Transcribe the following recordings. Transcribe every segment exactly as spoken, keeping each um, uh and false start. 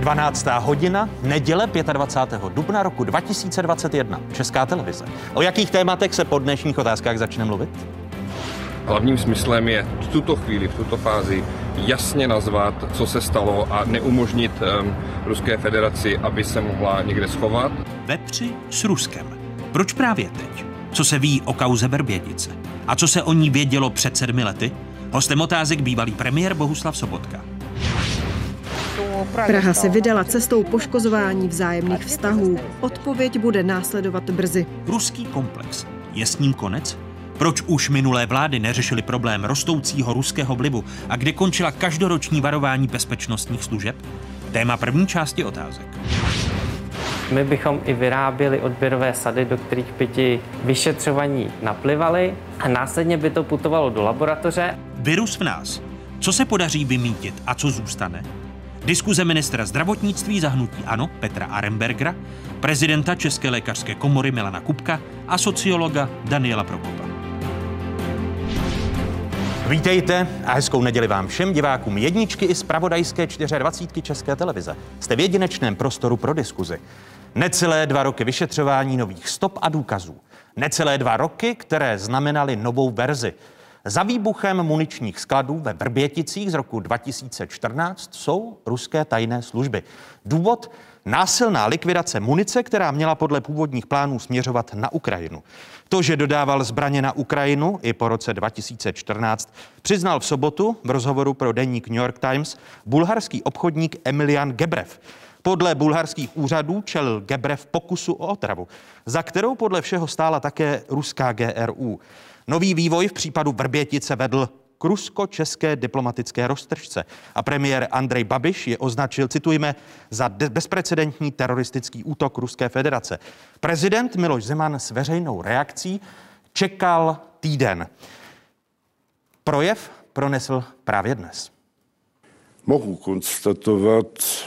dvanáctá hodina, neděle dvacátého pátého dubna roku dva tisíce dvacet jedna. Česká televize. O jakých tématech se po dnešních otázkách začne mluvit? Hlavním smyslem je v tuto chvíli, v tuto fázi jasně nazvat, co se stalo a neumožnit um, Ruské federaci, aby se mohla někde schovat. Vepři s Ruskem. Proč právě teď? Co se ví o kauze Vrbětice? A co se o ní vědělo před sedmi lety? Hostem otázek bývalý premiér Bohuslav Sobotka. Praha se vydala cestou poškozování vzájemných vztahů. Odpověď bude následovat brzy. Ruský komplex. Je s ním konec? Proč už minulé vlády neřešily problém rostoucího ruského vlivu a kde končila každoroční varování bezpečnostních služeb? Téma první části otázek. My bychom i vyráběli odběrové sady, do kterých by ti vyšetřovaní naplivali a následně by to putovalo do laboratoře. Virus v nás. Co se podaří vymítit a co zůstane? Diskuze ministra zdravotnictví za hnutí ANO Petra Arenbergera, prezidenta České lékařské komory Milana Kubka a sociologa Daniela Prokopa. Vítejte a hezkou neděli vám všem divákům jedničky i zpravodajské dvacítky čtyřky České televize. Jste v jedinečném prostoru pro diskuzi. Necelé dva roky vyšetřování nových stop a důkazů. Necelé dva roky, které znamenaly novou verzi. Za výbuchem muničních skladů ve Vrběticích z roku dva tisíce čtrnáct jsou ruské tajné služby. Důvod? Násilná likvidace munice, která měla podle původních plánů směřovat na Ukrajinu. To, že dodával zbraně na Ukrajinu i po roce dva tisíce čtrnáct, přiznal v sobotu v rozhovoru pro deník New York Times bulharský obchodník Emilian Gebrev. Podle bulharských úřadů čelil Gebrev pokusu o otravu, za kterou podle všeho stála také ruská G R U. Nový vývoj v případu Vrbětice vedl k rusko-české diplomatické roztržce a premiér Andrej Babiš je označil, citujme, za bezprecedentní teroristický útok Ruské federace. Prezident Miloš Zeman s veřejnou reakcí čekal týden. Projev pronesl právě dnes. Mohu konstatovat,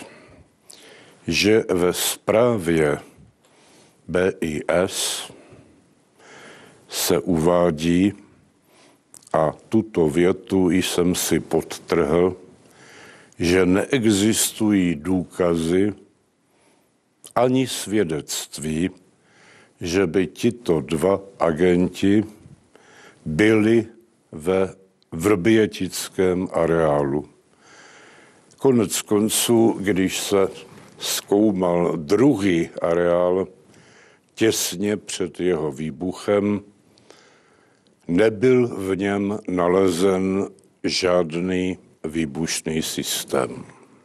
že ve zprávě B I S se uvádí, a tuto větu jsem si podtrhl, že neexistují důkazy ani svědectví, že by tito dva agenti byli ve vrbětickém areálu. Konec konců, když se zkoumal druhý areál těsně před jeho výbuchem, nebyl v něm nalezen žádný výbušný systém.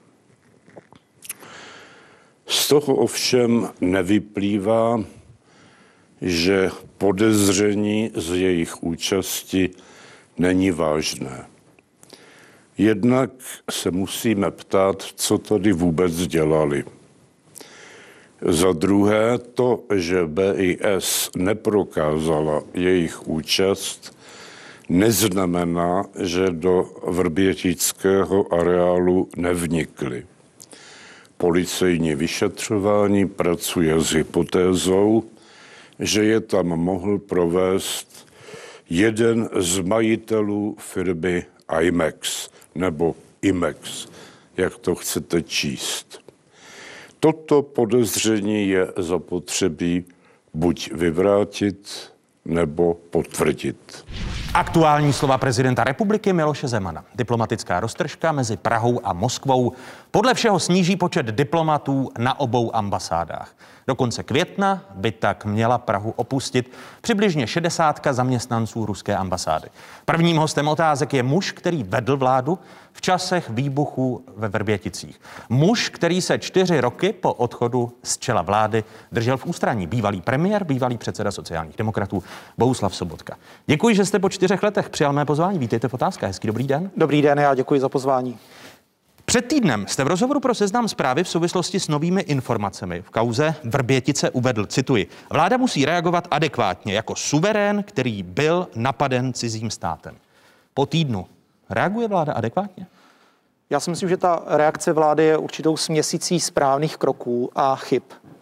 Z toho ovšem nevyplývá, že podezření z jejich účasti není vážné. Jednak se musíme ptát, co tady vůbec dělali. Za druhé, to, že B I S neprokázala jejich účast, neznamená, že do vrbětického areálu nevnikli. Policejní vyšetřování pracuje s hypotézou, že je tam mohl provést jeden z majitelů firmy IMEX nebo IMEX, jak to chcete číst. Toto podezření je zapotřebí buď vyvrátit, nebo potvrdit. Aktuální slova prezidenta republiky Miloše Zemana. Diplomatická roztržka mezi Prahou a Moskvou podle všeho sníží počet diplomatů na obou ambasádách. Do konce května by tak měla Prahu opustit přibližně šedesátka zaměstnanců ruské ambasády. Prvním hostem otázek je muž, který vedl vládu v časech výbuchu ve Vrběticích. Muž, který se čtyři roky po odchodu z čela vlády držel v ústraní. Bývalý premiér, bývalý předseda sociálních demokratů Bohuslav Sobotka. Děkuji, že jste po čtyřech letech přijal mé pozvání. Vítejte v otázkách. Hezký dobrý den. Dobrý den, já děkuji za pozvání. Před týdnem jste v rozhovoru pro Seznam Zprávy v souvislosti s novými informacemi v kauze Vrbětice uvedl, cituji, vláda musí reagovat adekvátně jako suverén, který byl napaden cizím státem. Po týdnu reaguje vláda adekvátně? Já si myslím, že ta reakce vlády je určitou směsicí správných kroků a chyb.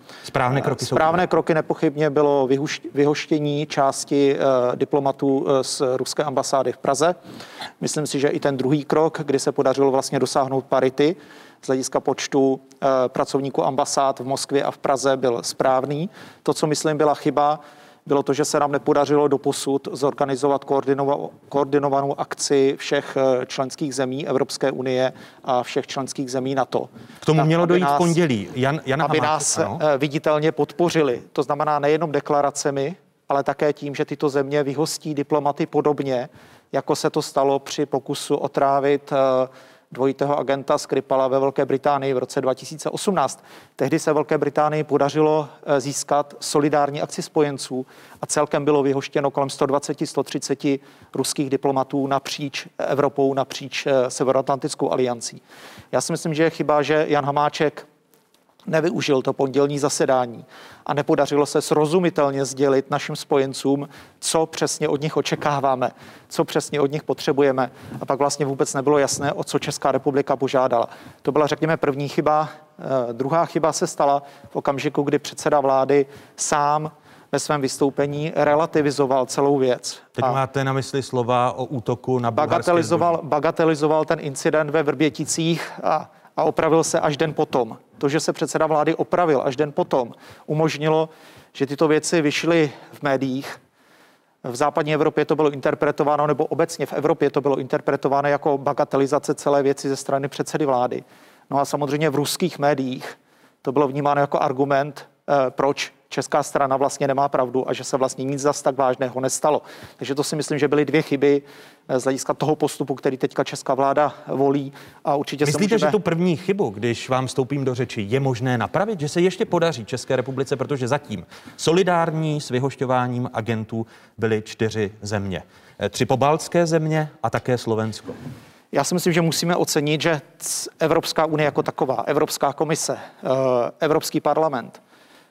Správné kroky jsou Správné kroky nepochybně bylo vyhoštění části diplomatů z ruské ambasády v Praze. Myslím si, že i ten druhý krok, kdy se podařilo vlastně dosáhnout parity z hlediska počtu pracovníků ambasád v Moskvě a v Praze, byl správný. To, co myslím byla chyba, bylo to, že se nám nepodařilo doposud zorganizovat koordinovanou akci všech členských zemí Evropské unie a všech členských zemí NATO. K tomu tak, mělo dojít nás, v pondělí. Jan, Jana aby Hamáček, nás ano? viditelně podpořili. To znamená nejenom deklaracemi, ale také tím, že tyto země vyhostí diplomaty podobně, jako se to stalo při pokusu otrávit dvojitého agenta Skripala ve Velké Británii v roce dva tisíce osmnáct. Tehdy se Velké Británii podařilo získat solidární akci spojenců a celkem bylo vyhoštěno kolem sto dvacet až sto třicet ruských diplomatů napříč Evropou, napříč Severoatlantickou aliancí. Já si myslím, že je chyba, že Jan Hamáček nevyužil to pondělní zasedání a nepodařilo se srozumitelně sdělit našim spojencům, co přesně od nich očekáváme, co přesně od nich potřebujeme. A pak vlastně vůbec nebylo jasné, o co Česká republika požádala. To byla, řekněme, první chyba. Eh, druhá chyba se stala v okamžiku, kdy předseda vlády sám ve svém vystoupení relativizoval celou věc. Teď a máte na mysli slova o útoku na bulharské bagatelizoval, zboží. bagatelizoval ten incident ve Vrběticích a a opravil se až den potom. To, že se předseda vlády opravil až den potom, umožnilo, že tyto věci vyšly v médiích. V západní Evropě to bylo interpretováno, nebo obecně v Evropě to bylo interpretováno jako bagatelizace celé věci ze strany předsedy vlády. No a samozřejmě v ruských médiích to bylo vnímáno jako argument, eh, proč česká strana vlastně nemá pravdu a že se vlastně nic zas tak vážného nestalo. Takže to si myslím, že byly dvě chyby z hlediska toho postupu, který teďka česká vláda volí. A určitě Myslíte, se můžeme... že tu první chybu, když vám vstoupím do řeči, je možné napravit, že se ještě podaří České republice, protože zatím solidární s vyhošťováním agentů byly čtyři země. Tři pobaltské země a také Slovensko. Já si myslím, že musíme ocenit, že Evropská unie jako taková, Evropská komise, Evropský parlament,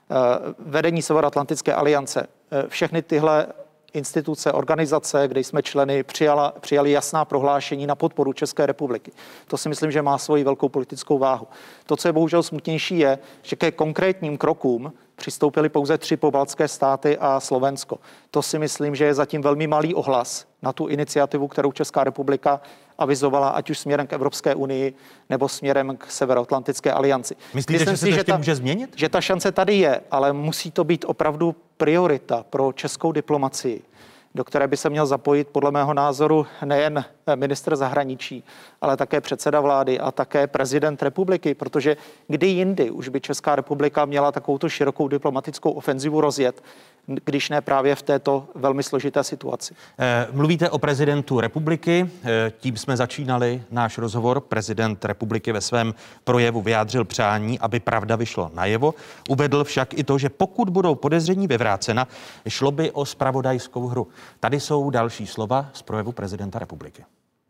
vedení Severoatlantické aliance, všechny tyhle instituce, organizace, kde jsme členy, přijala, přijali jasná prohlášení na podporu České republiky. To si myslím, že má svoji velkou politickou váhu. To, co je bohužel smutnější, je, že ke konkrétním krokům přistoupily pouze tři pobaltské státy a Slovensko. To si myslím, že je zatím velmi malý ohlas na tu iniciativu, kterou Česká republika avizovala, ať už směrem k Evropské unii nebo směrem k Severoatlantické alianci. Myslíte, Myslím že se si, to že ještě ta, může změnit? Že ta šance tady je, ale musí to být opravdu priorita pro českou diplomacii, do které by se měl zapojit podle mého názoru nejen ministr zahraničí, ale také předseda vlády a také prezident republiky, protože kdy jindy už by Česká republika měla takovouto širokou diplomatickou ofenzivu rozjet, když ne právě v této velmi složité situaci. Mluvíte o prezidentu republiky, tím jsme začínali náš rozhovor. Prezident republiky ve svém projevu vyjádřil přání, aby pravda vyšla najevo. Uvedl však i to, že pokud budou podezření vyvrácena, šlo by o zpravodajskou hru. Tady jsou další slova z projevu prezidenta republiky.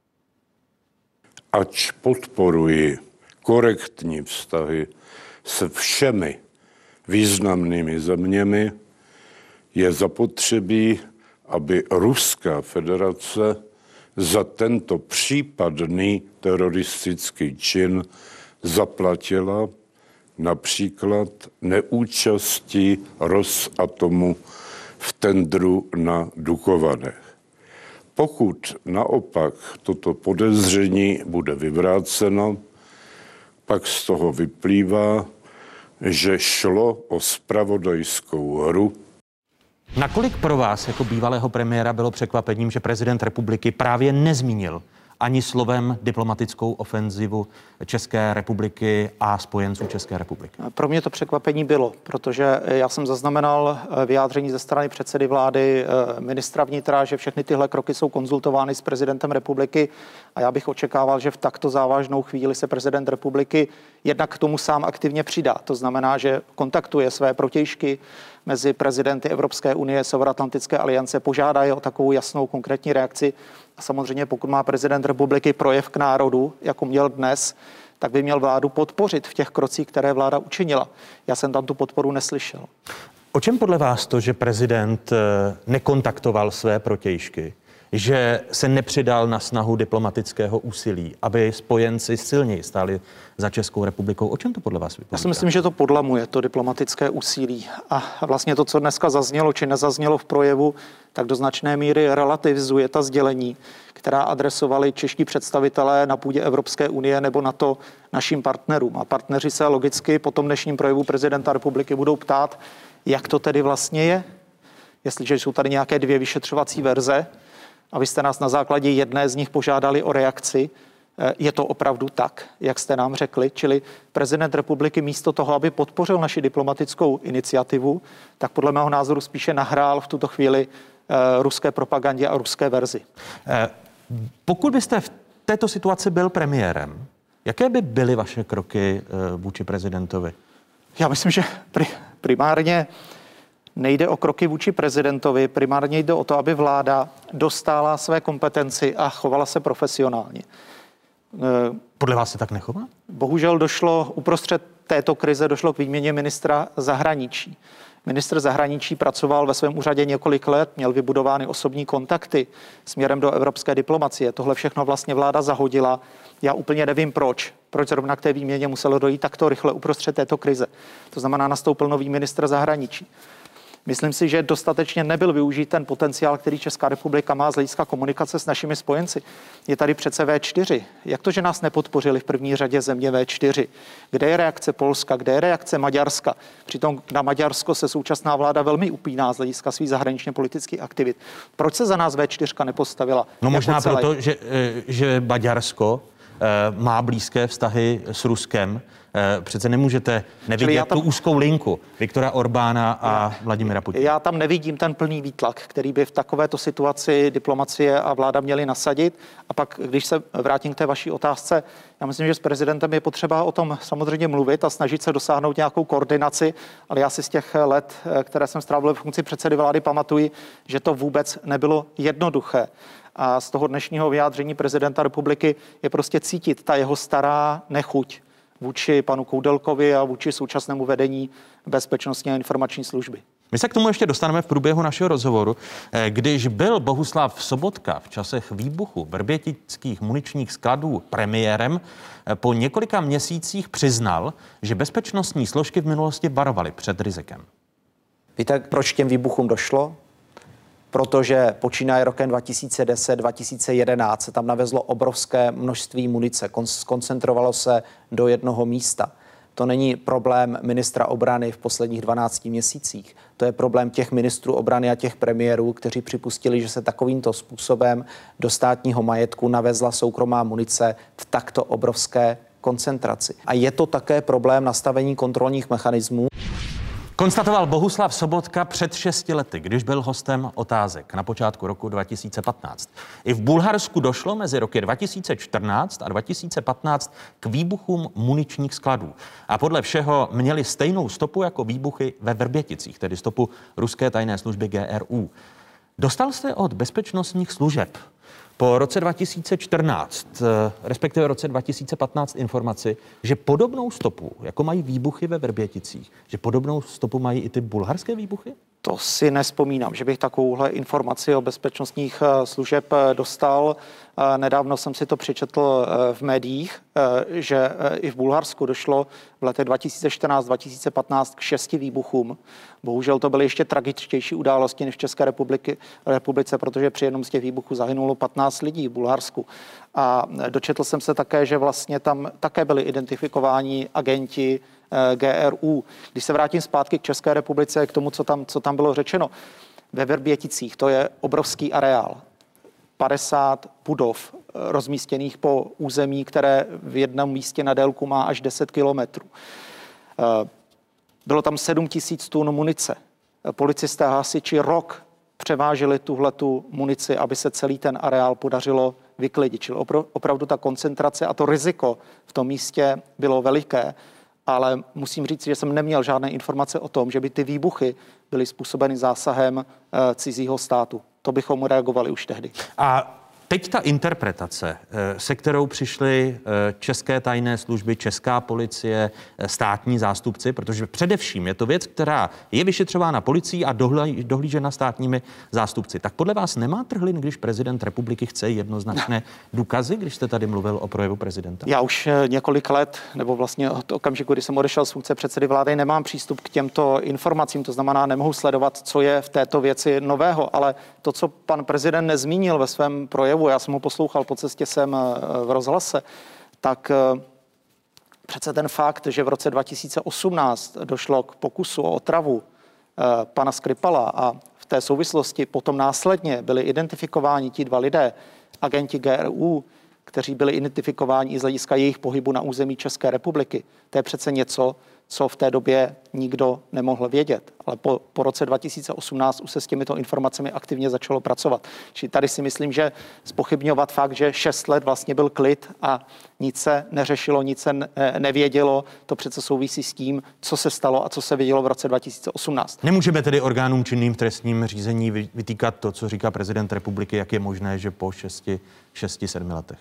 Ač podporuji korektní vztahy se všemi významnými zeměmi, je zapotřebí, aby Ruská federace za tento případný teroristický čin zaplatila například neúčastí Rosatomu v tendru na Dukovanech. Pokud naopak toto podezření bude vyvráceno, pak z toho vyplývá, že šlo o zpravodajskou hru. Nakolik pro vás jako bývalého premiéra bylo překvapením, že prezident republiky právě nezmínil ani slovem diplomatickou ofenzivu České republiky a spojenců České republiky? Pro mě to překvapení bylo, protože já jsem zaznamenal vyjádření ze strany předsedy vlády, ministra vnitra, že všechny tyhle kroky jsou konzultovány s prezidentem republiky a já bych očekával, že v takto závažnou chvíli se prezident republiky jednak k tomu sám aktivně přidá. To znamená, že kontaktuje své protějšky mezi prezidenty Evropské unie, Severoatlantické aliance, požádá je o takovou jasnou konkrétní reakci. A samozřejmě, pokud má prezident republiky projev k národu, jako měl dnes, tak by měl vládu podpořit v těch krocích, které vláda učinila. Já jsem tam tu podporu neslyšel. O čem podle vás to, že prezident nekontaktoval své protějšky, že se nepřidal na snahu diplomatického úsilí, aby spojenci silněji stáli za Českou republikou. O čem to podle vás vypovídá? Já si myslím, že to podlamuje to diplomatické úsilí. A vlastně to, co dneska zaznělo či nezaznělo v projevu, tak do značné míry relativizuje ta sdělení, která adresovali čeští představitelé na půdě Evropské unie nebo NATO našim partnerům. A partneři se logicky po tom dnešním projevu prezidenta republiky budou ptát, jak to tedy vlastně je. Jestliže jsou tady nějaké dvě vyšetřovací verze a vy jste nás na základě jedné z nich požádali o reakci, je to opravdu tak, jak jste nám řekli, čili prezident republiky místo toho, aby podpořil naši diplomatickou iniciativu, tak podle mého názoru spíše nahrál v tuto chvíli uh, ruské propagandě a ruské verzi. Eh, pokud byste v této situaci byl premiérem, jaké by byly vaše kroky uh, vůči prezidentovi? Já myslím, že pri, primárně nejde o kroky vůči prezidentovi, primárně jde o to, aby vláda dostála své kompetenci a chovala se profesionálně. Podle vás se tak nechová? Bohužel došlo uprostřed této krize došlo k výměně ministra zahraničí. Ministr zahraničí pracoval ve svém úřadě několik let, měl vybudovány osobní kontakty směrem do evropské diplomacie. Tohle všechno vlastně vláda zahodila. Já úplně nevím proč. Proč zrovna k té výměně muselo dojít takto rychle uprostřed této krize. To znamená, nastoupil nový ministr zahraničí. Myslím si, že dostatečně nebyl využít ten potenciál, který Česká republika má z hlediska komunikace s našimi spojenci. Je tady přece vé čtyři. Jak to, že nás nepodpořili v první řadě země vé čtyři? Kde je reakce Polska? Kde je reakce Maďarska? Přitom na Maďarsko se současná vláda velmi upíná z hlediska svých zahraničně politických aktivit. Proč se za nás vé čtyři nepostavila? No možná proto, že, že Maďarsko má blízké vztahy s Ruskem. Přece nemůžete nevidět tam tu úzkou linku Viktora Orbána a já, Vladimira Putina. Já tam nevidím ten plný výtlak, který by v takovéto situaci diplomacie a vláda měly nasadit. A pak, když se vrátím k té vaší otázce, já myslím, že s prezidentem je potřeba o tom samozřejmě mluvit a snažit se dosáhnout nějakou koordinaci, ale já si z těch let, které jsem strávil v funkci předsedy vlády, pamatuji, že to vůbec nebylo jednoduché. A z toho dnešního vyjádření prezidenta republiky je prostě cítit ta jeho stará nechuť vůči panu Koudelkovi a vůči současnému vedení Bezpečnostní a informační služby. My se k tomu ještě dostaneme v průběhu našeho rozhovoru. Když byl Bohuslav Sobotka v časech výbuchu vrbětických muničních skladů premiérem, po několika měsících přiznal, že bezpečnostní složky v minulosti varovaly před rizikem. Víte, proč těm výbuchům došlo? Protože počínaje rokem dva tisíce deset dva tisíce jedenáct se tam navezlo obrovské množství munice, skoncentrovalo se do jednoho místa. To není problém ministra obrany v posledních dvanácti měsících. To je problém těch ministrů obrany a těch premiérů, kteří připustili, že se takovýmto způsobem do státního majetku navezla soukromá munice v takto obrovské koncentraci. A je to také problém nastavení kontrolních mechanismů. Konstatoval Bohuslav Sobotka před šesti lety, když byl hostem Otázek na počátku roku dva tisíce patnáct. I v Bulharsku došlo mezi roky dva tisíce čtrnáct a dva tisíce patnáct k výbuchům muničních skladů. A podle všeho měli stejnou stopu jako výbuchy ve Vrběticích, tedy stopu ruské tajné služby G R U. Dostal jste od bezpečnostních služeb po roce dva tisíce čtrnáct, respektive roce dva tisíce patnáct informaci, že podobnou stopu, jako mají výbuchy ve Vrběticích, že podobnou stopu mají i ty bulharské výbuchy? To si nespomínám, že bych takovouhle informaci o bezpečnostních služeb dostal. Nedávno jsem si to přečetl v médiích, že i v Bulharsku došlo v letech dva tisíce čtrnáct dva tisíce patnáct k šesti výbuchům. Bohužel to byly ještě tragičtější události než v České republiky, republice, protože při jednom z těch výbuchů zahynulo patnáct lidí v Bulharsku. A dočetl jsem se také, že vlastně tam také byli identifikováni agenti G R U. Když se vrátím zpátky k České republice, k tomu, co tam, co tam bylo řečeno, ve Vrběticích, to je obrovský areál. padesát budov rozmístěných po území, které v jednom místě na délku má až deset kilometrů. Bylo tam sedm tisíc tun munice. Policisté a hasiči rok převáželi tuhletu munici, aby se celý ten areál podařilo vyklidit. Čili opravdu ta koncentrace a to riziko v tom místě bylo veliké. Ale musím říct, že jsem neměl žádné informace o tom, že by ty výbuchy byly způsobeny zásahem e, cizího státu. To bychom reagovali už tehdy. A teď ta interpretace, se kterou přišly české tajné služby, česká policie, státní zástupci, protože především je to věc, která je vyšetřována policií a dohlížena státními zástupci. Tak podle vás nemá trhlin, když prezident republiky chce jednoznačné důkazy, když jste tady mluvil o projevu prezidenta? Já už několik let, nebo vlastně od okamžiku, kdy jsem odešel z funkce předsedy vlády, nemám přístup k těmto informacím, to znamená, nemohu sledovat, co je v této věci nového, ale to, co pan prezident nezmínil ve svém projevu, já jsem ho poslouchal po cestě sem v rozhlase, tak přece ten fakt, že v roce dva tisíce osmnáct došlo k pokusu o otravu pana Skripala a v té souvislosti potom následně byli identifikováni ti dva lidé, agenti G R U, kteří byli identifikováni i z hlediska jejich pohybu na území České republiky. To je přece něco, co v té době nikdo nemohl vědět. Ale po, po roce dva tisíce osmnáct už se s těmito informacemi aktivně začalo pracovat. Čili tady si myslím, že zpochybňovat fakt, že šest let vlastně byl klid a nic se neřešilo, nic se nevědělo, to přece souvisí s tím, co se stalo a co se vědělo v roce dva tisíce osmnáct. Nemůžeme tedy orgánům činným v trestním řízení vytýkat to, co říká prezident republiky, jak je možné, že po šesti, šesti sedmi letech?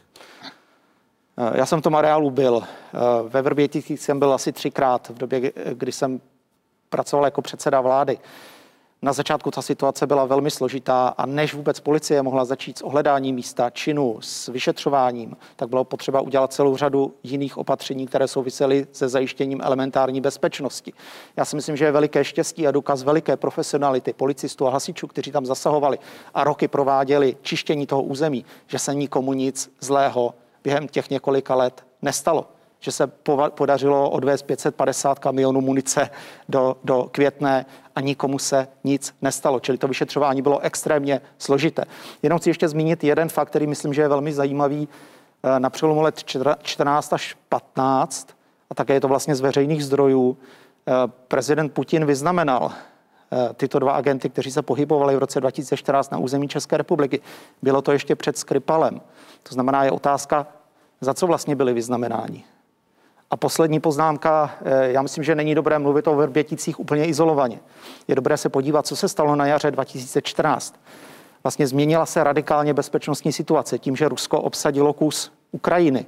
Já jsem v tom areálu byl. Ve Vrběticích jsem byl asi třikrát v době, kdy jsem pracoval jako předseda vlády. Na začátku ta situace byla velmi složitá a než vůbec policie mohla začít s ohledáním místa činu, s vyšetřováním, tak bylo potřeba udělat celou řadu jiných opatření, které souvisely se zajištěním elementární bezpečnosti. Já si myslím, že je veliké štěstí a důkaz veliké profesionality policistů a hasičů, kteří tam zasahovali a roky prováděli čištění toho území, že se nikomu nic zlého během těch několika let nestalo. Že se podařilo odvést pět set padesát kamionů munice do, do Květné a nikomu se nic nestalo. Čili to vyšetřování bylo extrémně složité. Jenom chci ještě zmínit jeden fakt, který myslím, že je velmi zajímavý. Na přelomu let čtrnáct až patnáct, a také je to vlastně z veřejných zdrojů, prezident Putin vyznamenal tyto dva agenty, kteří se pohybovali v roce dva tisíce čtrnáct na území České republiky. Bylo to ještě před Skripalem. To znamená, je otázka, za co vlastně byli vyznamenáni. A poslední poznámka, já myslím, že není dobré mluvit o Vrběticích úplně izolovaně. Je dobré se podívat, co se stalo na jaře dva tisíce čtrnáct. Vlastně změnila se radikálně bezpečnostní situace tím, že Rusko obsadilo kus Ukrajiny,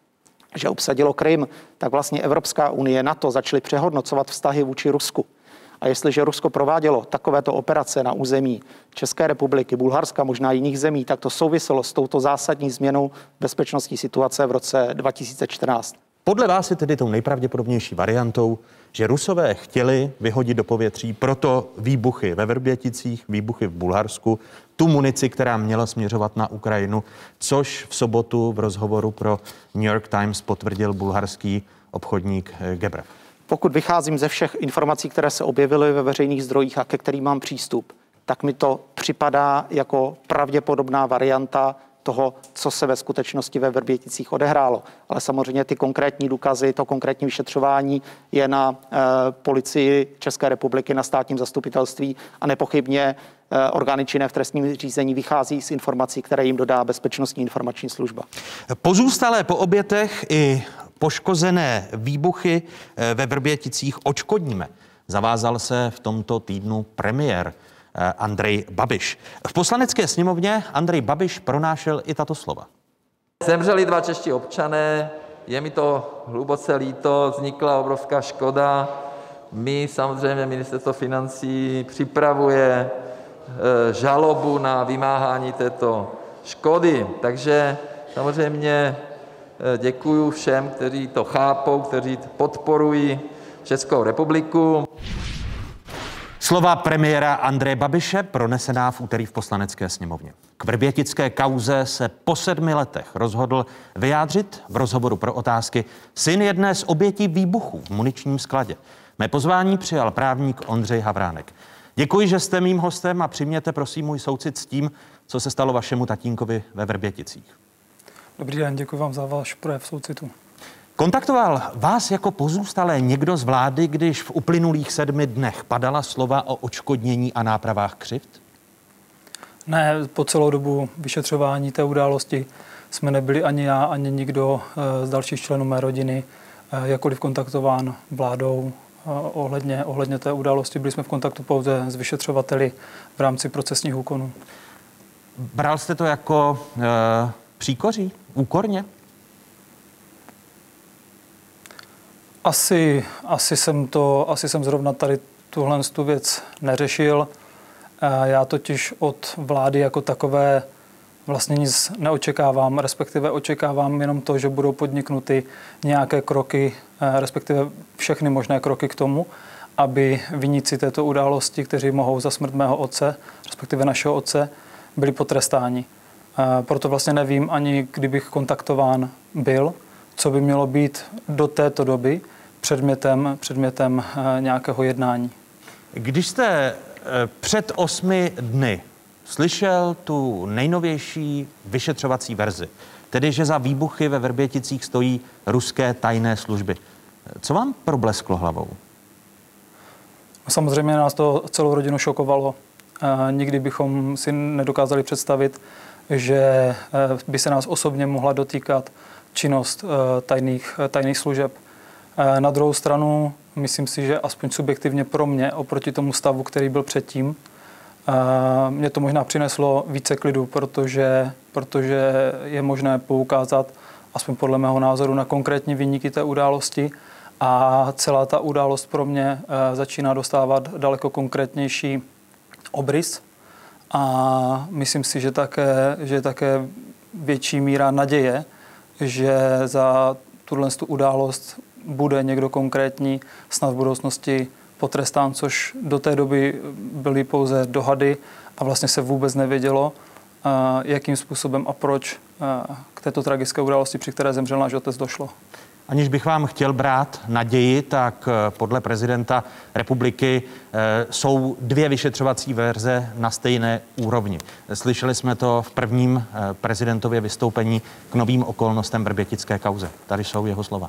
že obsadilo Krym, tak vlastně Evropská unie, NATO začaly přehodnocovat vztahy vůči Rusku. A jestliže Rusko provádělo takovéto operace na území České republiky, Bulharska, možná jiných zemí, tak to souviselo s touto zásadní změnou bezpečnostní situace v roce dva tisíce čtrnáct. Podle vás je tedy tou nejpravděpodobnější variantou, že Rusové chtěli vyhodit do povětří proto výbuchy ve Vrběticích, výbuchy v Bulharsku, tu munici, která měla směřovat na Ukrajinu, což v sobotu v rozhovoru pro New York Times potvrdil bulharský obchodník Gebrev. Pokud vycházím ze všech informací, které se objevily ve veřejných zdrojích a ke kterým mám přístup, tak mi to připadá jako pravděpodobná varianta toho, co se ve skutečnosti ve Vrběticích odehrálo. Ale samozřejmě ty konkrétní důkazy, to konkrétní vyšetřování je na e, policii České republiky, na státním zastupitelství a nepochybně e, orgány činné v trestním řízení vychází z informací, které jim dodá Bezpečnostní informační služba. Pozůstalé po obětech i poškozené výbuchy ve Vrběticích odškodníme. Zavázal se v tomto týdnu premiér Andrej Babiš. V poslanecké sněmovně Andrej Babiš pronášel i tato slova. Zemřeli dva čeští občané, je mi to hluboce líto, vznikla obrovská škoda. My samozřejmě, ministerstvo financí připravuje žalobu na vymáhání této škody. Takže samozřejmě děkuji všem, kteří to chápou, kteří podporují Českou republiku. Slova premiéra Andreje Babiše pronesená v úterý v poslanecké sněmovně. K vrbětické kauze se po sedmi letech rozhodl vyjádřit v rozhovoru pro Otázky syn jedné z obětí výbuchů v muničním skladě. Mé pozvání přijal právník Ondřej Havránek. Děkuji, že jste mým hostem a přijměte prosím můj soucit s tím, co se stalo vašemu tatínkovi ve Vrběticích. Dobrý den, děkuji vám za váš projev soucitu. Kontaktoval vás jako pozůstalé někdo z vlády, když v uplynulých sedmi dnech padala slova o odškodnění a nápravách křivd? Ne, po celou dobu vyšetřování té události jsme nebyli ani já, ani nikdo z dalších členů mé rodiny jakkoliv kontaktován vládou ohledně, ohledně té události. Byli jsme v kontaktu pouze s vyšetřovateli v rámci procesních úkonů. Bral jste to jako e, příkoří, úkorně? Asi, asi, jsem to, asi jsem zrovna tady tuhle tu věc neřešil. Já totiž od vlády jako takové vlastně nic neočekávám, respektive očekávám jenom to, že budou podniknuty nějaké kroky, respektive všechny možné kroky k tomu, aby viníci této události, kteří mohou za smrt mého otce, respektive našeho otce, byli potrestáni. Proto vlastně nevím ani, kdybych kontaktován byl, co by mělo být do této doby předmětem, předmětem nějakého jednání. Když jste před osmi dny slyšel tu nejnovější vyšetřovací verzi, tedy že za výbuchy ve Vrběticích stojí ruské tajné služby, co vám problesklo hlavou? Samozřejmě nás to celou rodinu šokovalo. Nikdy bychom si nedokázali představit, že by se nás osobně mohla dotýkat činnost tajných, tajných služeb. Na druhou stranu, myslím si, že aspoň subjektivně pro mě, oproti tomu stavu, který byl předtím, mě to možná přineslo více klidu, protože, protože je možné poukázat, aspoň podle mého názoru, na konkrétní viníky té události a celá ta událost pro mě začíná dostávat daleko konkrétnější obrys a myslím si, že také, že také větší míra naděje, že za tuhle událost bude někdo konkrétní snad v budoucnosti potrestán, což do té doby byly pouze dohady a vlastně se vůbec nevědělo, jakým způsobem a proč k této tragické události, při které zemřel náš otec, došlo. Aniž bych vám chtěl brát naději, tak podle prezidenta republiky jsou dvě vyšetřovací verze na stejné úrovni. Slyšeli jsme to v prvním prezidentově vystoupení k novým okolnostem vrbětické kauze. Tady jsou jeho slova.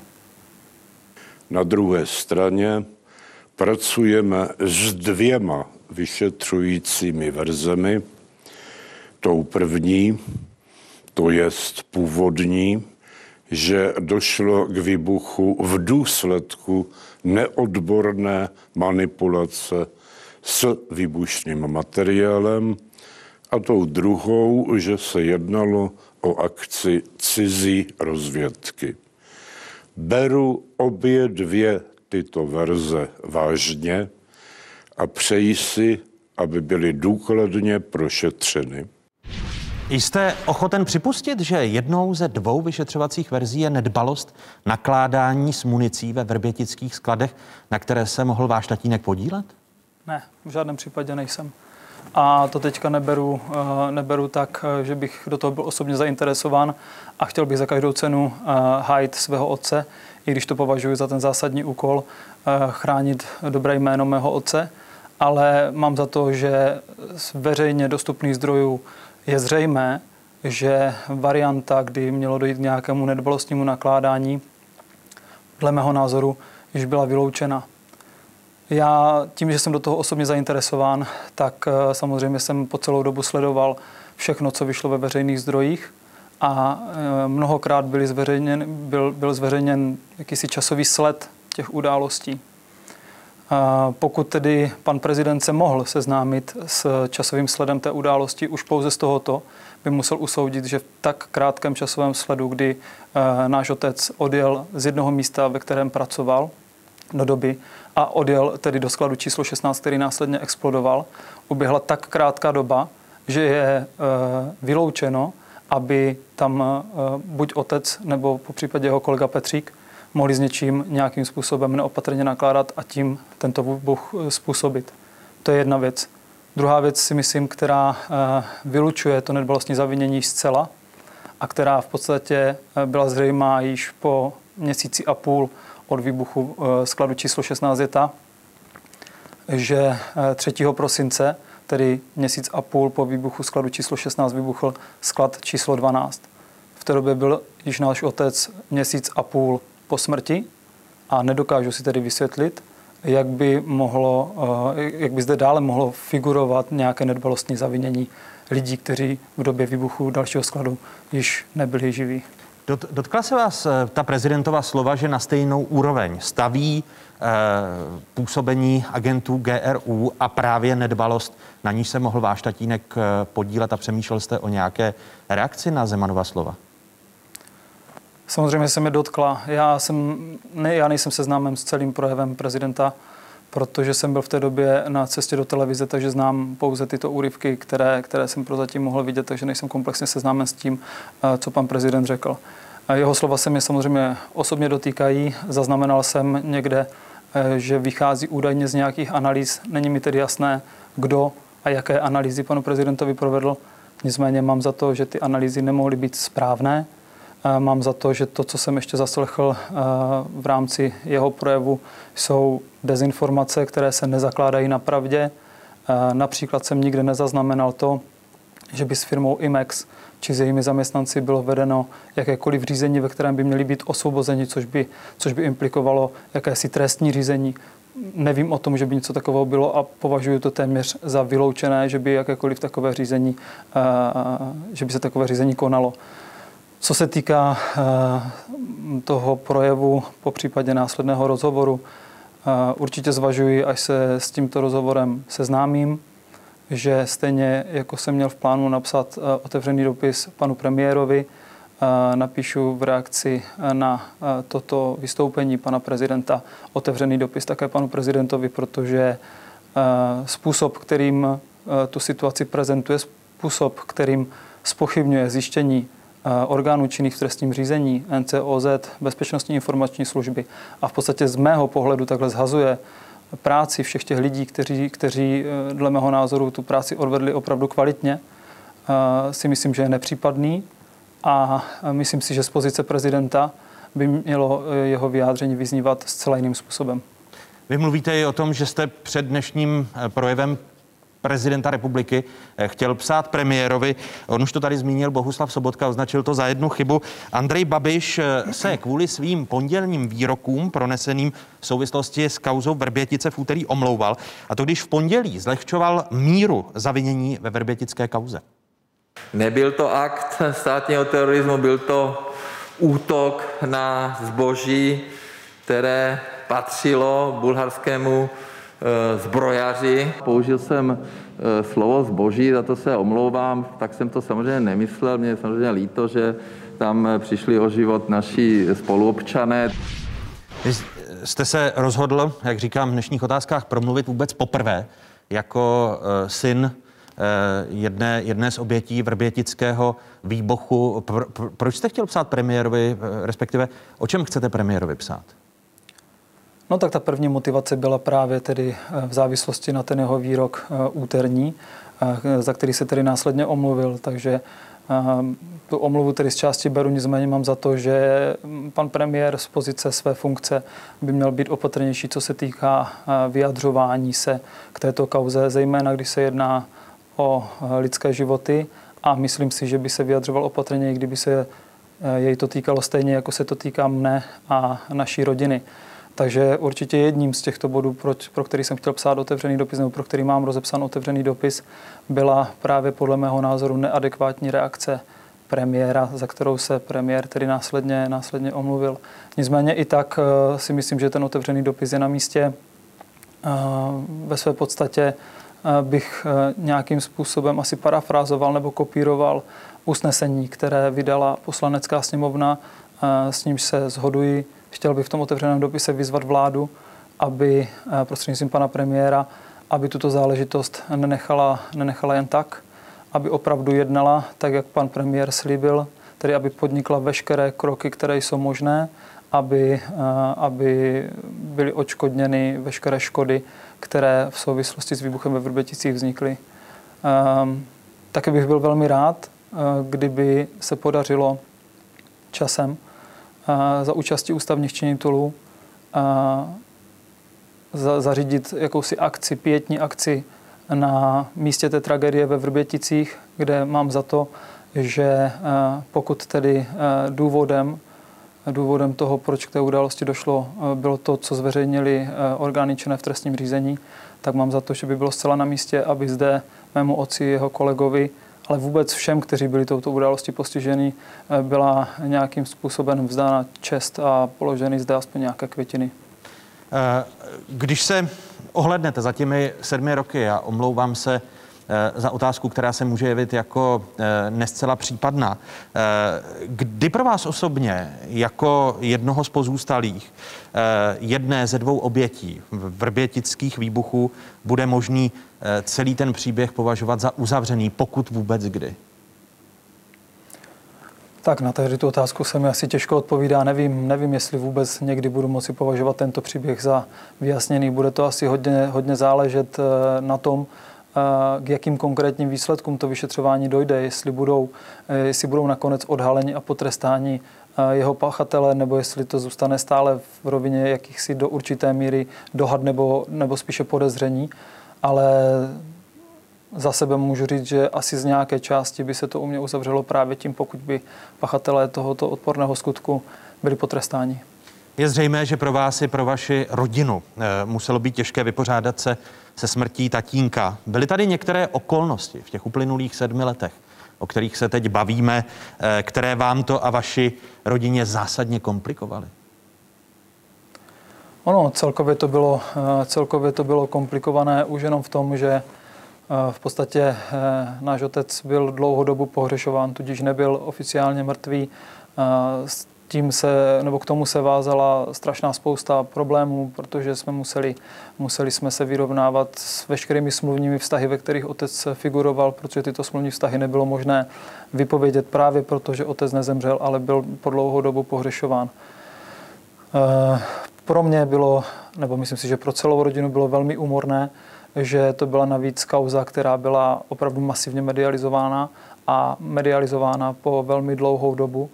Na druhé straně pracujeme s dvěma vyšetřujícími verzemi. Tou první, to jest původní, že došlo k výbuchu v důsledku neodborné manipulace s výbušným materiálem a tou druhou, že se jednalo o akci cizí rozvědky. Beru obě dvě tyto verze vážně a přeji si, aby byly důkladně prošetřeny. Jste ochoten připustit, že jednou ze dvou vyšetřovacích verzí je nedbalost nakládání s municí ve vrbětických skladech, na které se mohl váš tatínek podílet? Ne, v žádném případě nejsem. A to teďka neberu, neberu tak, že bych do toho byl osobně zainteresován a chtěl bych za každou cenu hájit svého otce, i když to považuji za ten zásadní úkol chránit dobré jméno mého otce, ale mám za to, že z veřejně dostupných zdrojů je zřejmé, že varianta, kdy mělo dojít k nějakému nedbalostnímu nakládání, dle mého názoru již byla vyloučena. Já tím, že jsem do toho osobně zainteresován, tak samozřejmě jsem po celou dobu sledoval všechno, co vyšlo ve veřejných zdrojích a mnohokrát byl zveřejněn, byl, byl zveřejněn jakýsi časový sled těch událostí. Pokud tedy pan prezident se mohl seznámit s časovým sledem té události, už pouze z tohoto by musel usoudit, že v tak krátkém časovém sledu, kdy náš otec odjel z jednoho místa, ve kterém pracoval do doby a odjel tedy do skladu číslo šestnáct, který následně explodoval, uběhla tak krátká doba, že je vyloučeno, aby tam buď otec nebo po případě jeho kolega Petřík mohli s něčím nějakým způsobem neopatrně nakládat a tím tento výbuch způsobit. To je jedna věc. Druhá věc si myslím, která vylučuje to nedbalostní zavinění zcela a která v podstatě byla zřejmá již po měsíci a půl od výbuchu skladu číslo šestnáct, je ta, že třetího prosince, tedy měsíc a půl po výbuchu skladu číslo šestnáct, vybuchl sklad číslo dvanáct. V té době byl již náš otec měsíc a půl po smrti a nedokážu si tedy vysvětlit, jak by, mohlo, jak by zde dále mohlo figurovat nějaké nedbalostní zavinění lidí, kteří v době výbuchu dalšího skladu již nebyli živí. Dot, dotkla se vás ta prezidentova slova, že na stejnou úroveň staví eh, působení agentů G R U a právě nedbalost, na níž se mohl váš tatínek podílet, a přemýšlel jste o nějaké reakci na Zemanova slova? Samozřejmě se mi dotkla. Já, jsem, ne, já nejsem seznámen s celým projevem prezidenta, protože jsem byl v té době na cestě do televize, takže znám pouze tyto úryvky, které, které jsem prozatím mohl vidět, takže nejsem komplexně seznámen s tím, co pan prezident řekl. Jeho slova se mě samozřejmě osobně dotýkají. Zaznamenal jsem někde, že vychází údajně z nějakých analýz. Není mi tedy jasné, kdo a jaké analýzy panu prezidentovi provedl. Nicméně mám za to, že ty analýzy nemohly být správné. Mám za to, že to, co jsem ještě zaslechl v rámci jeho projevu, jsou dezinformace, které se nezakládají na pravdě. Například jsem nikde nezaznamenal to, že by s firmou Imex či s jejími zaměstnanci bylo vedeno jakékoliv řízení, ve kterém by měli být osvobozeni, což by, což by implikovalo jakési trestní řízení. Nevím o tom, že by něco takového bylo a považuji to téměř za vyloučené, že by jakékoliv takové řízení, že by se takové řízení konalo. Co se týká toho projevu, po případě následného rozhovoru, určitě zvažuji, až se s tímto rozhovorem seznámím, že stejně jako jsem měl v plánu napsat otevřený dopis panu premiérovi, napíšu v reakci na toto vystoupení pana prezidenta otevřený dopis také panu prezidentovi, protože způsob, kterým tu situaci prezentuje, způsob, kterým zpochybňuje zjištění orgánů činných v trestním řízení, N C O Z, Bezpečnostní informační služby a v podstatě z mého pohledu takhle zhazuje práci všech těch lidí, kteří, kteří dle mého názoru tu práci odvedli opravdu kvalitně, si myslím, že je nepřípadný a myslím si, že z pozice prezidenta by mělo jeho vyjádření vyznívat zcela jiným způsobem. Vy mluvíte i o tom, že jste před dnešním projevem prezidenta republiky chtěl psát premiérovi. On už to tady zmínil Bohuslav Sobotka, označil to za jednu chybu. Andrej Babiš se kvůli svým pondělním výrokům proneseným v souvislosti s kauzou Vrbětice v úterý omlouval. A to když v pondělí zlehčoval míru zavinění ve vrbětické kauze. Nebyl to akt státního terorismu, byl to útok na zboží, které patřilo bulharskému zbrojaři. Použil jsem slovo zboží, za to se omlouvám, tak jsem to samozřejmě nemyslel. Mně je samozřejmě líto, že tam přišli o život naši spoluobčané. Vy jste se rozhodl, jak říkám v dnešních otázkách, promluvit vůbec poprvé jako syn jedné, jedné z obětí vrbětického výbuchu. Pro, pro, proč jste chtěl psát premiérovi, respektive o čem chcete premiérovi psát? No tak ta první motivace byla právě tedy v závislosti na ten jeho výrok úterní, za který se tedy následně omluvil. Takže tu omluvu tedy z části beru, nicméně mám za to, že pan premiér z pozice své funkce by měl být opatrnější, co se týká vyjadřování se k této kauze, zejména když se jedná o lidské životy a myslím si, že by se vyjadřoval opatrněji, kdyby se jej to týkalo stejně, jako se to týká mne a naší rodiny. Takže určitě jedním z těchto bodů, pro, pro který jsem chtěl psát otevřený dopis, nebo pro který mám rozepsán otevřený dopis, byla právě podle mého názoru neadekvátní reakce premiéra, za kterou se premiér tedy následně, následně omluvil. Nicméně i tak uh, si myslím, že ten otevřený dopis je na místě. Uh, ve své podstatě uh, bych uh, nějakým způsobem asi parafrázoval nebo kopíroval usnesení, které vydala Poslanecká sněmovna, uh, s nímž se shoduji. Chtěl bych v tom otevřeném dopise vyzvat vládu, aby prostřednictvím pana premiéra, aby tuto záležitost nenechala, nenechala jen tak, aby opravdu jednala tak, jak pan premiér slíbil, tedy aby podnikla veškeré kroky, které jsou možné, aby, aby byly odškodněny veškeré škody, které v souvislosti s výbuchem ve Vrběticích vznikly. Taky bych byl velmi rád, kdyby se podařilo časem za účasti ústavních činitelů zařídit jakousi akci, pietní akci na místě té tragédie ve Vrběticích, kde mám za to, že pokud tedy důvodem, důvodem toho, proč k té události došlo, bylo to, co zveřejnili orgány činné v trestním řízení, tak mám za to, že by bylo zcela na místě, aby zde mému otci, jeho kolegovi ale vůbec všem, kteří byli touto událostí postiženi, byla nějakým způsobem vzdána čest a položeny zde aspoň nějaké květiny. Když se ohlednete za těmi sedmi roky, a omlouvám se za otázku, která se může jevit jako nescela případná. Kdy pro vás osobně, jako jednoho z pozůstalých, jedné ze dvou obětí vrbětických výbuchů, bude možný celý ten příběh považovat za uzavřený, pokud vůbec kdy? Tak na tady tu otázku se mi asi těžko odpovídá. Nevím, nevím, jestli vůbec někdy budu moci považovat tento příběh za vyjasněný. Bude to asi hodně, hodně záležet na tom, k jakým konkrétním výsledkům to vyšetřování dojde, jestli budou, jestli budou nakonec odhaleni a potrestáni jeho pachatele, nebo jestli to zůstane stále v rovině jakýchsi do určité míry dohad nebo, nebo spíše podezření. Ale za sebe můžu říct, že asi z nějaké části by se to u mě uzavřelo právě tím, pokud by pachatelé tohoto odporného skutku byli potrestáni. Je zřejmé, že pro vás i pro vaši rodinu muselo být těžké vypořádat se se smrtí tatínka. Byly tady některé okolnosti v těch uplynulých sedmi letech, o kterých se teď bavíme, které vám to a vaši rodině zásadně komplikovaly? Ono, celkově to bylo, celkově to bylo komplikované už jenom v tom, že v podstatě náš otec byl dlouhou dobu pohřešován, tudíž nebyl oficiálně mrtvý. Tím se, nebo k tomu se vázala strašná spousta problémů, protože jsme museli, museli jsme se vyrovnávat s veškerými smluvními vztahy, ve kterých otec figuroval, protože tyto smluvní vztahy nebylo možné vypovědět právě proto, že otec nezemřel, ale byl po dlouhou dobu pohřešován. Pro mě bylo, nebo myslím si, že pro celou rodinu bylo velmi úmorné, že to byla navíc kauza, která byla opravdu masivně medializována a medializována po velmi dlouhou dobu,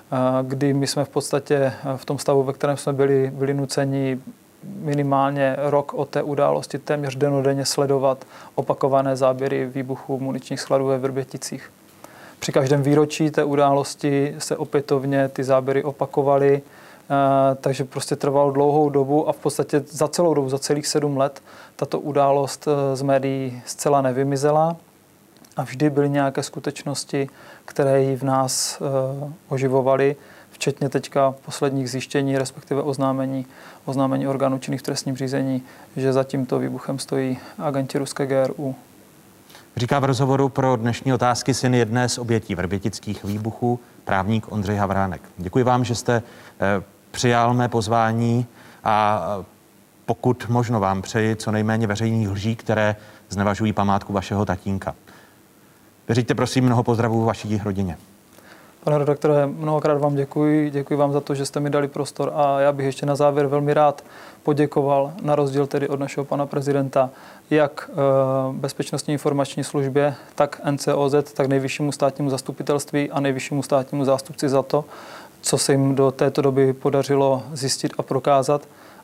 kdy my jsme v podstatě v tom stavu, ve kterém jsme byli, byli nuceni minimálně rok od té události téměř dennodenně sledovat opakované záběry výbuchů muničních skladů ve Vrběticích. Při každém výročí té události se opětovně ty záběry opakovaly, takže prostě trvalo dlouhou dobu a v podstatě za celou dobu, za celých sedm let, tato událost z médií zcela nevymizela. A vždy byly nějaké skutečnosti, které ji v nás e, oživovaly, včetně teďka posledních zjištění, respektive oznámení, oznámení orgánů činných v trestním řízení, že za tímto výbuchem stojí agenti ruské G R U. Říká v rozhovoru pro dnešní otázky syn jedné z obětí vrbětických výbuchů, právník Ondřej Havránek. Děkuji vám, že jste e, přijal mé pozvání a pokud možno vám přeji co nejméně veřejných lží, které znevažují památku vašeho tatínka. Vyřiďte prosím mnoho pozdravů vaší rodině. Pane redaktore, mnohokrát vám děkuji. Děkuji vám za to, že jste mi dali prostor a já bych ještě na závěr velmi rád poděkoval, na rozdíl tedy od našeho pana prezidenta, jak Bezpečnostní informační službě, tak N C O Z, tak Nejvyššímu státnímu zastupitelství a Nejvyššímu státnímu zástupci za to, co se jim do této doby podařilo zjistit a prokázat.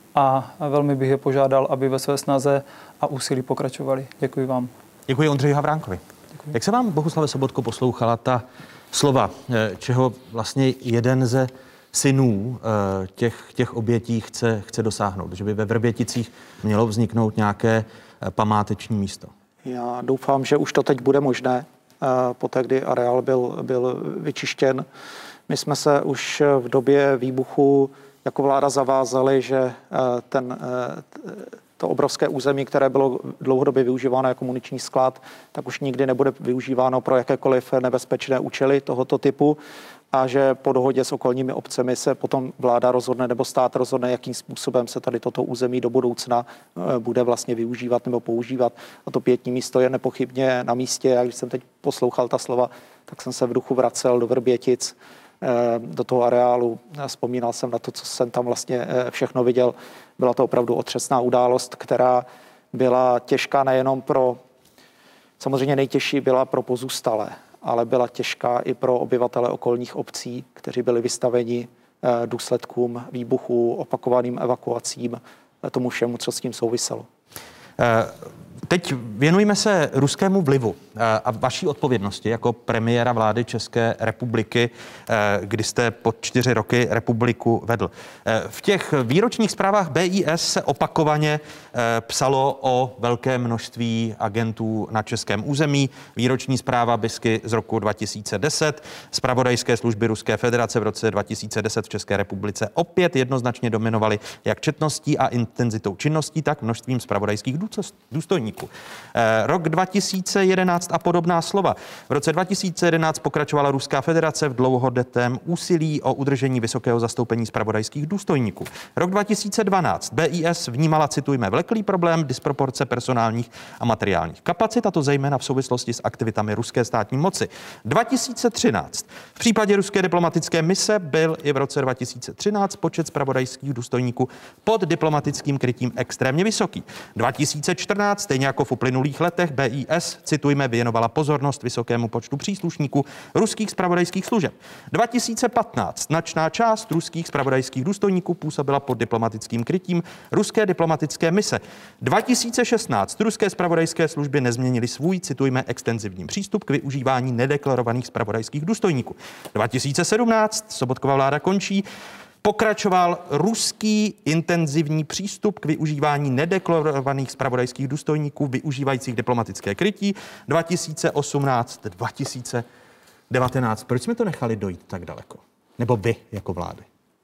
A velmi bych je požádal, aby ve své snaze a úsilí pokračovali. Děkuji vám. Děkuji Ondřeji Havránkovi. Děkuji. Jak se vám, Bohuslave Sobotko, poslouchala ta slova, čeho vlastně jeden ze synů těch, těch obětí chce, chce dosáhnout? Že by ve Vrběticích mělo vzniknout nějaké památeční místo? Já doufám, že už to teď bude možné, poté, kdy areál byl, byl vyčištěn. My jsme se už v době výbuchu jako vláda zavázali, že ten, to obrovské území, které bylo dlouhodobě využíváno jako muniční sklad, tak už nikdy nebude využíváno pro jakékoliv nebezpečné účely tohoto typu a že po dohodě s okolními obcemi se potom vláda rozhodne nebo stát rozhodne, jakým způsobem se tady toto území do budoucna bude vlastně využívat nebo používat. A to pietní místo je nepochybně na místě. Já když jsem teď poslouchal ta slova, tak jsem se v duchu vracel do Vrbětic, do toho areálu. Vzpomínal jsem na to, co jsem tam vlastně všechno viděl. Byla to opravdu otřesná událost, která byla těžká nejenom pro, samozřejmě nejtěžší byla pro pozůstalé, ale byla těžká i pro obyvatele okolních obcí, kteří byli vystaveni důsledkům výbuchů, opakovaným evakuacím, tomu všemu, co s tím souviselo. Teď věnujeme se ruskému vlivu a vaší odpovědnosti jako premiéra vlády České republiky, kdy jste pod čtyři roky republiku vedl. V těch výročních zprávách B I S se opakovaně psalo o velké množství agentů na českém území. Výroční zpráva BISky z roku dva tisíce deset, zpravodajské služby Ruské federace v roce dva tisíce deset v České republice opět jednoznačně dominovaly jak četností a intenzitou činností, tak množstvím zpravodajských důstojníků. Rok dva tisíce jedenáct a podobná slova. V roce dva tisíce jedenáct pokračovala Ruská federace v dlouhodobém úsilí o udržení vysokého zastoupení zpravodajských důstojníků. Rok dva tisíce dvanáct B I S vnímala, citujme, vleklý problém disproporce personálních a materiálních kapacit, a to zejména v souvislosti s aktivitami ruské státní moci. dva tisíce třináct. V případě ruské diplomatické mise byl i v roce dva tisíce třináct počet zpravodajských důstojníků pod diplomatickým krytím extrémně vysoký. dva tisíce čtrnáct, stejně jako v uplynulých letech, B I S, citujme, věnovala pozornost vysokému počtu příslušníků ruských zpravodajských služeb. dva tisíce patnáct. Značná část ruských zpravodajských důstojníků působila pod diplomatickým krytím ruské diplomatické mise. dva tisíce šestnáct. Ruské zpravodajské služby nezměnily svůj, citujme, extenzivní přístup k využívání nedeklarovaných zpravodajských důstojníků. dva tisíce sedmnáct. Sobotkova vláda končí. Pokračoval ruský intenzivní přístup k využívání nedeklarovaných zpravodajských důstojníků využívajících diplomatické krytí. dva tisíce osmnáct, dva tisíce devatenáct. Proč jsme to nechali dojít tak daleko? Nebo vy jako vlády?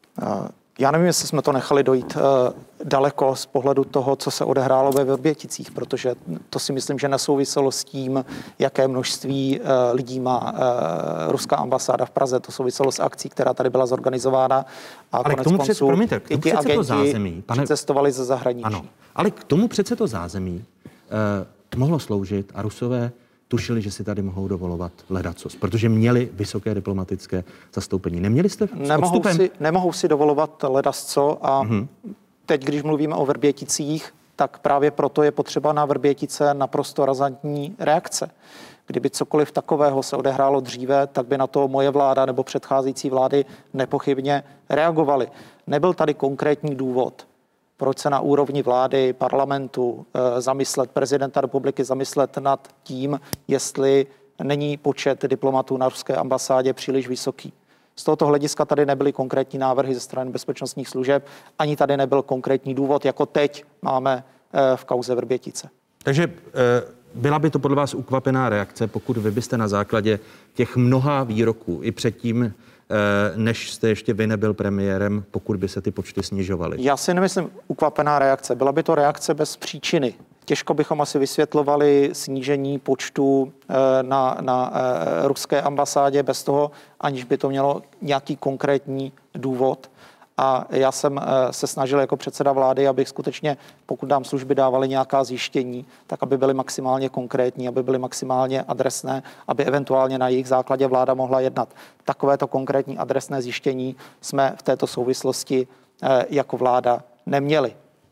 Já nevím, jestli jsme to nechali dojít uh, daleko z pohledu toho, co se odehrálo ve Vrběticích, protože to si myslím, že nesouviselo s tím, jaké množství uh, lidí má uh, ruská ambasáda v Praze. To souviselo s akcí, která tady byla zorganizována. A ale konec k tomu konců, přece, promiňte, k tomu i ti přece agenti to zázemí, pane... cestovali ze zahraničí. Ano, ale k tomu přece to zázemí uh, mohlo sloužit a Rusové tušili, že si tady mohou dovolovat ledacos, protože měli vysoké diplomatické zastoupení. Neměli jste s nemohou si, nemohou si dovolovat ledasco a mm-hmm. teď, když mluvíme o Vrběticích, tak právě proto je potřeba na Vrbětice naprosto razantní reakce. Kdyby cokoliv takového se odehrálo dříve, tak by na to moje vláda nebo předcházející vlády nepochybně reagovaly. Nebyl tady konkrétní důvod, proč se na úrovni vlády, parlamentu e, zamyslet, prezidenta republiky zamyslet nad tím, jestli není počet diplomatů na ruské ambasádě příliš vysoký. Z tohoto hlediska tady nebyly konkrétní návrhy ze strany bezpečnostních služeb, ani tady nebyl konkrétní důvod, jako teď máme e, v kauze Vrbětice. Takže e, byla by to podle vás ukvapená reakce, pokud vy byste na základě těch mnoha výroků i předtím, než jste ještě vy nebyl premiérem, pokud by se ty počty snižovaly? Já si nemyslím ukvapená reakce. Byla by to reakce bez příčiny. Těžko bychom asi vysvětlovali snížení počtu na, na ruské ambasádě bez toho, aniž by to mělo nějaký konkrétní důvod. A já jsem se snažil jako předseda vlády, abych skutečně, pokud dám služby, dávali nějaká zjištění, tak aby byly maximálně konkrétní, aby byly maximálně adresné, aby eventuálně na jejich základě vláda mohla jednat. Takovéto konkrétní adresné zjištění jsme v této souvislosti jako vláda neměli.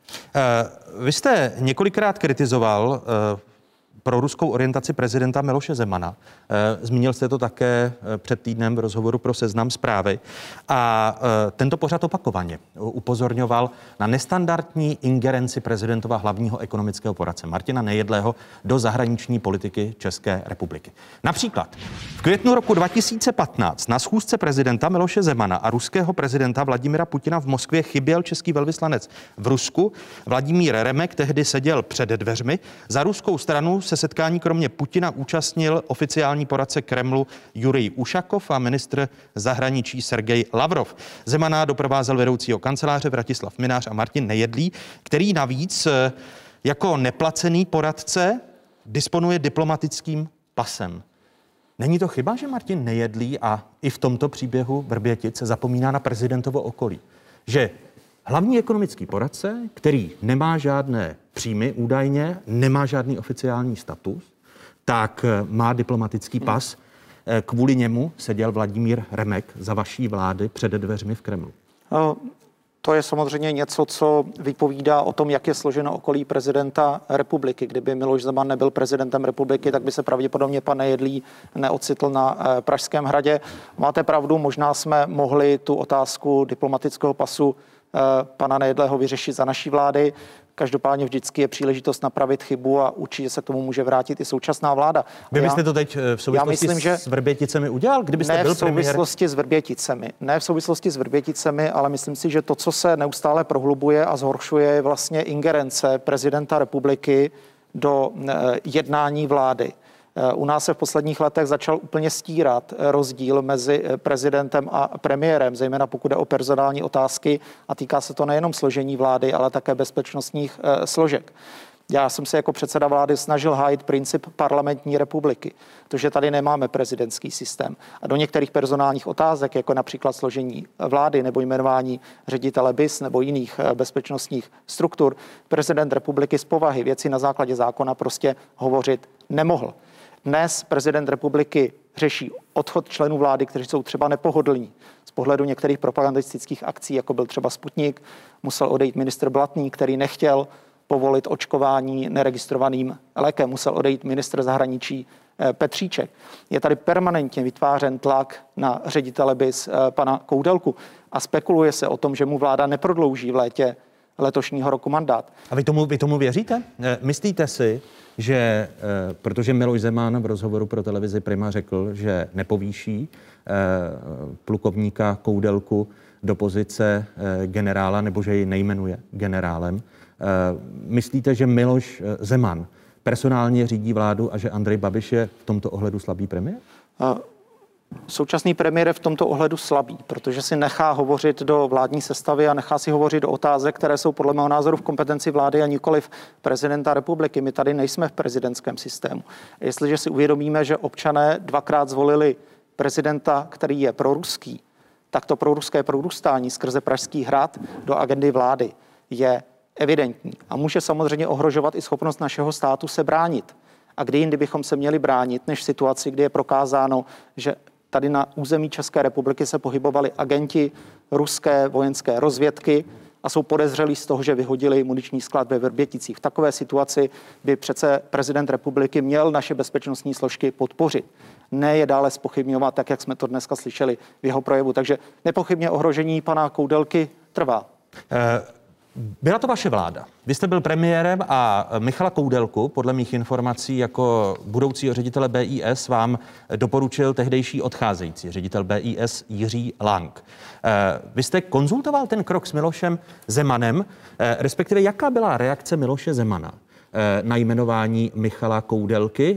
Vy jste několikrát kritizoval pro ruskou orientaci prezidenta Miloše Zemana. Zmínil jste to také před týdnem v rozhovoru pro Seznam Zprávy. A tento pořad opakovaně upozorňoval na nestandardní ingerenci prezidentova hlavního ekonomického poradce Martina Nejedlého do zahraniční politiky České republiky. Například v květnu roku dva tisíce patnáct na schůzce prezidenta Miloše Zemana a ruského prezidenta Vladimira Putina v Moskvě chyběl český velvyslanec v Rusku. Vladimír Remek tehdy seděl před dveřmi. Za ruskou stranu se setkání kromě Putina účastnil oficiální poradce Kremlu Jurij Ušakov a ministr zahraničí Sergej Lavrov. Zemana doprovázel vedoucího kanceláře Vratislav Mynář a Martin Nejedlý, který navíc jako neplacený poradce disponuje diplomatickým pasem. Není to chyba, že Martin Nejedlý a i v tomto příběhu Vrbětic se zapomíná na prezidentovo okolí? Že hlavní ekonomický poradce, který nemá žádné příjmy údajně, nemá žádný oficiální status, tak má diplomatický pas. Kvůli němu seděl Vladimír Remek za vaší vlády před dveřmi v Kremlu. No, to je samozřejmě něco, co vypovídá o tom, jak je složeno okolí prezidenta republiky. Kdyby Miloš Zeman nebyl prezidentem republiky, tak by se pravděpodobně pan Nejedlý neocitl na Pražském hradě. Máte pravdu, možná jsme mohli tu otázku diplomatického pasu pana Nejedlého vyřešit za naší vlády. Každopádně vždycky je příležitost napravit chybu a určitě se k tomu může vrátit i současná vláda. Vy byste to teď v souvislosti myslím, že s Vrběticemi udělal, kdybyste byl premiér? Ne v souvislosti s Vrběticemi, ne v souvislosti s Vrběticemi, ale myslím si, že to, co se neustále prohlubuje a zhoršuje, je vlastně ingerence prezidenta republiky do jednání vlády. U nás se v posledních letech začal úplně stírat rozdíl mezi prezidentem a premiérem, zejména pokud jde o personální otázky a týká se to nejenom složení vlády, ale také bezpečnostních složek. Já jsem se jako předseda vlády snažil hájit princip parlamentní republiky, protože tady nemáme prezidentský systém. A do některých personálních otázek, jako například složení vlády nebo jmenování ředitele B I S nebo jiných bezpečnostních struktur, prezident republiky z povahy věci na základě zákona prostě hovořit nemohl. Dnes prezident republiky řeší odchod členů vlády, kteří jsou třeba nepohodlní. Z pohledu některých propagandistických akcí, jako byl třeba Sputnik, musel odejít ministr Blatný, který nechtěl povolit očkování neregistrovaným lékem. Musel odejít ministr zahraničí Petříček. Je tady permanentně vytvářen tlak na ředitele B I S pana Koudelku a spekuluje se o tom, že mu vláda neprodlouží v létě letošního roku mandát. A vy tomu, vy tomu věříte? Myslíte si, že, protože Miloš Zeman v rozhovoru pro televizi Prima řekl, že nepovýší plukovníka Koudelku do pozice generála, nebo že ji nejmenuje generálem, myslíte, že Miloš Zeman personálně řídí vládu a že Andrej Babiš je v tomto ohledu slabý premiér? Současný premiér je v tomto ohledu slabý, protože si nechá hovořit do vládní sestavy a nechá si hovořit do otázek, které jsou podle mého názoru v kompetenci vlády a nikoliv prezidenta republiky. My tady nejsme v prezidentském systému. Jestliže si uvědomíme, že občané dvakrát zvolili prezidenta, který je proruský, tak to proruské prorůstání skrze Pražský hrad do agendy vlády je evidentní a může samozřejmě ohrožovat i schopnost našeho státu se bránit. A kdy jindy bychom se měli bránit, než v situaci, kdy je prokázáno, že tady na území České republiky se pohybovali agenti ruské vojenské rozvědky a jsou podezřelí z toho, že vyhodili muniční sklad ve Vrběticích. V takové situaci by přece prezident republiky měl naše bezpečnostní složky podpořit. Ne je dále zpochybňovat, tak jak jsme to dneska slyšeli v jeho projevu. Takže nepochybně ohrožení pana Koudelky trvá. Uh... Byla to vaše vláda. Vy jste byl premiérem a Michala Koudelku, podle mých informací, jako budoucího ředitele B I S vám doporučil tehdejší odcházející ředitel B I S Jiří Lang. Vy jste konzultoval ten krok s Milošem Zemanem, respektive jaká byla reakce Miloše Zemana na jmenování Michala Koudelky?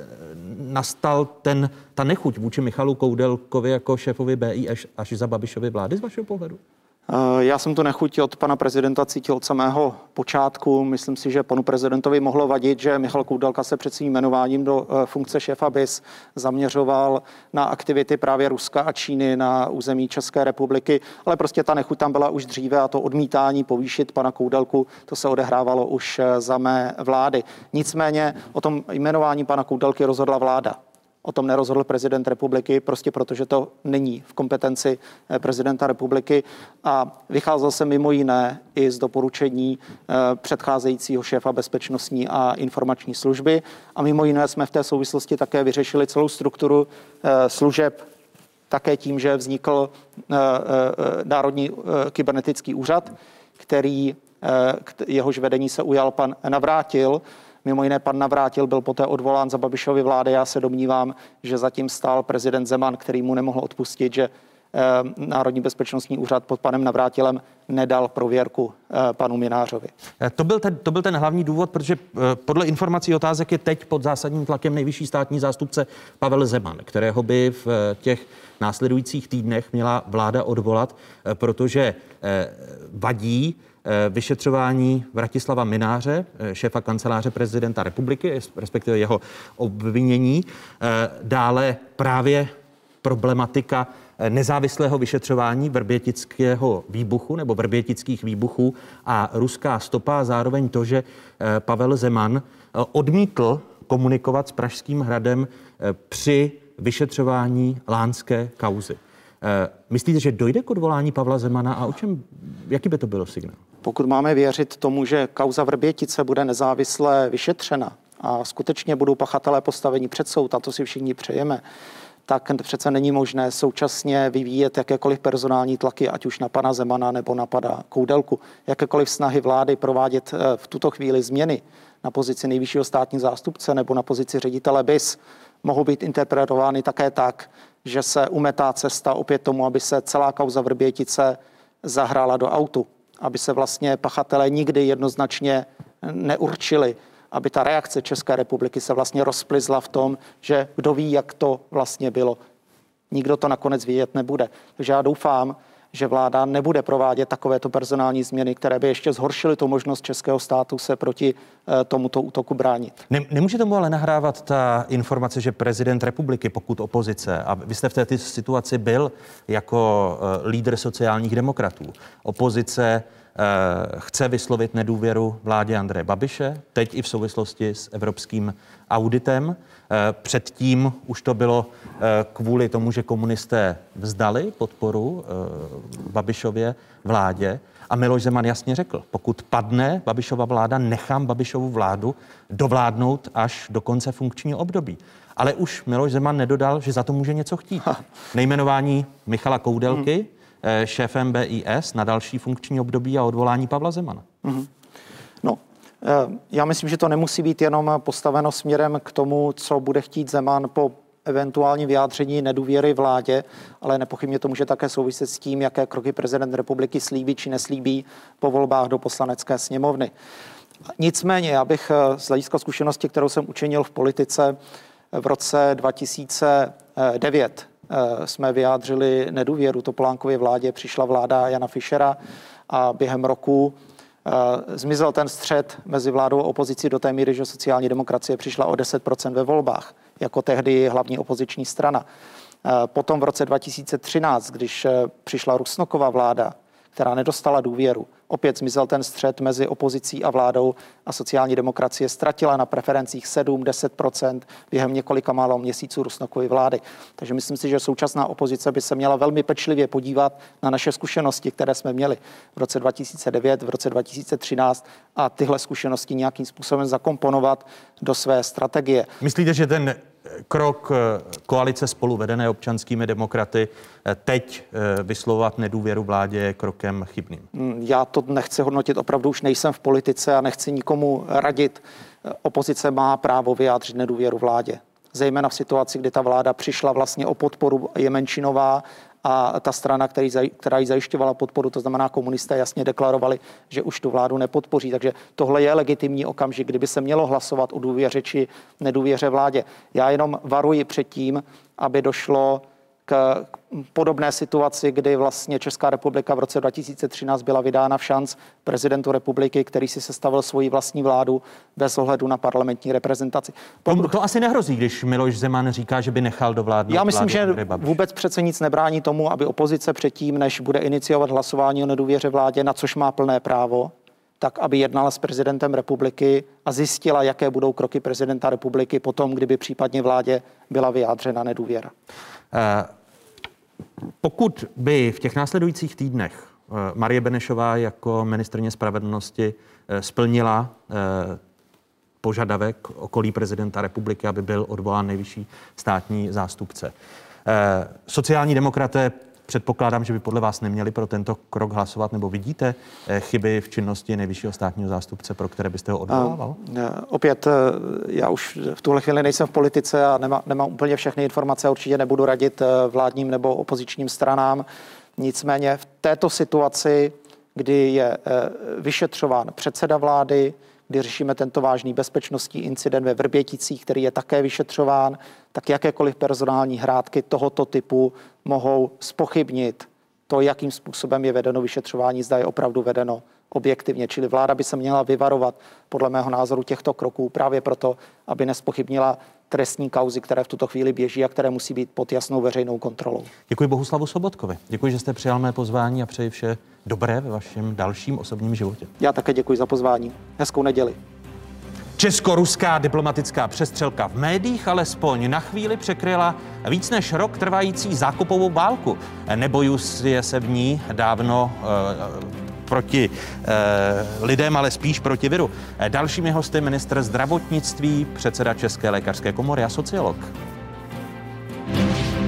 Nastal ten, ta nechuť vůči Michalu Koudelkovi jako šéfovi B I S až za Babišovy vlády z vašeho pohledu? Já jsem to nechuť od pana prezidenta cítil od samého počátku. Myslím si, že panu prezidentovi mohlo vadit, že Michal Koudelka se před svým jmenováním do funkce šéfa B I S zaměřoval na aktivity právě Ruska a Číny na území České republiky, ale prostě ta nechuť tam byla už dříve a to odmítání povýšit pana Koudelku, to se odehrávalo už za mé vlády. Nicméně o tom jmenování pana Koudelky rozhodla vláda. O tom nerozhodl prezident republiky, prostě protože to není v kompetenci prezidenta republiky a vycházel se mimo jiné i z doporučení předcházejícího šéfa bezpečnostní a informační služby a mimo jiné jsme v té souvislosti také vyřešili celou strukturu služeb také tím, že vznikl Národní kybernetický úřad, který jehož vedení se ujal pan Navrátil. Mimo jiné pan Navrátil byl poté odvolán za Babišovy vlády. Já se domnívám, že zatím stál prezident Zeman, který mu nemohl odpustit, že Národní bezpečnostní úřad pod panem Navrátilem nedal prověrku panu Minářovi. To byl, ten, to byl ten hlavní důvod, protože podle informací otázek je teď pod zásadním tlakem nejvyšší státní zástupce Pavel Zeman, kterého by v těch následujících týdnech měla vláda odvolat, protože vadí vyšetřování Vratislava Mináře, šéfa kanceláře prezidenta republiky, respektive jeho obvinění. Dále právě problematika nezávislého vyšetřování vrbětického výbuchu nebo vrbětických výbuchů a ruská stopa, zároveň to, že Pavel Zeman odmítl komunikovat s Pražským hradem při vyšetřování lánské kauzy. Myslíte, že dojde k odvolání Pavla Zemana a o čem, jaký by to byl signál? Pokud máme věřit tomu, že kauza Vrbětice bude nezávisle vyšetřena a skutečně budou pachatelé postaveni před soud, a to si všichni přejeme, tak přece není možné současně vyvíjet jakékoliv personální tlaky, ať už na pana Zemana nebo na pana Koudelku. Jakékoliv snahy vlády provádět v tuto chvíli změny na pozici nejvyššího státního zástupce nebo na pozici ředitele B I S mohou být interpretovány také tak, že se umetá cesta opět tomu, aby se celá kauza Vrbětice zahrála do autu, aby se vlastně pachatelé nikdy jednoznačně neurčili, aby ta reakce České republiky se vlastně rozplizla v tom, že kdo ví, jak to vlastně bylo. Nikdo to nakonec vědět nebude. Takže já doufám, že vláda nebude provádět takovéto personální změny, které by ještě zhoršily tu možnost českého státu se proti e, tomuto útoku bránit. Ne, nemůže tomu ale nahrávat ta informace, že prezident republiky, pokud opozice, a vy jste v této situaci byl jako e, lídr sociálních demokratů, opozice chce vyslovit nedůvěru vládě Andreje Babiše, teď i v souvislosti s evropským auditem. Předtím už to bylo kvůli tomu, že komunisté vzdali podporu Babišově vládě a Miloš Zeman jasně řekl, pokud padne Babišova vláda, nechám Babišovu vládu dovládnout až do konce funkčního období. Ale už Miloš Zeman nedodal, že za to může něco chtít. Nejmenování Michala Koudelky, hmm. šéfem B I S na další funkční období a odvolání Pavla Zemana. Mm-hmm. No, já myslím, že to nemusí být jenom postaveno směrem k tomu, co bude chtít Zeman po eventuální vyjádření nedůvěry vládě, ale nepochybně to může také souviset s tím, jaké kroky prezident republiky slíbí či neslíbí po volbách do Poslanecké sněmovny. Nicméně, já bych z hlediska zkušenosti, kterou jsem učinil v politice v roce dva tisíce devět, jsme vyjádřili nedůvěru Topolánkově vládě, přišla vláda Jana Fischera a během roku uh, zmizel ten střet mezi vládou a opozicí do té míry, že sociální demokracie přišla o deset procent ve volbách, jako tehdy hlavní opoziční strana. Uh, potom v roce dva tisíce třináct, když uh, přišla Rusnokova vláda, která nedostala důvěru, opět zmizel ten střet mezi opozicí a vládou a sociální demokracie ztratila na preferencích sedm až deset procent během několika málo měsíců Rusnokovy vlády. Takže myslím si, že současná opozice by se měla velmi pečlivě podívat na naše zkušenosti, které jsme měli v roce dva tisíce devět, v roce dva tisíce třináct a tyhle zkušenosti nějakým způsobem zakomponovat do své strategie. Myslíte, že ten krok koalice Spolu vedené občanskými demokraty teď vyslovovat nedůvěru vládě je krokem chybným? Já to nechci hodnotit, opravdu už nejsem v politice a nechci nikomu radit. Opozice má právo vyjádřit nedůvěru vládě. Zejména v situaci, kdy ta vláda přišla vlastně o podporu, je menšinová a ta strana, který, která jí zajišťovala podporu, to znamená komunisté, jasně deklarovali, že už tu vládu nepodpoří. Takže tohle je legitimní okamžik, kdyby se mělo hlasovat o důvěře či nedůvěře vládě. Já jenom varuji před tím, aby došlo k podobné situaci, kdy vlastně Česká republika v roce dva tisíce třináct byla vydána v šanc prezidentu republiky, který si sestavil svoji vlastní vládu bez ohledu na parlamentní reprezentaci. To, to asi nehrozí, když Miloš Zeman říká, že by nechal dovládnout. Já myslím, že vůbec přece nic nebrání tomu, aby opozice předtím, než bude iniciovat hlasování o nedůvěře vládě, na což má plné právo, tak aby jednala s prezidentem republiky a zjistila, jaké budou kroky prezidenta republiky potom, kdyby případně vládě byla vyjádřena nedůvěra. Pokud by v těch následujících týdnech Marie Benešová jako ministryně spravedlnosti splnila požadavek okolí prezidenta republiky, aby byl odvolán nejvyšší státní zástupce, sociální demokraté, předpokládám, že by podle vás neměli pro tento krok hlasovat, nebo vidíte chyby v činnosti nejvyššího státního zástupce, pro které byste ho odvolával? Uh, opět, já už v tuhle chvíli nejsem v politice a nemá, nemám úplně všechny informace, určitě nebudu radit vládním nebo opozičním stranám. Nicméně v této situaci, kdy je vyšetřován předseda vlády, kdy řešíme tento vážný bezpečnostní incident ve Vrběticích, který je také vyšetřován, tak jakékoliv personální hrátky tohoto typu mohou zpochybnit to, jakým způsobem je vedeno vyšetřování, zda je opravdu vedeno objektivně. Čili vláda by se měla vyvarovat podle mého názoru těchto kroků právě proto, aby nezpochybnila trestní kauzy, které v tuto chvíli běží a které musí být pod jasnou veřejnou kontrolou. Děkuji Bohuslavu Sobotkovi. Děkuji, že jste přijal mé pozvání a přeji vše dobré ve vašem dalším osobním životě. Já také děkuji za pozvání. Hezkou neděli. Česko-ruská diplomatická přestřelka v médiích alespoň na chvíli překryla víc než rok trvající zákopovou válku. Nebojuje se v ní dávno uh, proti uh, lidem, ale spíš proti viru. Dalšími hosty ministr zdravotnictví, předseda České lékařské komory a sociolog.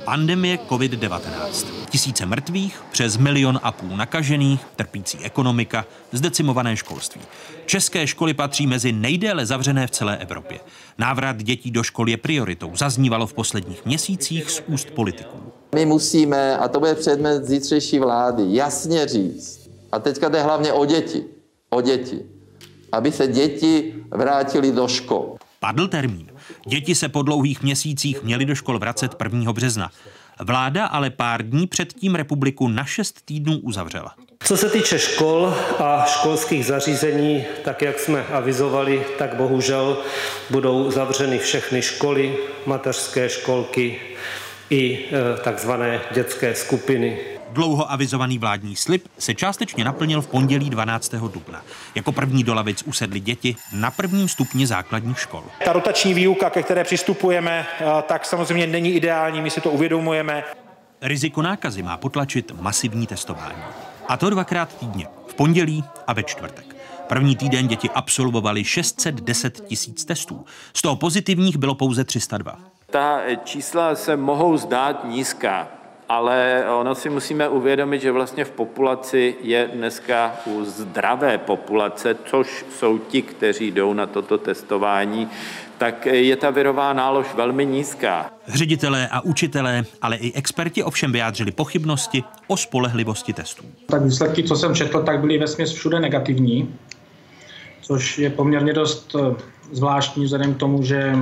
Pandemie covid devatenáct. Tisíce mrtvých, přes milion a půl nakažených, trpící ekonomika, zdecimované školství. České školy patří mezi nejdéle zavřené v celé Evropě. Návrat dětí do škol je prioritou, zaznívalo v posledních měsících z úst politiků. My musíme, a to bude předmět zítřejší vlády, jasně říct, a teďka jde hlavně o děti, o děti, aby se děti vrátily do škol. Padl termín. Děti se po dlouhých měsících měly do škol vracet prvního března. Vláda ale pár dní předtím republiku na šest týdnů uzavřela. Co se týče škol a školských zařízení, tak jak jsme avizovali, tak bohužel budou zavřeny všechny školy, mateřské školky i e, takzvané dětské skupiny. Dlouho avizovaný vládní slib se částečně naplnil v pondělí dvanáctého dubna. Jako první do lavic usedly děti na prvním stupni základních škol. Ta rotační výuka, ke které přistupujeme, tak samozřejmě není ideální, my si to uvědomujeme. Riziko nákazy má potlačit masivní testování. A to dvakrát týdně, v pondělí a ve čtvrtek. První týden děti absolvovali šest set deset tisíc testů. Z toho pozitivních bylo pouze tři sta dva. Ta čísla se mohou zdát nízká, ale ono si musíme uvědomit, že vlastně v populaci je dneska u zdravé populace, což jsou ti, kteří jdou na toto testování, tak je ta virová nálož velmi nízká. Ředitelé a učitelé, ale i experti ovšem vyjádřili pochybnosti o spolehlivosti testů. Tak výsledky, co jsem četl, tak byly vesměs všude negativní, což je poměrně dost zvláštní vzhledem k tomu, že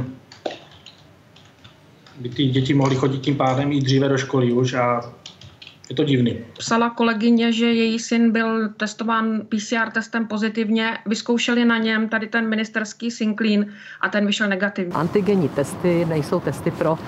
by ty děti mohly chodit tím pádem i dříve do školy už a je to divný. Psala kolegyně, že její syn byl testován P C R testem pozitivně, vyzkoušeli na něm tady ten ministerský Sinklín a ten vyšel negativní. Antigenní testy nejsou testy pro uh,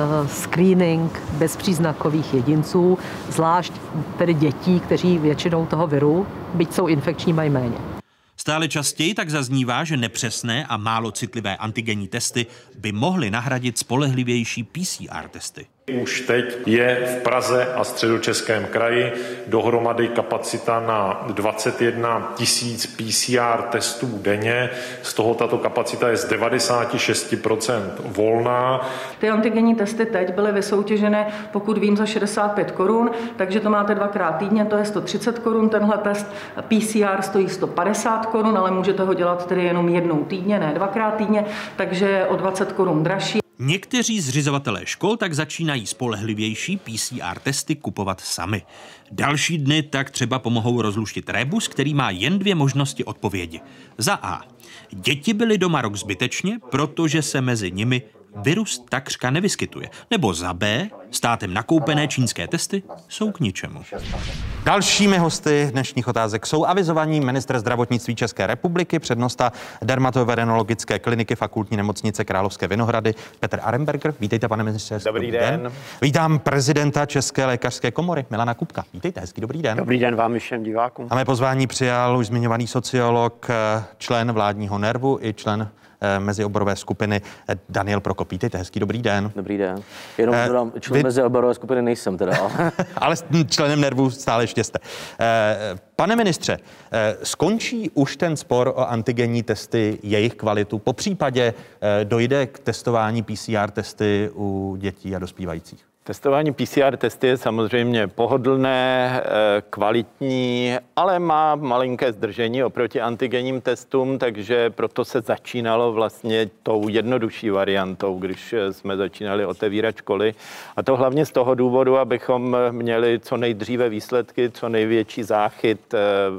screening bezpříznakových jedinců, zvlášť tedy dětí, kteří většinou toho viru, byť jsou infekční, mají méně. Stále častěji tak zaznívá, že nepřesné a málo citlivé antigenní testy by mohly nahradit spolehlivější P C R testy. Už teď je v Praze a Středočeském kraji dohromady kapacita na dvacet jedna tisíc P C R testů denně. Z toho tato kapacita je z devadesát šest procent volná. Ty antigenní testy teď byly vysoutěžené, pokud vím, za šedesát pět korun, takže to máte dvakrát týdně, to je sto třicet korun tenhle test. P C R stojí sto padesát korun, ale můžete ho dělat tedy jenom jednou týdně, ne dvakrát týdně, takže je o dvacet korun dražší. Někteří zřizovatelé škol tak začínají spolehlivější P C R testy kupovat sami. Další dny tak třeba pomohou rozluštit rebus, který má jen dvě možnosti odpovědi. Za A. Děti byly doma rok zbytečně, protože se mezi nimi virus takřka nevyskytuje. Nebo za B. Státem nakoupené čínské testy jsou k ničemu. Dalšími hosty dnešních otázek jsou avizovaní ministr zdravotnictví České republiky, přednosta dermatovenerologické kliniky Fakultní nemocnice Královské Vinohrady Petr Arenberger. Vítejte, pane ministře. Dobrý den. den. Vítám prezidenta České lékařské komory Milana Kupka. Vítejte, hezký dobrý den. Dobrý den vám všem divákům. A mé pozvání přijal už zmiňovaný sociolog, člen vládního nervu i člen mezioborové skupiny Daniel Prokop. Vítejte, hezký dobrý den. Dobrý den. Jenom eh, dodám, člen vy... mezioborové skupiny nejsem teda. Ale členem nervu stále ještě jste. Pane ministře, skončí už ten spor o antigenní testy, jejich kvalitu? Popřípadě dojde k testování P C R testy u dětí a dospívajících? Testování P C R testy je samozřejmě pohodlné, kvalitní, ale má malinké zdržení oproti antigenním testům, takže proto se začínalo vlastně tou jednodušší variantou, když jsme začínali otevírat školy. A to hlavně z toho důvodu, abychom měli co nejdříve výsledky, co největší záchyt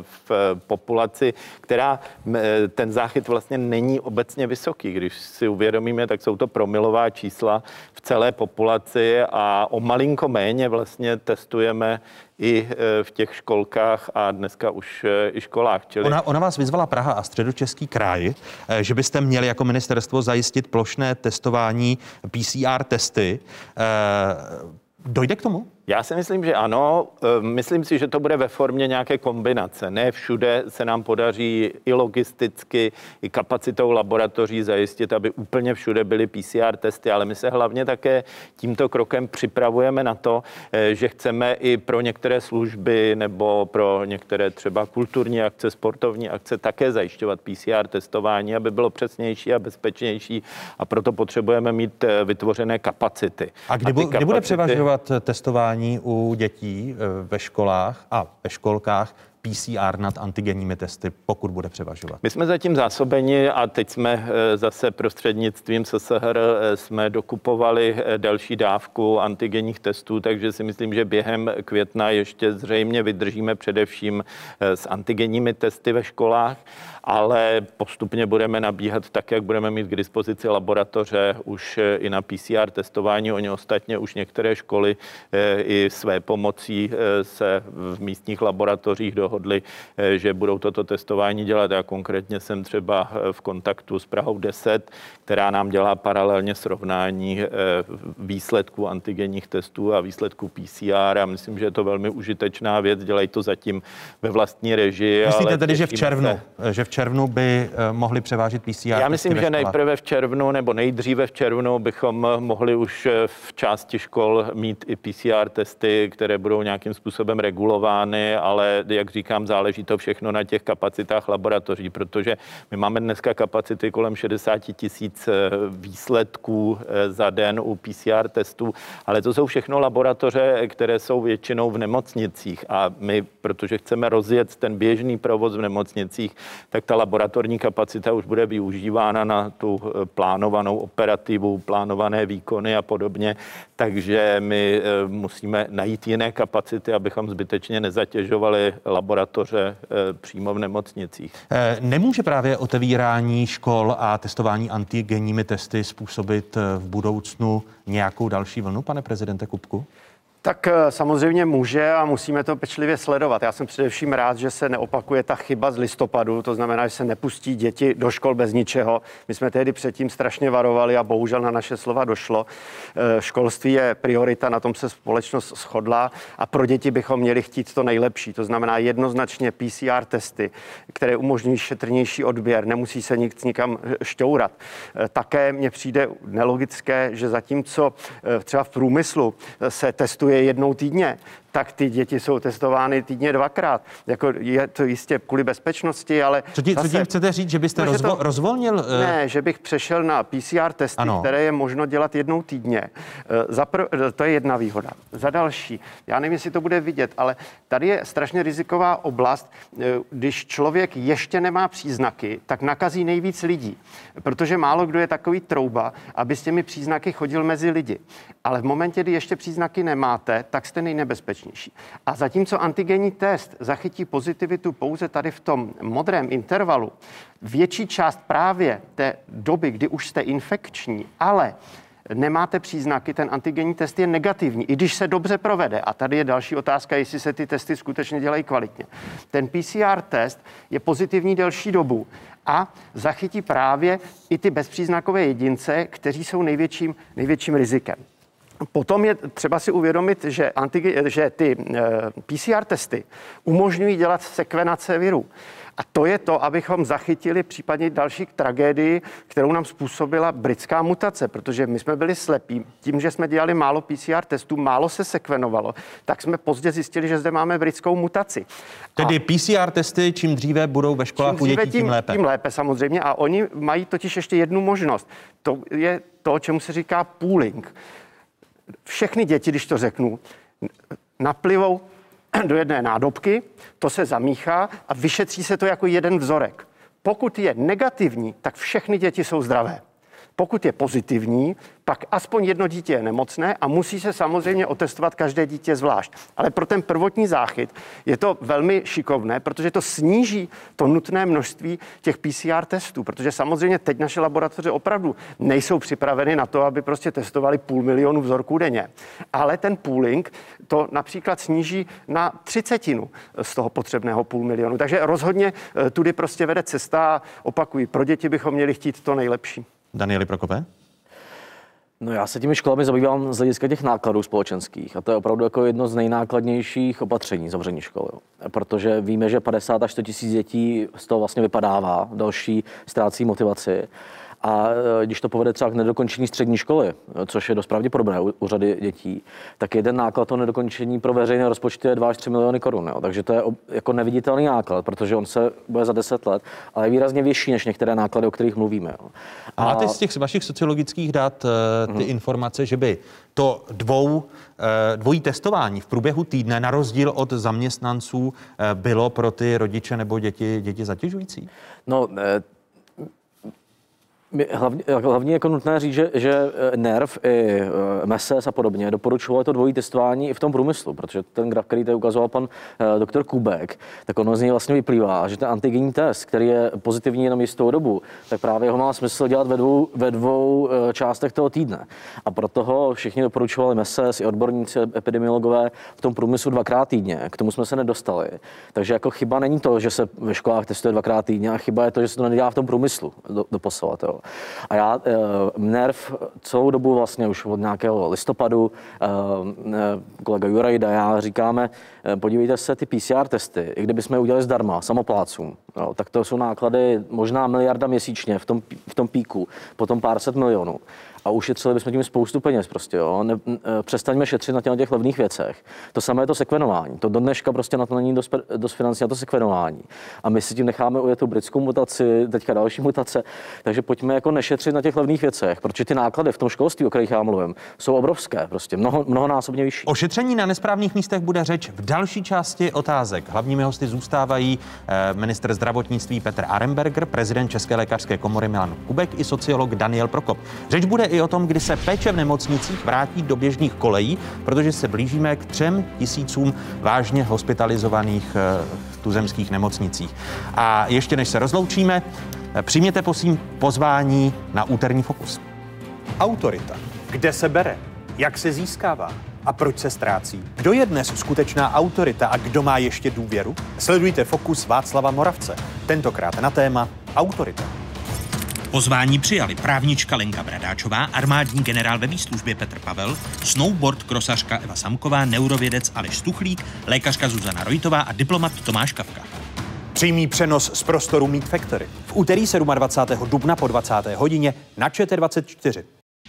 v populaci, která ten záchyt vlastně není obecně vysoký. Když si uvědomíme, tak jsou to promylová čísla v celé populaci a o malinko méně vlastně testujeme i v těch školkách a dneska už i školách. Čili... Ona, ona vás vyzvala Praha a Středočeský kraj, že byste měli jako ministerstvo zajistit plošné testování P C R testy. Dojde k tomu? Já si myslím, že ano. Myslím si, že to bude ve formě nějaké kombinace. Ne všude se nám podaří i logisticky, i kapacitou laboratoří zajistit, aby úplně všude byly P C R testy, ale my se hlavně také tímto krokem připravujeme na to, že chceme i pro některé služby nebo pro některé třeba kulturní akce, sportovní akce také zajišťovat P C R testování, aby bylo přesnější a bezpečnější, a proto potřebujeme mít vytvořené kapacity. A kdy, a kapacity... kdy bude převažovat testování u dětí ve školách a ve školkách P C R nad antigenními testy, pokud bude převažovat? My jsme zatím zásobeni a teď jsme zase prostřednictvím S S R jsme dokupovali další dávku antigenních testů, takže si myslím, že během května ještě zřejmě vydržíme především s antigenními testy ve školách, ale postupně budeme nabíhat tak, jak budeme mít k dispozici laboratoře už i na P C R testování. Oni ostatně už některé školy i své pomocí se v místních laboratořích dohodli, že budou toto testování dělat. Já konkrétně jsem třeba v kontaktu s Prahou deset, která nám dělá paralelně srovnání výsledků antigenních testů a výsledků P C R, a myslím, že je to velmi užitečná věc. Dělají to zatím ve vlastní režii. Myslíte ale tedy, že v červnu, se... že v červnu by mohli převážit P C R? Já myslím, že nejprve v červnu nebo nejdříve v červnu bychom mohli už v části škol mít i P C R testy, které budou nějakým způsobem regulovány, ale jak říkám, záleží to všechno na těch kapacitách laboratoří, protože my máme dneska kapacity kolem šedesát tisíc výsledků za den u P C R testů, ale to jsou všechno laboratoře, které jsou většinou v nemocnicích, a my, protože chceme rozjet ten běžný provoz v nemocnicích, tak ta laboratorní kapacita už bude využívána na tu plánovanou operativu, plánované výkony a podobně, takže my musíme najít jiné kapacity, abychom zbytečně nezatěžovali laboratoře přímo v nemocnicích. Nemůže právě otevírání škol a testování antigenními testy způsobit v budoucnu nějakou další vlnu, pane prezidente Kupku? Tak samozřejmě může a musíme to pečlivě sledovat. Já jsem především rád, že se neopakuje ta chyba z listopadu, to znamená, že se nepustí děti do škol bez ničeho. My jsme tehdy předtím strašně varovali a bohužel na naše slova došlo. Školství je priorita, na tom se společnost shodla, a pro děti bychom měli chtít to nejlepší. To znamená jednoznačně P C R testy, které umožňují šetrnější odběr, nemusí se nic nikam šťourat. Také mně přijde nelogické, že zatímco třeba v průmyslu se testuje jednou týdně, tak ty děti jsou testovány týdně dvakrát. Jako je to jistě kvůli bezpečnosti, ale... Co, tí, zase, co tím chcete říct, že byste no, rozvo, že to, rozvolnil? Uh... Ne, že bych přešel na P C R testy, ano, které je možno dělat jednou týdně. Zapr, to je jedna výhoda. Za další, já nevím, jestli to bude vidět, ale tady je strašně riziková oblast. Když člověk ještě nemá příznaky, tak nakazí nejvíc lidí, protože málo kdo je takový trouba, aby s těmi příznaky chodil mezi lidi. Ale v momentě, kdy ještě příznaky nemáte, tak jste nejnebezpečnější. A zatímco antigenní test zachytí pozitivitu pouze tady v tom modrém intervalu, větší část právě té doby, kdy už jste infekční, ale nemáte příznaky, ten antigenní test je negativní, i když se dobře provede. A tady je další otázka, jestli se ty testy skutečně dělají kvalitně. Ten P C R test je pozitivní delší dobu a zachytí právě i ty bezpříznakové jedince, kteří jsou největším, největším rizikem. Potom je třeba si uvědomit, že, antige, že ty P C R testy umožňují dělat sekvenace virů. A to je to, abychom zachytili případně další tragédii, kterou nám způsobila britská mutace, protože my jsme byli slepí. Tím, že jsme dělali málo P C R testů, málo se sekvenovalo, tak jsme pozdě zjistili, že zde máme britskou mutaci. Tedy a P C R testy, čím dříve budou ve školách u dětí, tím, tím lépe. Tím lépe samozřejmě. A oni mají totiž ještě jednu možnost. To je to, čemu se říká pooling. Všechny děti, když to řeknu, naplivou do jedné nádobky, to se zamíchá a vyšetří se to jako jeden vzorek. Pokud je negativní, tak všechny děti jsou zdravé. Pokud je pozitivní, pak aspoň jedno dítě je nemocné a musí se samozřejmě otestovat každé dítě zvlášť. Ale pro ten prvotní záchyt je to velmi šikovné, protože to sníží to nutné množství těch P C R testů, protože samozřejmě teď naše laboratoře opravdu nejsou připraveny na to, aby prostě testovali půl milionu vzorků denně. Ale ten pooling to například sníží na třicetinu z toho potřebného půl milionu. Takže rozhodně tudy prostě vede cesta a opakuji, pro děti bychom měli chtít to nejlepší. Danieli Prokope? No já se těmi školami zabývám z hlediska těch nákladů společenských a to je opravdu jako jedno z nejnákladnějších opatření zavření školy. Protože víme, že padesát až sto tisíc dětí z toho vlastně vypadává, další ztrácí motivaci. A když to povede třeba k nedokončení střední školy, což je dost pravděpodobné u, u řady dětí, tak jeden náklad to nedokončení pro veřejné rozpočty je dva až tři miliony korun. Jo. Takže to je jako neviditelný náklad, protože on se bude za deset let, ale je výrazně vyšší než některé náklady, o kterých mluvíme. Jo. A máte z těch vašich sociologických dat ty hmm. informace, že by to dvou, dvojí testování v průběhu týdne na rozdíl od zaměstnanců bylo pro ty rodiče nebo děti, děti zatěžující? No, Hlavně, hlavně jako nutné říct, že, že NERV i M S S a podobně doporučovali to dvojí testování i v tom průmyslu, protože ten graf, který tady ukazoval pan uh, doktor Kubek, tak ono z něj vlastně vyplývá, že ten antigenní test, který je pozitivní jenom jistou dobu, tak právě ho má smysl dělat ve dvou, ve dvou uh, částech toho týdne. A proto ho všichni doporučovali M S S i odborníci, epidemiologové v tom průmyslu dvakrát týdně. K tomu jsme se nedostali. Takže jako chyba není to, že se ve školách testuje dvakrát týdně, a chyba je to, že se to nedělá v tom průmyslu do, doposovat. Jo. A já NERV celou dobu vlastně už od nějakého listopadu, kolega Jurajda, já říkáme, podívejte se, ty P C R testy, i kdybychom je udělali zdarma, samoplácům, jo, tak to jsou náklady možná miliarda měsíčně v tom, v tom píku, potom pár set milionů. A ušetřili bychom tím spoustu peněz prostě, jo. Ne, přestaňme šetřit na těch, těch levných věcech. To samé je to sekvenování. To do dneška prostě na to není dost, dost financí na to sekvenování. A my si tím necháme ujet tu britskou mutaci, teďka další mutace. Takže pojďme jako nešetřit na těch levných věcech, protože ty náklady v tom školství, o kterých já mluvím, jsou obrovské, prostě mnoho, mnohonásobně vyšší. O šetření na nesprávných místech bude řeč v další části otázek. Hlavními hosty zůstávají eh, ministr zdravotnictví Petr Arenberger, prezident České lékařské komory Milan Kubek i sociolog Daniel Prokop. Řeč bude i o tom, kdy se péče v nemocnicích vrátí do běžných kolejí, protože se blížíme k třem tisícům vážně hospitalizovaných v tuzemských nemocnicích. A ještě než se rozloučíme, přijměte prosím pozvání na úterní Fokus. Autorita. Kde se bere? Jak se získává? A proč se ztrácí? Kdo je dnes skutečná autorita a kdo má ještě důvěru? Sledujte Fokus Václava Moravce. Tentokrát na téma autorita. Pozvání přijali právnička Lenka Bradáčová, armádní generál ve výslužbě Petr Pavel, snowboard krosařka Eva Samková, neurovědec Aleš Stuchlík, lékařka Zuzana Rojtová a diplomat Tomáš Kafka. Přímý přenos z prostoru Meat Factory. V úterý dvacátého sedmého dubna po dvacáté hodině na Č T dvacet čtyři.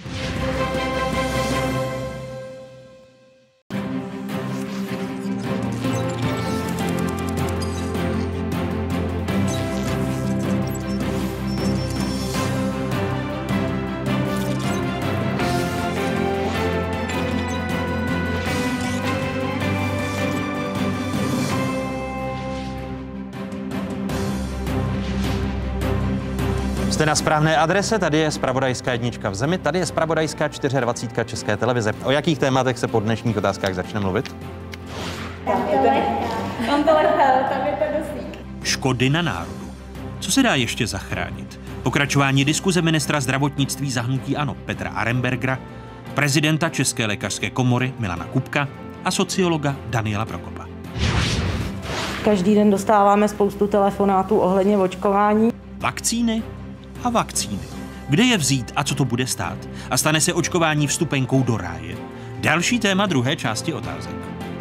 Jste na správné adrese, tady je zpravodajská jednička v zemi, tady je zpravodajská dvacet čtyři České televize. O jakých tématech se po dnešních otázkách začne mluvit? Tam je to, tam to lehá, tam je to dosík. Škody na národu. Co se dá ještě zachránit? Pokračování diskuze ministra zdravotnictví za hnutí ANO Petra Arenbergera, prezidenta České lékařské komory Milana Kubka a sociologa Daniela Prokopa. Každý den dostáváme spoustu telefonátů ohledně očkování. Vakcíny a vakcíny. Kde je vzít a co to bude stát? A stane se očkování vstupenkou do ráje? Další téma druhé části otázek.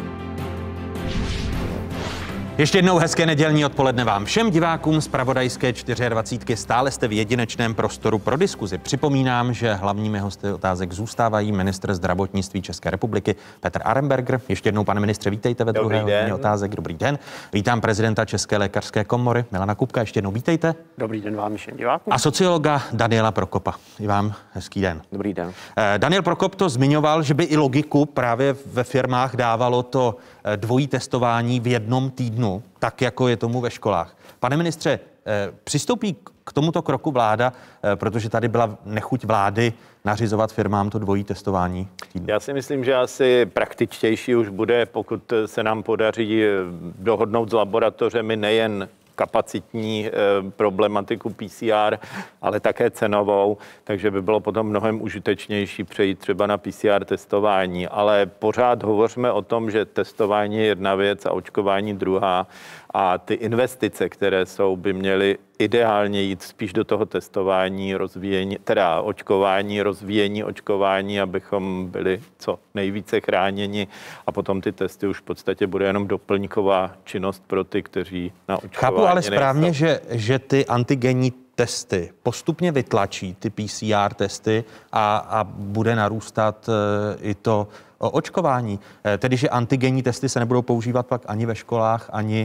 Ještě jednou hezké nedělní odpoledne vám všem divákům z zpravodajské dvacet čtyři. Stále jste v jedinečném prostoru pro diskuzi. Připomínám, že hlavními hosty otázek zůstávají ministr zdravotnictví České republiky Petr Arenberger. Ještě jednou, pane ministře, vítejte ve druhé hodině otázek. Dobrý den. Vítám prezidenta České lékařské komory Milana Kubka. Ještě jednou vítejte. Dobrý den vám všem divákům. A sociologa Daniela Prokopa. I vám hezký den. Dobrý den. Daniel Prokop to zmiňoval, že by i logiku právě ve firmách dávalo to dvojí testování v jednom týdnu, tak jako je tomu ve školách. Pane ministře, přistoupí k tomuto kroku vláda, protože tady byla nechuť vlády nařizovat firmám to dvojí testování? Já si myslím, že asi praktičtější už bude, pokud se nám podaří dohodnout s laboratořemi nejen kapacitní e, problematiku P C R, ale také cenovou, takže by bylo potom mnohem užitečnější přejít třeba na P C R testování, ale pořád hovoříme o tom, že testování je jedna věc a očkování druhá a ty investice, které jsou, by měly ideálně jít spíš do toho testování, rozvíjení, teda očkování, rozvíjení očkování, abychom byli co nejvíce chráněni a potom ty testy už v podstatě bude jenom doplňková činnost pro ty, kteří na očkování Chápu ale správně, nejsou. že, že ty antigenní testy postupně vytlačí ty P C R testy a, a bude narůstat e, i to o očkování. E, tedy, že antigenní testy se nebudou používat pak ani ve školách, ani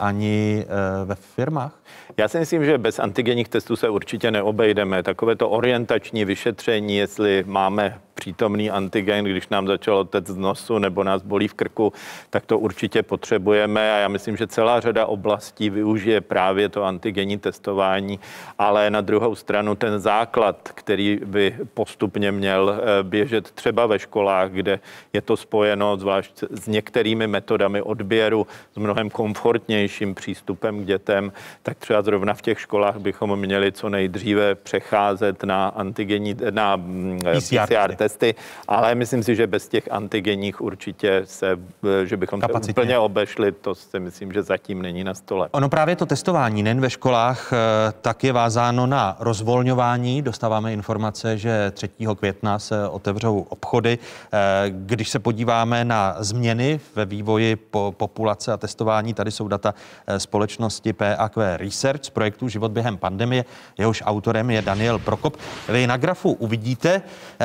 ani e, ve firmách? Já si myslím, že bez antigenních testů se určitě neobejdeme. Takové to orientační vyšetření, jestli máme přítomný antigen, když nám začalo tec z nosu nebo nás bolí v krku, tak to určitě potřebujeme a já myslím, že celá řada oblastí využije právě to antigenní testování, ale na druhou stranu ten základ, který by postupně měl běžet třeba ve školách, kde je to spojeno zvlášť s některými metodami odběru, s mnohem komfortnějším přístupem k dětem, tak třeba zrovna v těch školách bychom měli co nejdříve přecházet na antigenní, na P C R testy, ale myslím si, že bez těch antigenních určitě se, že bychom Kapacitně. se úplně obešli, to si myslím, že zatím není na stole. Ono právě to testování nejen ve školách, tak je vázáno na rozvolňování. Dostáváme informace, že třetího května se otevřou obchody. Když se podíváme na změny ve vývoji po populace a testování, tady jsou data společnosti P A Q Research z projektu Život během pandemie. Jehož autorem je Daniel Prokop. Vy na grafu uvidíte,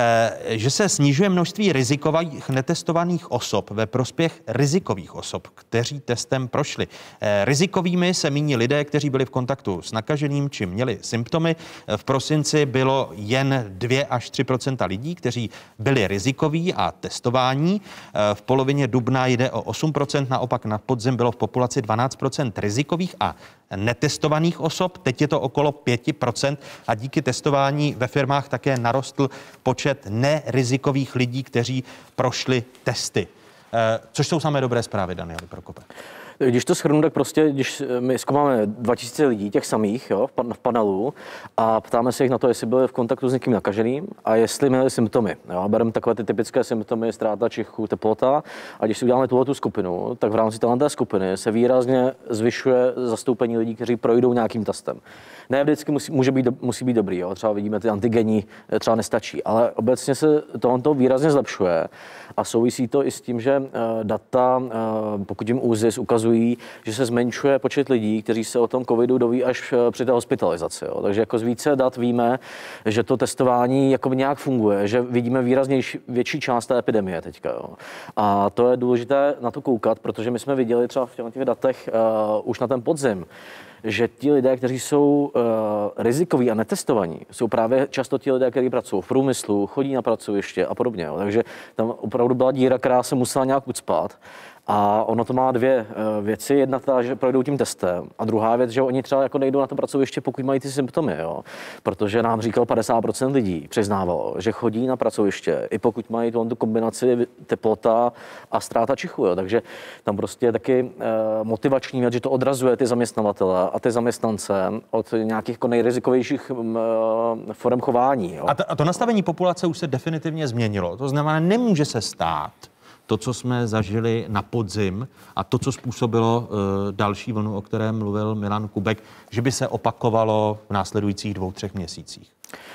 že se snižuje množství rizikových netestovaných osob ve prospěch rizikových osob, kteří testem prošli. Rizikovými se míní lidé, kteří byli v kontaktu s nakaženým či měli symptomy. V prosinci bylo jen dvě až tři procenta lidí, kteří byli rizikoví a testování. V polovině dubna jde o osm procent, naopak na podzim bylo v populaci dvanáct procent rizikových a netestovaných osob. Teď je to okolo pět procent a díky testování ve firmách také narostl počet nerizikových lidí, kteří prošli testy. Což jsou samé dobré zprávy, Daniel Prokope. Když to shrnu, tak prostě, když my zkoumáme dva tisíce lidí, těch samých, jo, v panelu a ptáme se jich na to, jestli byli v kontaktu s někým nakaženým a jestli měli symptomy. Jo, bereme takové ty typické symptomy, ztráta čichu, teplota a když si uděláme tuhle tu skupinu, tak v rámci té skupiny se výrazně zvyšuje zastoupení lidí, kteří projdou nějakým testem. Ne vždycky musí, může být, musí být dobrý, jo. Třeba vidíme, ty antigenní třeba nestačí, ale obecně se tohle výrazně zlepšuje a souvisí to i s tím, že data, pokud jim ÚZIS ukazují, že se zmenšuje počet lidí, kteří se o tom covidu doví až při té hospitalizaci. Jo. Takže jako z více dat víme, že to testování jako nějak funguje, že vidíme výrazně větší část té epidemie teďka. Jo. A to je důležité na to koukat, protože my jsme viděli třeba v těch datech uh, už na ten podzim, že ti lidé, kteří jsou uh, rizikoví a netestovaní, jsou právě často ti lidé, kteří pracují v průmyslu, chodí na pracoviště a podobně. Jo. Takže tam opravdu byla díra, která se musela nějak ucpat. A ono to má dvě uh, věci. Jedna ta, že projdou tím testem a druhá věc, že oni třeba jako nejdou na to pracoviště, pokud mají ty symptomy. Jo. Protože nám říkal padesát procent lidí, přiznávalo, že chodí na pracoviště, i pokud mají tu, tu kombinaci teplota a ztráta čichu. Jo. Takže tam prostě je taky uh, motivační věc, že to odrazuje ty zaměstnavatele a ty zaměstnance od nějakých jako nejrizikovějších uh, forem chování. Jo. A, to, a to nastavení populace už se definitivně změnilo. To znamená, nemůže se stát to, co jsme zažili na podzim a to, co způsobilo uh, další vlnu, o které mluvil Milan Kubek, že by se opakovalo v následujících dvou, třech měsících.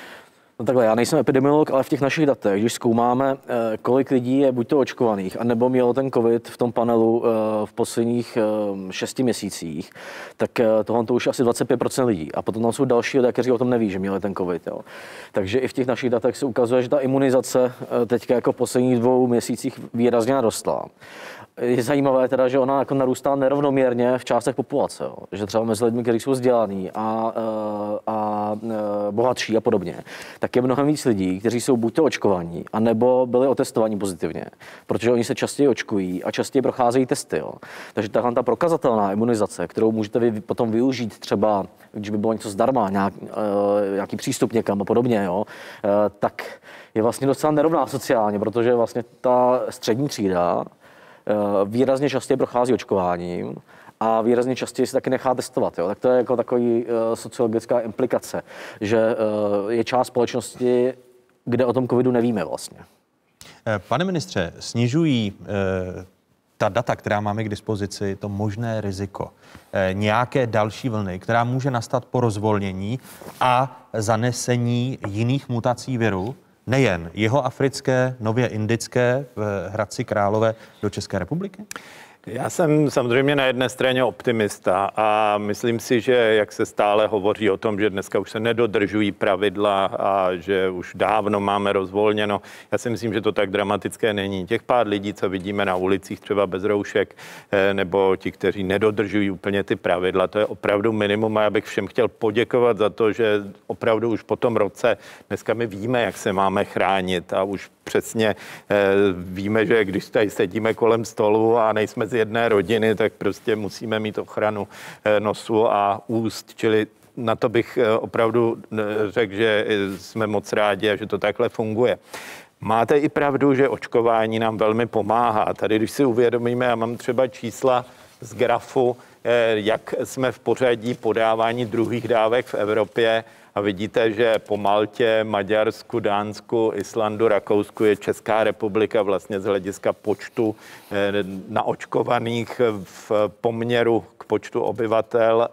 No takhle, já nejsem epidemiolog, ale v těch našich datech, když zkoumáme, kolik lidí je buď to očkovaných, anebo mělo ten covid v tom panelu v posledních šesti měsících, tak tohle to už asi dvacet pět procent lidí. A potom tam jsou další lidé, kteří o tom neví, že měli ten covid. Jo. Takže i v těch našich datech se ukazuje, že ta imunizace teďka jako v posledních dvou měsících výrazně narostla. Je zajímavé teda, že ona jako narůstá nerovnoměrně v částech populace, jo. Že třeba mezi lidmi, kteří jsou vzdělaní a, a, a bohatší a podobně, tak je mnohem víc lidí, kteří jsou buď to očkovaní, anebo byli otestovaní pozitivně, protože oni se častěji očkují a častěji procházejí testy. Jo. Takže tahle ta prokazatelná imunizace, kterou můžete vy potom využít třeba, když by bylo něco zdarma, nějak, nějaký přístup někam a podobně, jo, tak je vlastně docela nerovná sociálně, protože vlastně ta střední třída výrazně častěji prochází očkováním a výrazně častěji se taky nechá testovat. Jo. Tak to je jako takový uh, sociologická implikace, že uh, je část společnosti, kde o tom covidu nevíme vlastně. Pane ministře, snižují uh, ta data, která máme k dispozici, to možné riziko nějaké další vlny, která může nastat po rozvolnění a zanesení jiných mutací viru, nejen jihoafrické, nově indické v Hradci Králové do České republiky? Já jsem samozřejmě na jedné straně optimista a myslím si, že jak se stále hovoří o tom, že dneska už se nedodržují pravidla a že už dávno máme rozvolněno, já si myslím, že to tak dramatické není. Těch pár lidí, co vidíme na ulicích třeba bez roušek, nebo ti, kteří nedodržují úplně ty pravidla, to je opravdu minimum a já bych všem chtěl poděkovat za to, že opravdu už po tom roce dneska my víme, jak se máme chránit a už přesně víme, že když tady sedíme kolem stolu a nejsme z jedné rodiny, tak prostě musíme mít ochranu nosu a úst, čili na to bych opravdu řekl, že jsme moc rádi a že to takhle funguje. Máte i pravdu, že očkování nám velmi pomáhá. Tady, když si uvědomíme, já mám třeba čísla z grafu, jak jsme v pořadí podávání druhých dávek v Evropě, a vidíte, že po Maltě, Maďarsku, Dánsku, Islandu, Rakousku je Česká republika vlastně z hlediska počtu naočkovaných v poměru k počtu obyvatel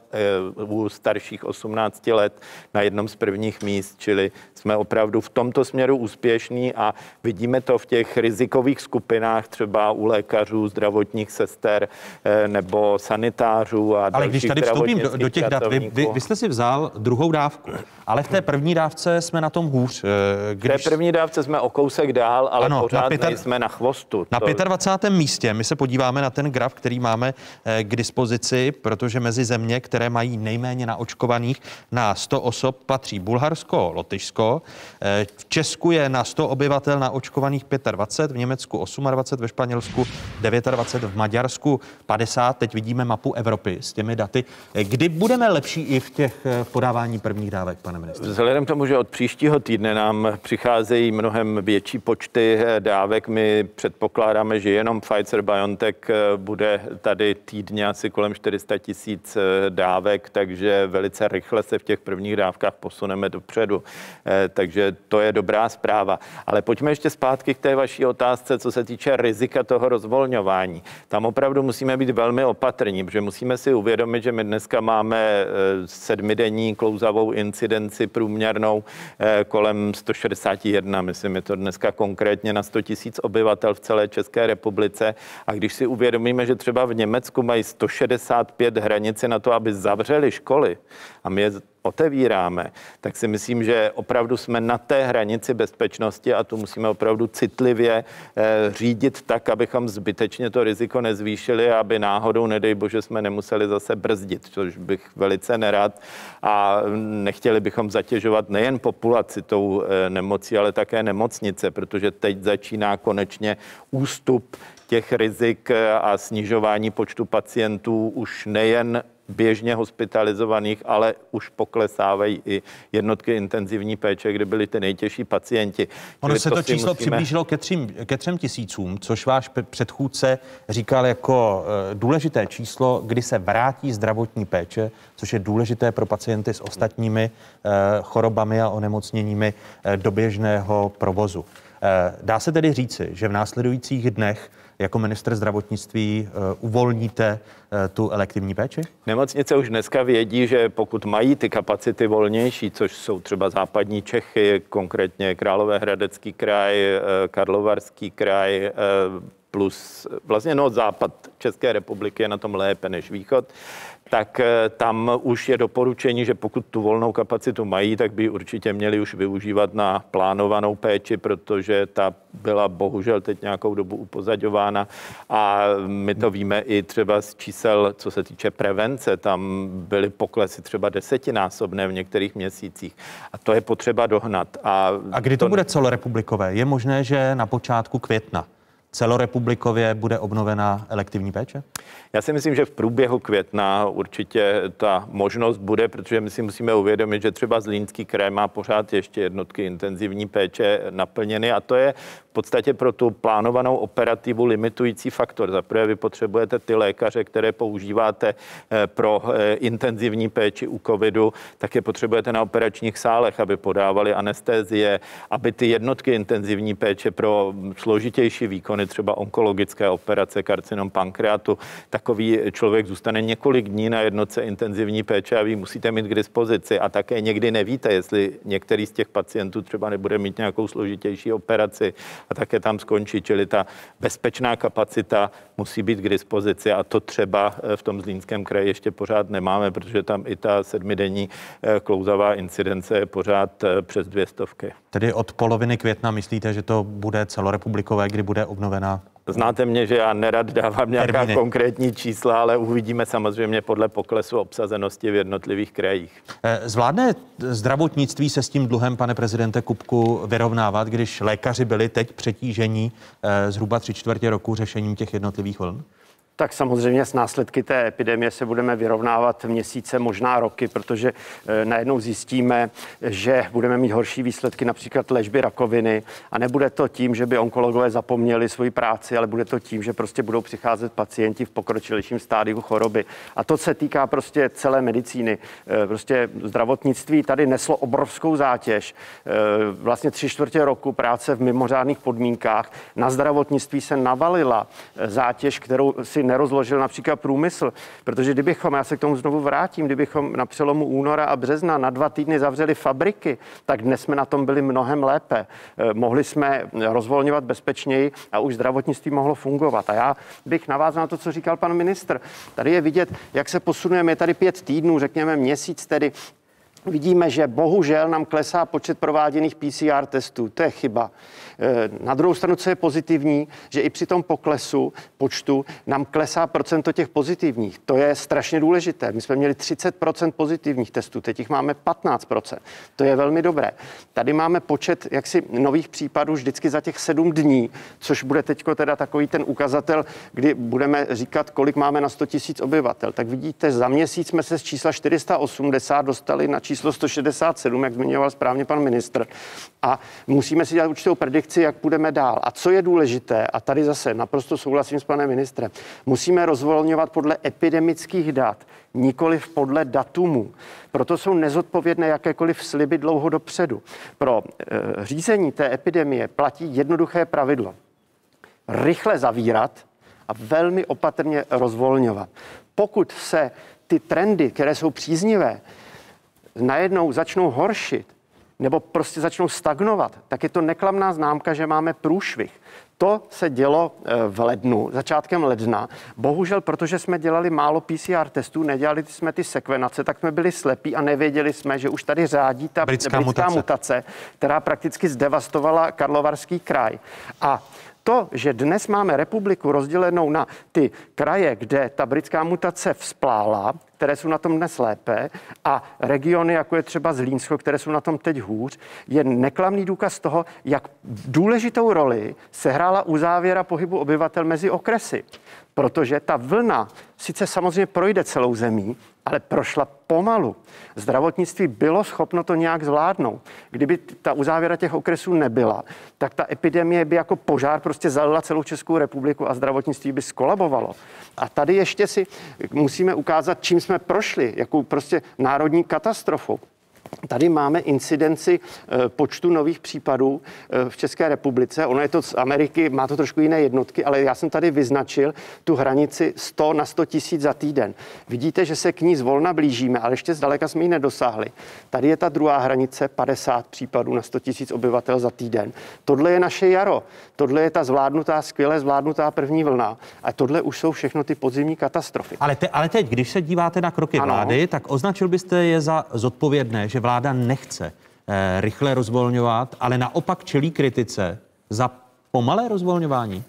u starších osmnácti let na jednom z prvních míst, čili jsme opravdu v tomto směru úspěšní a vidíme to v těch rizikových skupinách, třeba u lékařů, zdravotních sester nebo sanitářů a ale když tady vstoupím do, do těch dat, vy, vy, vy jste si vzal druhou dávku, ale v té první dávce jsme na tom hůř. Když... V té první dávce jsme o kousek dál, ale ano, pořád pěta... nejsme na chvostu. Na to... dvacátém pátém místě my se podíváme na ten graf, který máme k dispozici, protože mezi země, které mají nejméně naočkovaných na sto osob, patří Bulharsko, Lotyšsko. V Česku je na sto obyvatel naočkovaných dvacet pět, v Německu dvacet osm, ve Španělsku dvacet devět, v Maďarsku padesát. Teď vidíme mapu Evropy s těmi daty. Kdy budeme lepší i v těch podávání prvních dávek, pane ministře? Vzhledem k tomu, že od příštího týdne nám přicházejí mnohem větší počty dávek, my předpokládáme, že jenom Pfizer-BioNTech bude tady týdně asi kolem čtyři sta tisíc dávek, takže velice rychle se v těch prvních dávkách posuneme dopředu. Takže to je dobrá zpráva. Ale pojďme ještě zpátky k té vaší otázce, co se týče rizika toho rozvolňování. Tam opravdu musíme být velmi opatrní, protože musíme si uvědomit, že my dneska máme sedmidenní klouzavou incidenci průměrnou kolem sto šedesát jedna, myslím, je to dneska konkrétně na sto tisíc obyvatel v celé České republice. A když si uvědomíme, že třeba v Německu mají sto šedesát pět hranici na to, aby zavřeli školy a my je otevíráme, tak si myslím, že opravdu jsme na té hranici bezpečnosti a tu musíme opravdu citlivě eh, řídit tak, abychom zbytečně to riziko nezvýšili, aby náhodou, nedej bože, jsme nemuseli zase brzdit, což bych velice nerad a nechtěli bychom zatěžovat nejen populaci tou eh, nemocí, ale také nemocnice, protože teď začíná konečně ústup těch rizik a snižování počtu pacientů už nejen běžně hospitalizovaných, ale už poklesávají i jednotky intenzivní péče, kde byli ty nejtěžší pacienti. Ono se to, to číslo musíme... přiblížilo ke třím, ke třem tisícům, což váš předchůdce říkal jako důležité číslo, kdy se vrátí zdravotní péče, což je důležité pro pacienty s ostatními chorobami a onemocněními do běžného provozu. Dá se tedy říci, že v následujících dnech jako ministr zdravotnictví uh, uvolníte uh, tu elektivní péči? Nemocnice už dneska vědí, že pokud mají ty kapacity volnější, což jsou třeba západní Čechy, konkrétně Královéhradecký kraj, uh, Karlovarský kraj, uh, plus vlastně no západ České republiky je na tom lépe než východ, tak tam už je doporučení, že pokud tu volnou kapacitu mají, tak by určitě měli už využívat na plánovanou péči, protože ta byla bohužel teď nějakou dobu upozaďována a my to víme i třeba z čísel, co se týče prevence, tam byly poklesy třeba desetinásobné v některých měsících a to je potřeba dohnat. A, a kdy to, to bude celorepublikové? Je možné, že na počátku května celorepublikově bude obnovena elektivní péče? Já si myslím, že v průběhu května určitě ta možnost bude, protože my si musíme uvědomit, že třeba Zlínský kraj má pořád ještě jednotky intenzivní péče naplněny a to je v podstatě pro tu plánovanou operativu limitující faktor. Zaprvé vy potřebujete ty lékaře, které používáte pro intenzivní péči u covidu, tak je potřebujete na operačních sálech, aby podávali anestezie, aby ty jednotky intenzivní péče pro složitější výkon výkony třeba onkologické operace, karcinom pankreatu. Takový člověk zůstane několik dní na jednotce intenzivní péče a vy musíte mít k dispozici. A také někdy nevíte, jestli některý z těch pacientů třeba nebude mít nějakou složitější operaci a také tam skončí. Čili ta bezpečná kapacita musí být k dispozici a to třeba v tom Zlínském kraji ještě pořád nemáme, protože tam i ta sedmidenní klouzavá incidence je pořád přes dvě stovky. Tedy od poloviny května myslíte, že to bude celorepublikové, kdy bude obnovena? Znáte mě, že já nerad dávám nějaká termíny. Konkrétní čísla, ale uvidíme samozřejmě podle poklesu obsazenosti v jednotlivých krajích. Zvládne zdravotnictví se s tím dluhem, pane prezidente Kupku, vyrovnávat, když lékaři byli teď přetížení zhruba tři čtvrtě roku řešením těch jednotlivých vln? Tak samozřejmě s následky té epidemie se budeme vyrovnávat měsíce, možná roky, protože najednou zjistíme, že budeme mít horší výsledky například léčby rakoviny a nebude to tím, že by onkologové zapomněli svoji práci, ale bude to tím, že prostě budou přicházet pacienti v pokročilejším stádiu choroby. A to se týká prostě celé medicíny. Prostě zdravotnictví tady neslo obrovskou zátěž. Vlastně tři čtvrtě roku práce v mimořádných podmínkách. Na zdravotnictví se navalila zátěž, kterou si nerozložil například průmysl, protože kdybychom, já se k tomu znovu vrátím, kdybychom na přelomu února a března na dva týdny zavřeli fabriky, tak dnes jsme na tom byli mnohem lépe. Mohli jsme rozvolňovat bezpečněji a už zdravotnictví mohlo fungovat. A já bych navázal na to, co říkal pan ministr. Tady je vidět, jak se posunujeme, je tady pět týdnů, řekněme měsíc tedy. Vidíme, že bohužel nám klesá počet prováděných P C R testů. To je chyba. Na druhou stranu, co je pozitivní, že i při tom poklesu počtu nám klesá procento těch pozitivních. To je strašně důležité. My jsme měli třicet procent pozitivních testů, teď jich máme patnáct procent. To je velmi dobré. Tady máme počet jaksi nových případů vždycky za těch sedm dní, což bude teďko teda takový ten ukazatel, kdy budeme říkat, kolik máme na sto tisíc obyvatel. Tak vidíte, za měsíc jsme se z čísla čtyři sta osmdesát dostali na číslo sto šedesát sedm, jak zmiňoval správně pan ministr. A musíme si dělat určitou predikci, jak půjdeme dál. A co je důležité, a tady zase naprosto souhlasím s panem ministrem, musíme rozvolňovat podle epidemických dat, nikoliv podle datumů. Proto jsou nezodpovědné jakékoliv sliby dlouho dopředu. Pro e, řízení té epidemie platí jednoduché pravidlo. Rychle zavírat a velmi opatrně rozvolňovat. Pokud se ty trendy, které jsou příznivé, najednou začnou horšit nebo prostě začnou stagnovat, tak je to neklamná známka, že máme průšvih. To se dělo v lednu, začátkem ledna. Bohužel, protože jsme dělali málo P C R testů, nedělali jsme ty sekvenace, tak jsme byli slepí a nevěděli jsme, že už tady řádí ta britská, britská mutace. mutace, která prakticky zdevastovala Karlovarský kraj. A to, že dnes máme republiku rozdělenou na ty kraje, kde ta britská mutace vzplála, které jsou na tom dnes lépe, a regiony, jako je třeba Zlínsko, které jsou na tom teď hůř, je neklamný důkaz toho, jak důležitou roli sehrála uzávěra pohybu obyvatel mezi okresy. Protože ta vlna sice samozřejmě projde celou zemí, ale prošla pomalu. Zdravotnictví bylo schopno to nějak zvládnout. Kdyby ta uzávěra těch okresů nebyla, tak ta epidemie by jako požár prostě zalila celou Českou republiku a zdravotnictví by skolabovalo. A tady ještě si musíme ukázat, čím jsme prošli, jakou prostě národní katastrofu. Tady máme incidenci počtu nových případů v České republice. Ono je to z Ameriky, má to trošku jiné jednotky, ale já jsem tady vyznačil tu hranici sto na sto tisíc za týden. Vidíte, že se k ní zvolna blížíme, ale ještě zdaleka jsme ji nedosáhli. Tady je ta druhá hranice, padesát případů na sto tisíc obyvatel za týden. Tohle je naše jaro. Tohle je ta zvládnutá, skvěle zvládnutá první vlna. A tohle už jsou všechno ty podzimní katastrofy. Ale, te, ale teď, když se díváte na kroky ano. vlády, tak označil byste je za zodpovědné, že vláda nechce eh, rychle rozvolňovat, ale naopak čelí kritice za pomalé rozvolňování?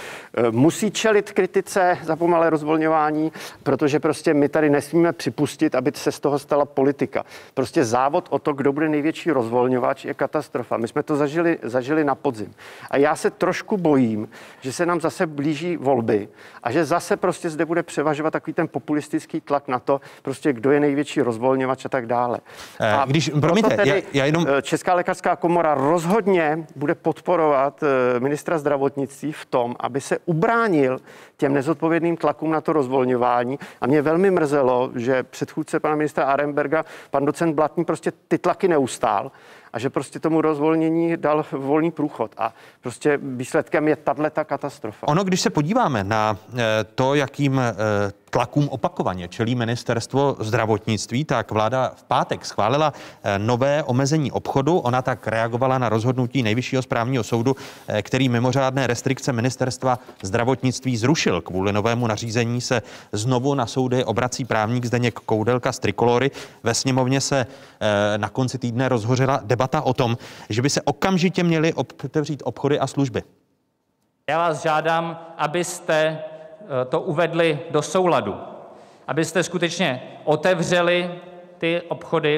Musí čelit kritice za pomalé rozvolňování, protože prostě my tady nesmíme připustit, aby se z toho stala politika. Prostě závod o to, kdo bude největší rozvolňovač, je katastrofa. My jsme to zažili, zažili na podzim. A já se trošku bojím, že se nám zase blíží volby a že zase prostě zde bude převažovat takový ten populistický tlak na to, prostě kdo je největší rozvolňovač a tak dále. A Když, promiňte, tedy já, já jenom... Česká lékařská komora rozhodně bude podporovat ministra zdravotnictví v tom, aby se ubránil těm nezodpovědným tlakům na to rozvolňování. A mě velmi mrzelo, že předchůdce pana ministra Arenberga, pan docent Blatný, prostě ty tlaky neustál a že prostě tomu rozvolnění dal volný průchod. A prostě výsledkem je tato katastrofa. Ono, když se podíváme na to, jakým tlakům opakovaně čelí ministerstvo zdravotnictví, tak vláda v pátek schválila nové omezení obchodu. Ona tak reagovala na rozhodnutí Nejvyššího správního soudu, který mimořádné restrikce ministerstva zdravotnictví zrušil. Kvůli novému nařízení se znovu na soudy obrací právník Zdeněk Koudelka z Trikolory. Ve sněmovně se na konci týdne rozhořela debata o tom, že by se okamžitě měly otevřít obchody a služby. Já vás žádám, abyste to uvedli do souladu, abyste skutečně otevřeli ty obchody,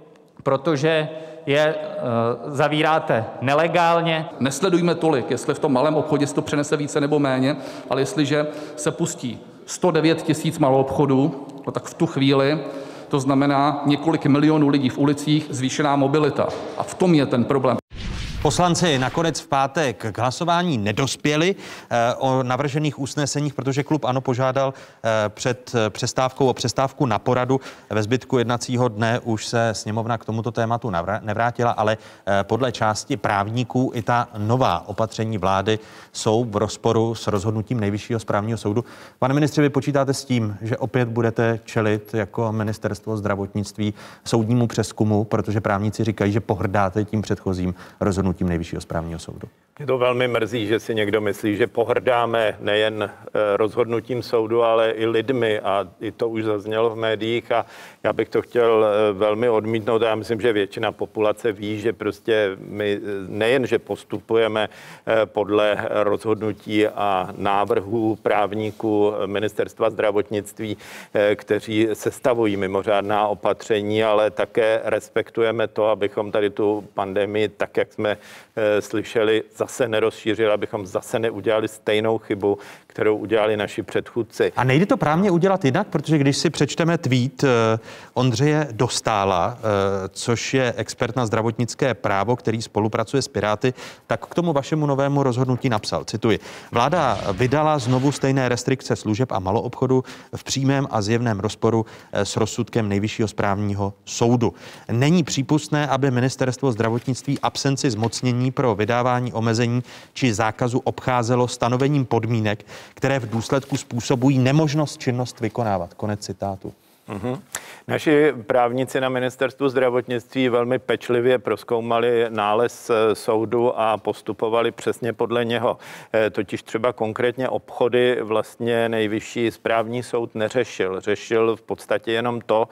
protože je uh, zavíráte nelegálně. Nesledujme tolik, jestli v tom malém obchodě se to přenese více nebo méně, ale jestliže se pustí sto devět tisíc maloobchodů, no tak v tu chvíli to znamená několik milionů lidí v ulicích, zvýšená mobilita. A v tom je ten problém. Poslanci nakonec v pátek k hlasování nedospěli eh, o navržených usneseních, protože klub ANO požádal eh, před přestávkou o přestávku na poradu. Ve zbytku jednacího dne už se sněmovna k tomuto tématu nevrátila, ale eh, podle části právníků i ta nová opatření vlády jsou v rozporu s rozhodnutím Nejvyššího správního soudu. Pane ministře, vy počítáte s tím, že opět budete čelit jako ministerstvo zdravotnictví soudnímu přezkumu, protože právníci říkají, že pohrdáte tím předchozím rozhodnutím tím Nejvyššího správního soudu. Mě to velmi mrzí, že si někdo myslí, že pohrdáme nejen rozhodnutím soudu, ale i lidmi a i to už zaznělo v médiích a já bych to chtěl velmi odmítnout a já myslím, že většina populace ví, že prostě my nejen, že postupujeme podle rozhodnutí a návrhů právníků Ministerstva zdravotnictví, kteří sestavují mimořádná opatření, ale také respektujeme to, abychom tady tu pandemii, tak jak jsme slyšeli, zase nerozšířili, abychom zase neudělali stejnou chybu, kterou udělali naši předchůdci. A nejde to právně udělat jinak, protože když si přečteme tweet Ondřeje Dostála, což je expert na zdravotnické právo, který spolupracuje s Piráty, tak k tomu vašemu novému rozhodnutí napsal, cituji, vláda vydala znovu stejné restrikce služeb a maloobchodu v přímém a zjevném rozporu s rozsudkem Nejvyššího správního soudu. Není přípustné, aby ministerstvo zdravotnictví absenci zmocnění pro vydávání omezení či zákazu obcházelo stanovením podmínek, které v důsledku způsobují nemožnost činnost vykonávat. Konec citátu. Mm-hmm. Naši právníci na ministerstvu zdravotnictví velmi pečlivě prozkoumali nález soudu a postupovali přesně podle něho. Totiž třeba konkrétně obchody vlastně Nejvyšší správní soud neřešil. Řešil v podstatě jenom to,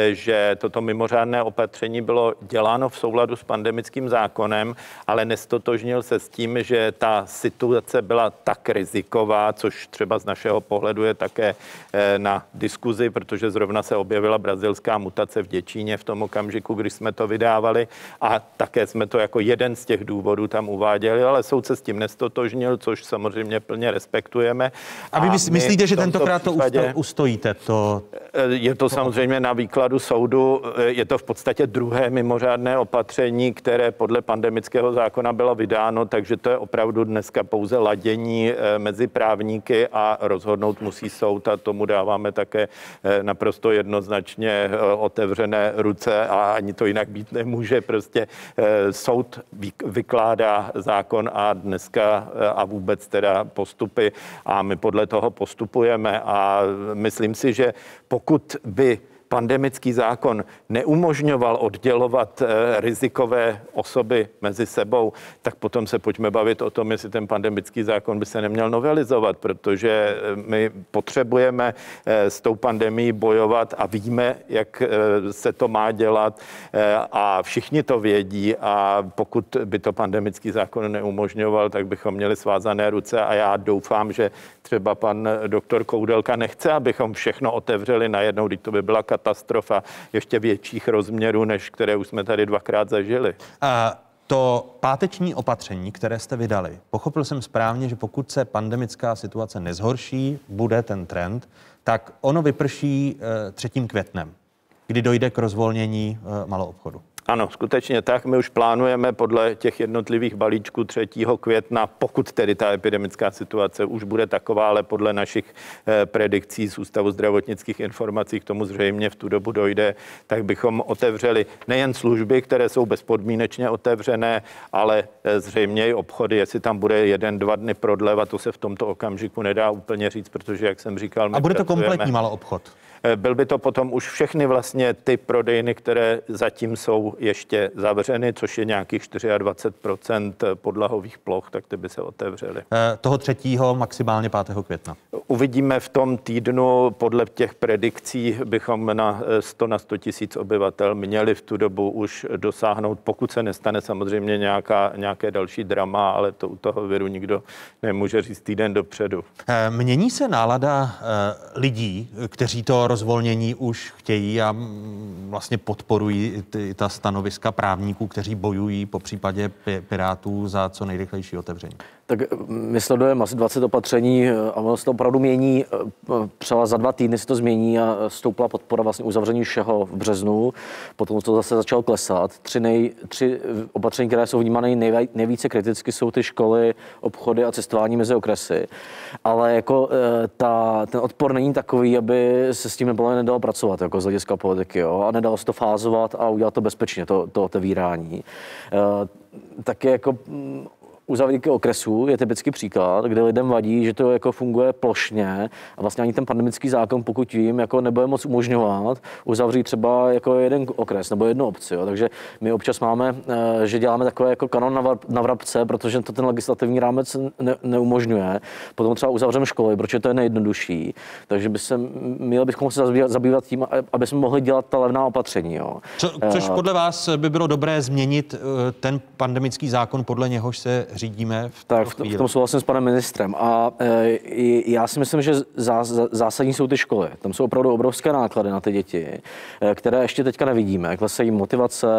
že toto mimořádné opatření bylo děláno v souladu s pandemickým zákonem, ale nestotožnil se s tím, že ta situace byla tak riziková, což třeba z našeho pohledu je také na diskuzi, protože zrovna se objevila brazilská mutace v Děčíně v tom okamžiku, když jsme to vydávali a také jsme to jako jeden z těch důvodů tam uváděli, ale soud se s tím nestotožnil, což samozřejmě plně respektujeme. A vy a myslíte, že tentokrát to případě, ustojíte? To... Je to samozřejmě na výkladu soudu, je to v podstatě druhé mimořádné opatření, které podle pandemického zákona bylo vydáno, takže to je opravdu dneska pouze ladění mezi právníky a rozhodnout musí soud a tomu dáváme také naprosto jednoznačně otevřené ruce a ani to jinak být nemůže. Prostě soud vykládá zákon a dneska a vůbec teda postupy a my podle toho postupujeme a myslím si, že pokud by pandemický zákon neumožňoval oddělovat rizikové osoby mezi sebou, tak potom se pojďme bavit o tom, jestli ten pandemický zákon by se neměl novelizovat, protože my potřebujeme s tou pandemií bojovat a víme, jak se to má dělat a všichni to vědí a pokud by to pandemický zákon neumožňoval, tak bychom měli svázané ruce a já doufám, že třeba pan doktor Koudelka nechce, abychom všechno otevřeli najednou, když to by byla katastrofa ještě větších rozměrů, než které už jsme tady dvakrát zažili. A to páteční opatření, které jste vydali, pochopil jsem správně, že pokud se pandemická situace nezhorší, bude ten trend, tak ono vyprší třetím květnem, kdy dojde k rozvolnění maloobchodu. Ano, skutečně tak. My už plánujeme podle těch jednotlivých balíčků třetího května, pokud tedy ta epidemická situace už bude taková, ale podle našich eh, predikcí z Ústavu zdravotnických informací k tomu zřejmě v tu dobu dojde, tak bychom otevřeli nejen služby, které jsou bezpodmínečně otevřené, ale eh, zřejmě i obchody, jestli tam bude jeden, dva dny prodlev, a to se v tomto okamžiku nedá úplně říct, protože, jak jsem říkal, a bude to pracujeme... kompletní maloobchod? Byl by to potom už všechny vlastně ty prodejny, které zatím jsou ještě zavřeny, což je nějakých dvacet čtyři procent podlahových ploch, tak ty by se otevřely. E, toho třetího maximálně pátého května. Uvidíme v tom týdnu, podle těch predikcí bychom na sto na sto tisíc obyvatel měli v tu dobu už dosáhnout, pokud se nestane samozřejmě nějaká, nějaké další drama, ale to u toho viru nikdo nemůže říct týden dopředu. E, mění se nálada e, lidí, kteří to rozvolnění už chtějí a vlastně podporují ty, ta stanoviska právníků, kteří bojují po případě Pirátů za co nejrychlejší otevření? Tak my sledujeme asi dvacet opatření a ono se to opravdu mění. Třeba za dva týdny se to změní a stoupla podpora vlastně uzavření všeho v březnu. Potom to zase začalo klesat. Tři, nej, tři opatření, které jsou vnímané nejvaj, nejvíce kriticky, jsou ty školy, obchody a cestování mezi okresy. Ale jako ta, ten odpor není takový, aby se s tím nebylo nedalo pracovat jako z hlediska politiky. Jo? A nedalo se to fázovat a udělat to bezpečně, to, to otevírání. Taky jako uzavírky okresů je typický příklad, kde lidem vadí, že to jako funguje plošně a vlastně ani ten pandemický zákon, pokud vím, jako nebude moc umožňovat uzavřít třeba jako jeden okres nebo jednu obci. Jo. Takže my občas máme, že děláme takové jako kanon na vrabce, protože to ten legislativní rámec ne, neumožňuje. Potom třeba uzavřeme školy, protože to je nejjednodušší. Takže by se, měli bychom se zabývat, zabývat tím, aby jsme mohli dělat ta levná opatření. Jo. Co, což podle vás by bylo dobré změnit ten pandemický zákon, podle něhož se řídíme v Tak v, v tom souhlasím s panem ministrem. A e, já si myslím, že zás, zásadní jsou ty školy. Tam jsou opravdu obrovské náklady na ty děti, e, které ještě teďka nevidíme. Klesají motivace,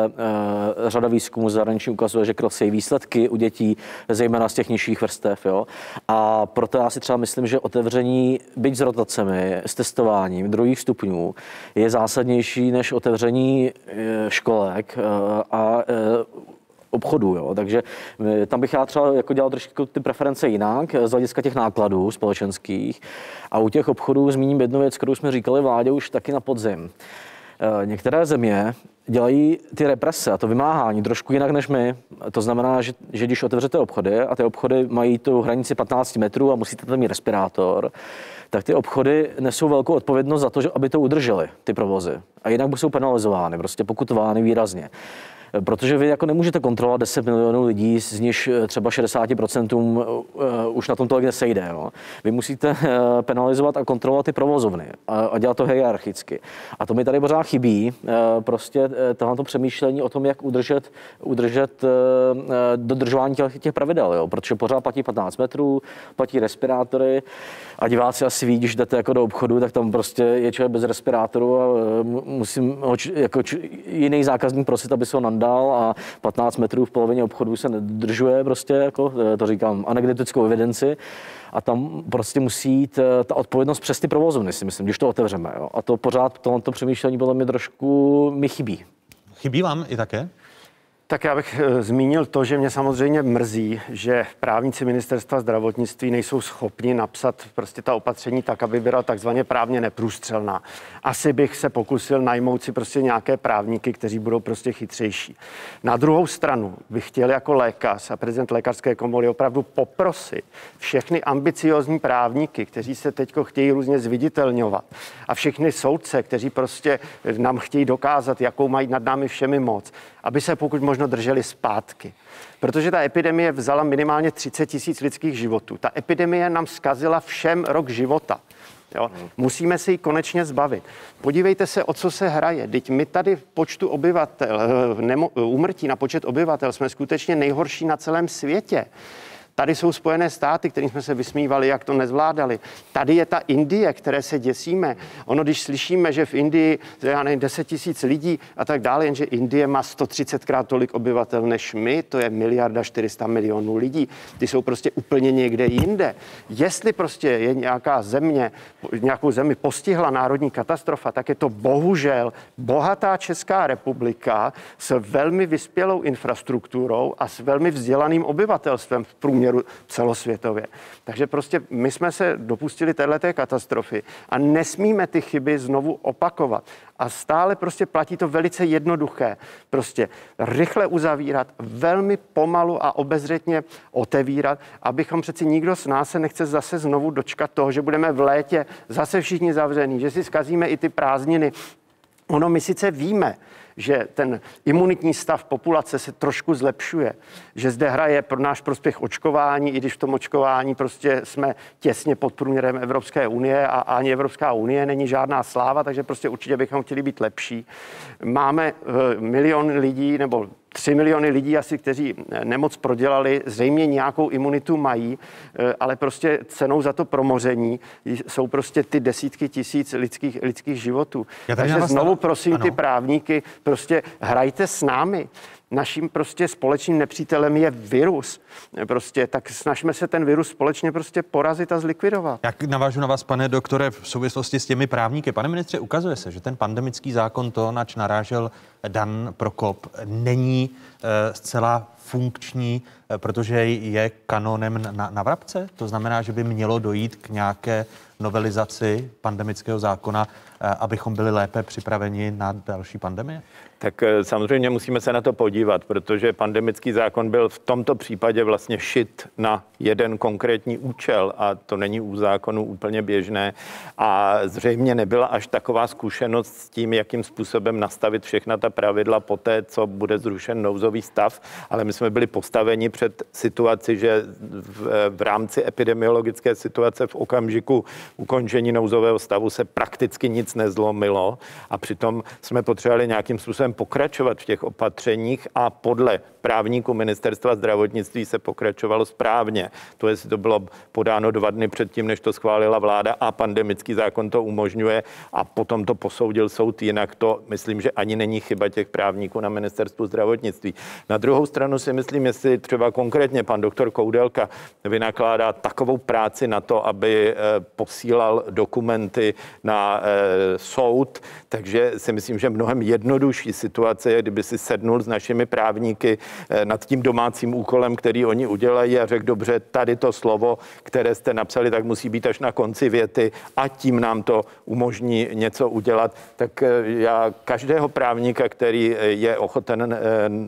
e, řada výzkumů zahraničí ukazuje, že klesají výsledky u dětí, zejména z těch nižších vrstev. Jo? A proto já si třeba myslím, že otevření, byť s rotacemi, s testováním druhých stupňů, je zásadnější než otevření e, školek e, a e, obchodu, jo. Takže tam bych já třeba jako dělal trošku ty preference jinak z hlediska těch nákladů společenských. A u těch obchodů zmíním jednu věc, kterou jsme říkali vládě už taky na podzim. Některé země dělají ty represe a to vymáhání trošku jinak než my. To znamená, že, že když otevřete obchody a ty obchody mají tu hranici patnáct metrů a musíte tam mít respirátor, tak ty obchody nesou velkou odpovědnost za to, že aby to udrželi, ty provozy. A jinak jsou penalizovány, prostě pokutovány výrazně. Protože vy jako nemůžete kontrolovat deset milionů lidí, z nich třeba šedesát procent už na tom tolik nesejde. Jo. Vy musíte penalizovat a kontrolovat ty provozovny a, a dělat to hierarchicky. A to mi tady pořád chybí, prostě tohleto přemýšlení o tom, jak udržet, udržet dodržování těch, těch pravidel, jo. Protože pořád platí patnáct metrů, platí respirátory a diváci asi ví, když jdete jako do obchodu, tak tam prostě je člověk bez respirátoru a musím jako jiný zákazník prosit, aby se ho dál a patnáct metrů v polovině obchodu se nedržuje, prostě jako, to říkám, anekdotickou evidenci. A tam prostě musí jít ta odpovědnost přes ty provozovny, si myslím, když to otevřeme. Jo. A to pořád tohoto přemýšlení podle mě trošku mi chybí. Chybí vám i také? Tak já bych zmínil to, že mě samozřejmě mrzí, že právníci ministerstva zdravotnictví nejsou schopni napsat prostě ta opatření tak, aby byla takzvaně právně neprůstřelná. Asi bych se pokusil najmout si prostě nějaké právníky, kteří budou prostě chytřejší. Na druhou stranu bych chtěl jako lékař a prezident lékařské komory opravdu poprosit všechny ambiciózní právníky, kteří se teďko chtějí různě zviditelňovat a všechny soudce, kteří prostě nám chtějí dokázat, jakou mají nad námi všemi moc, aby se pokud možno drželi zpátky. Protože ta epidemie vzala minimálně třicet tisíc lidských životů. Ta epidemie nám zkazila všem rok života. Jo? Musíme se jí konečně zbavit. Podívejte se, o co se hraje. Vždyť my tady v počtu obyvatel, nemo, úmrtí na počet obyvatel jsme skutečně nejhorší na celém světě. Tady jsou Spojené státy, kterým jsme se vysmívali, jak to nezvládali. Tady je ta Indie, které se děsíme. Ono, když slyšíme, že v Indii, já nevím, deset tisíc lidí a tak dále, jenže Indie má sto třicetkrát tolik obyvatel než my, to je miliarda čtyři sta milionů lidí. Ty jsou prostě úplně někde jinde. Jestli prostě je nějaká země, nějakou zemi postihla národní katastrofa, tak je to bohužel bohatá Česká republika s velmi vyspělou infrastrukturou a s velmi vzdělaným obyvatelstvem v průměru celosvětově. Takže prostě my jsme se dopustili téhleté katastrofy a nesmíme ty chyby znovu opakovat. A stále prostě platí to velice jednoduché. Prostě rychle uzavírat, velmi pomalu a obezřetně otevírat, abychom přeci nikdo z nás se nechce zase znovu dočkat toho, že budeme v létě zase všichni zavření, že si zkazíme i ty prázdniny. Ono my sice víme, že ten imunitní stav populace se trošku zlepšuje, že zde hraje pro náš prospěch očkování, i když v tom očkování prostě jsme těsně pod průměrem Evropské unie a ani Evropská unie není žádná sláva, takže prostě určitě bychom chtěli být lepší. Máme uh, milion lidí nebo tři miliony lidí asi, kteří nemoc prodělali, zřejmě nějakou imunitu mají, ale prostě cenou za to promoření jsou prostě ty desítky tisíc lidských, lidských životů. Takže znovu prosím ano. ty právníky, prostě hrajte s námi. Naším prostě společným nepřítelem je virus. Prostě tak snažíme se ten virus společně prostě porazit a zlikvidovat. Jak navážu na vás, pane doktore, v souvislosti s těmi právníky. Pane ministře, ukazuje se, že ten pandemický zákon, to, nač narážel Dan Prokop, není e, zcela funkční, e, protože je kanonem na, na vrabce? To znamená, že by mělo dojít k nějaké novelizaci pandemického zákona, e, abychom byli lépe připraveni na další pandemie? Tak samozřejmě musíme se na to podívat, protože pandemický zákon byl v tomto případě vlastně šit na jeden konkrétní účel a to není u zákonu úplně běžné a zřejmě nebyla až taková zkušenost s tím, jakým způsobem nastavit všechna ta pravidla po té, co bude zrušen nouzový stav, ale my jsme byli postaveni před situaci, že v, v rámci epidemiologické situace v okamžiku ukončení nouzového stavu se prakticky nic nezlomilo a přitom jsme potřebovali nějakým způsobem pokračovat v těch opatřeních a podle právníků ministerstva zdravotnictví se pokračovalo správně. To je, to bylo podáno dva dny předtím, než to schválila vláda a pandemický zákon to umožňuje a potom to posoudil soud, jinak to myslím, že ani není chyba těch právníků na ministerstvu zdravotnictví. Na druhou stranu si myslím, jestli třeba konkrétně pan doktor Koudelka vynakládá takovou práci na to, aby posílal dokumenty na soud, takže si myslím, že mnohem jednodušší situace je, kdyby si sednul s našimi právníky nad tím domácím úkolem, který oni udělají a řekl, dobře, tady to slovo, které jste napsali, tak musí být až na konci věty a tím nám to umožní něco udělat. Tak já každého právníka, který je ochoten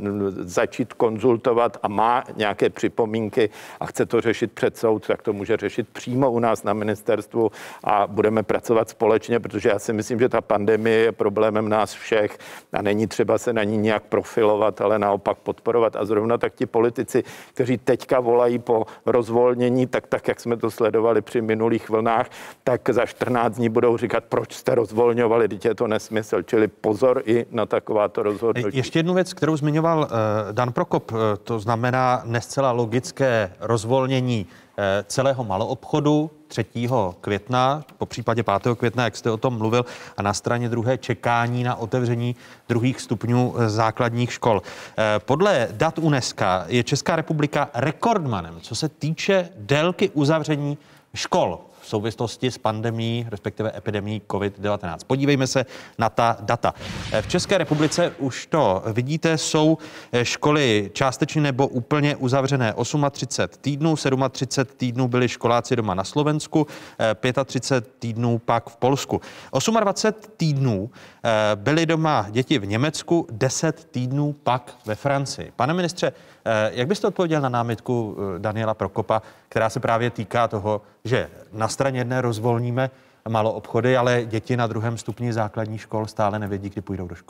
začít konzultovat a má nějaké připomínky a chce to řešit před soud, tak to může řešit přímo u nás na ministerstvu a budeme pracovat společně, protože já si myslím, že ta pandemie je problémem nás všech a není třeba se na ní nějak profilovat, ale naopak podporovat. A zrovna tak ti politici, kteří teďka volají po rozvolnění, tak tak, jak jsme to sledovali při minulých vlnách, tak za čtrnáct dní budou říkat, proč jste rozvolňovali, teď je to nesmysl. Čili pozor i na takováto rozhodnutí. Ještě jednu věc, kterou zmiňoval uh, Dan Prokop, uh, to znamená nescela logické rozvolnění uh, celého maloobchodu třetího května, po případě pátého května, jak jste o tom mluvil, a na straně druhé čekání na otevření druhých stupňů základních škol. Podle dat UNESCO je Česká republika rekordmanem, co se týče délky uzavření škol v souvislosti s pandemií, respektive epidemií covid devatenáct. Podívejme se na ta data. V České republice už to vidíte, jsou školy částečně nebo úplně uzavřené třicet osm týdnů, třicet sedm týdnů byli školáci doma na Slovensku, třicet pět týdnů pak v Polsku. dvacet osm týdnů byly doma děti v Německu, deset týdnů pak ve Francii. Pane ministře, jak byste odpověděl na námitku Daniela Prokopa, která se právě týká toho, že na straně jedné rozvolníme maloobchody, ale děti na druhém stupni základních škol stále nevědí, kdy půjdou do školy?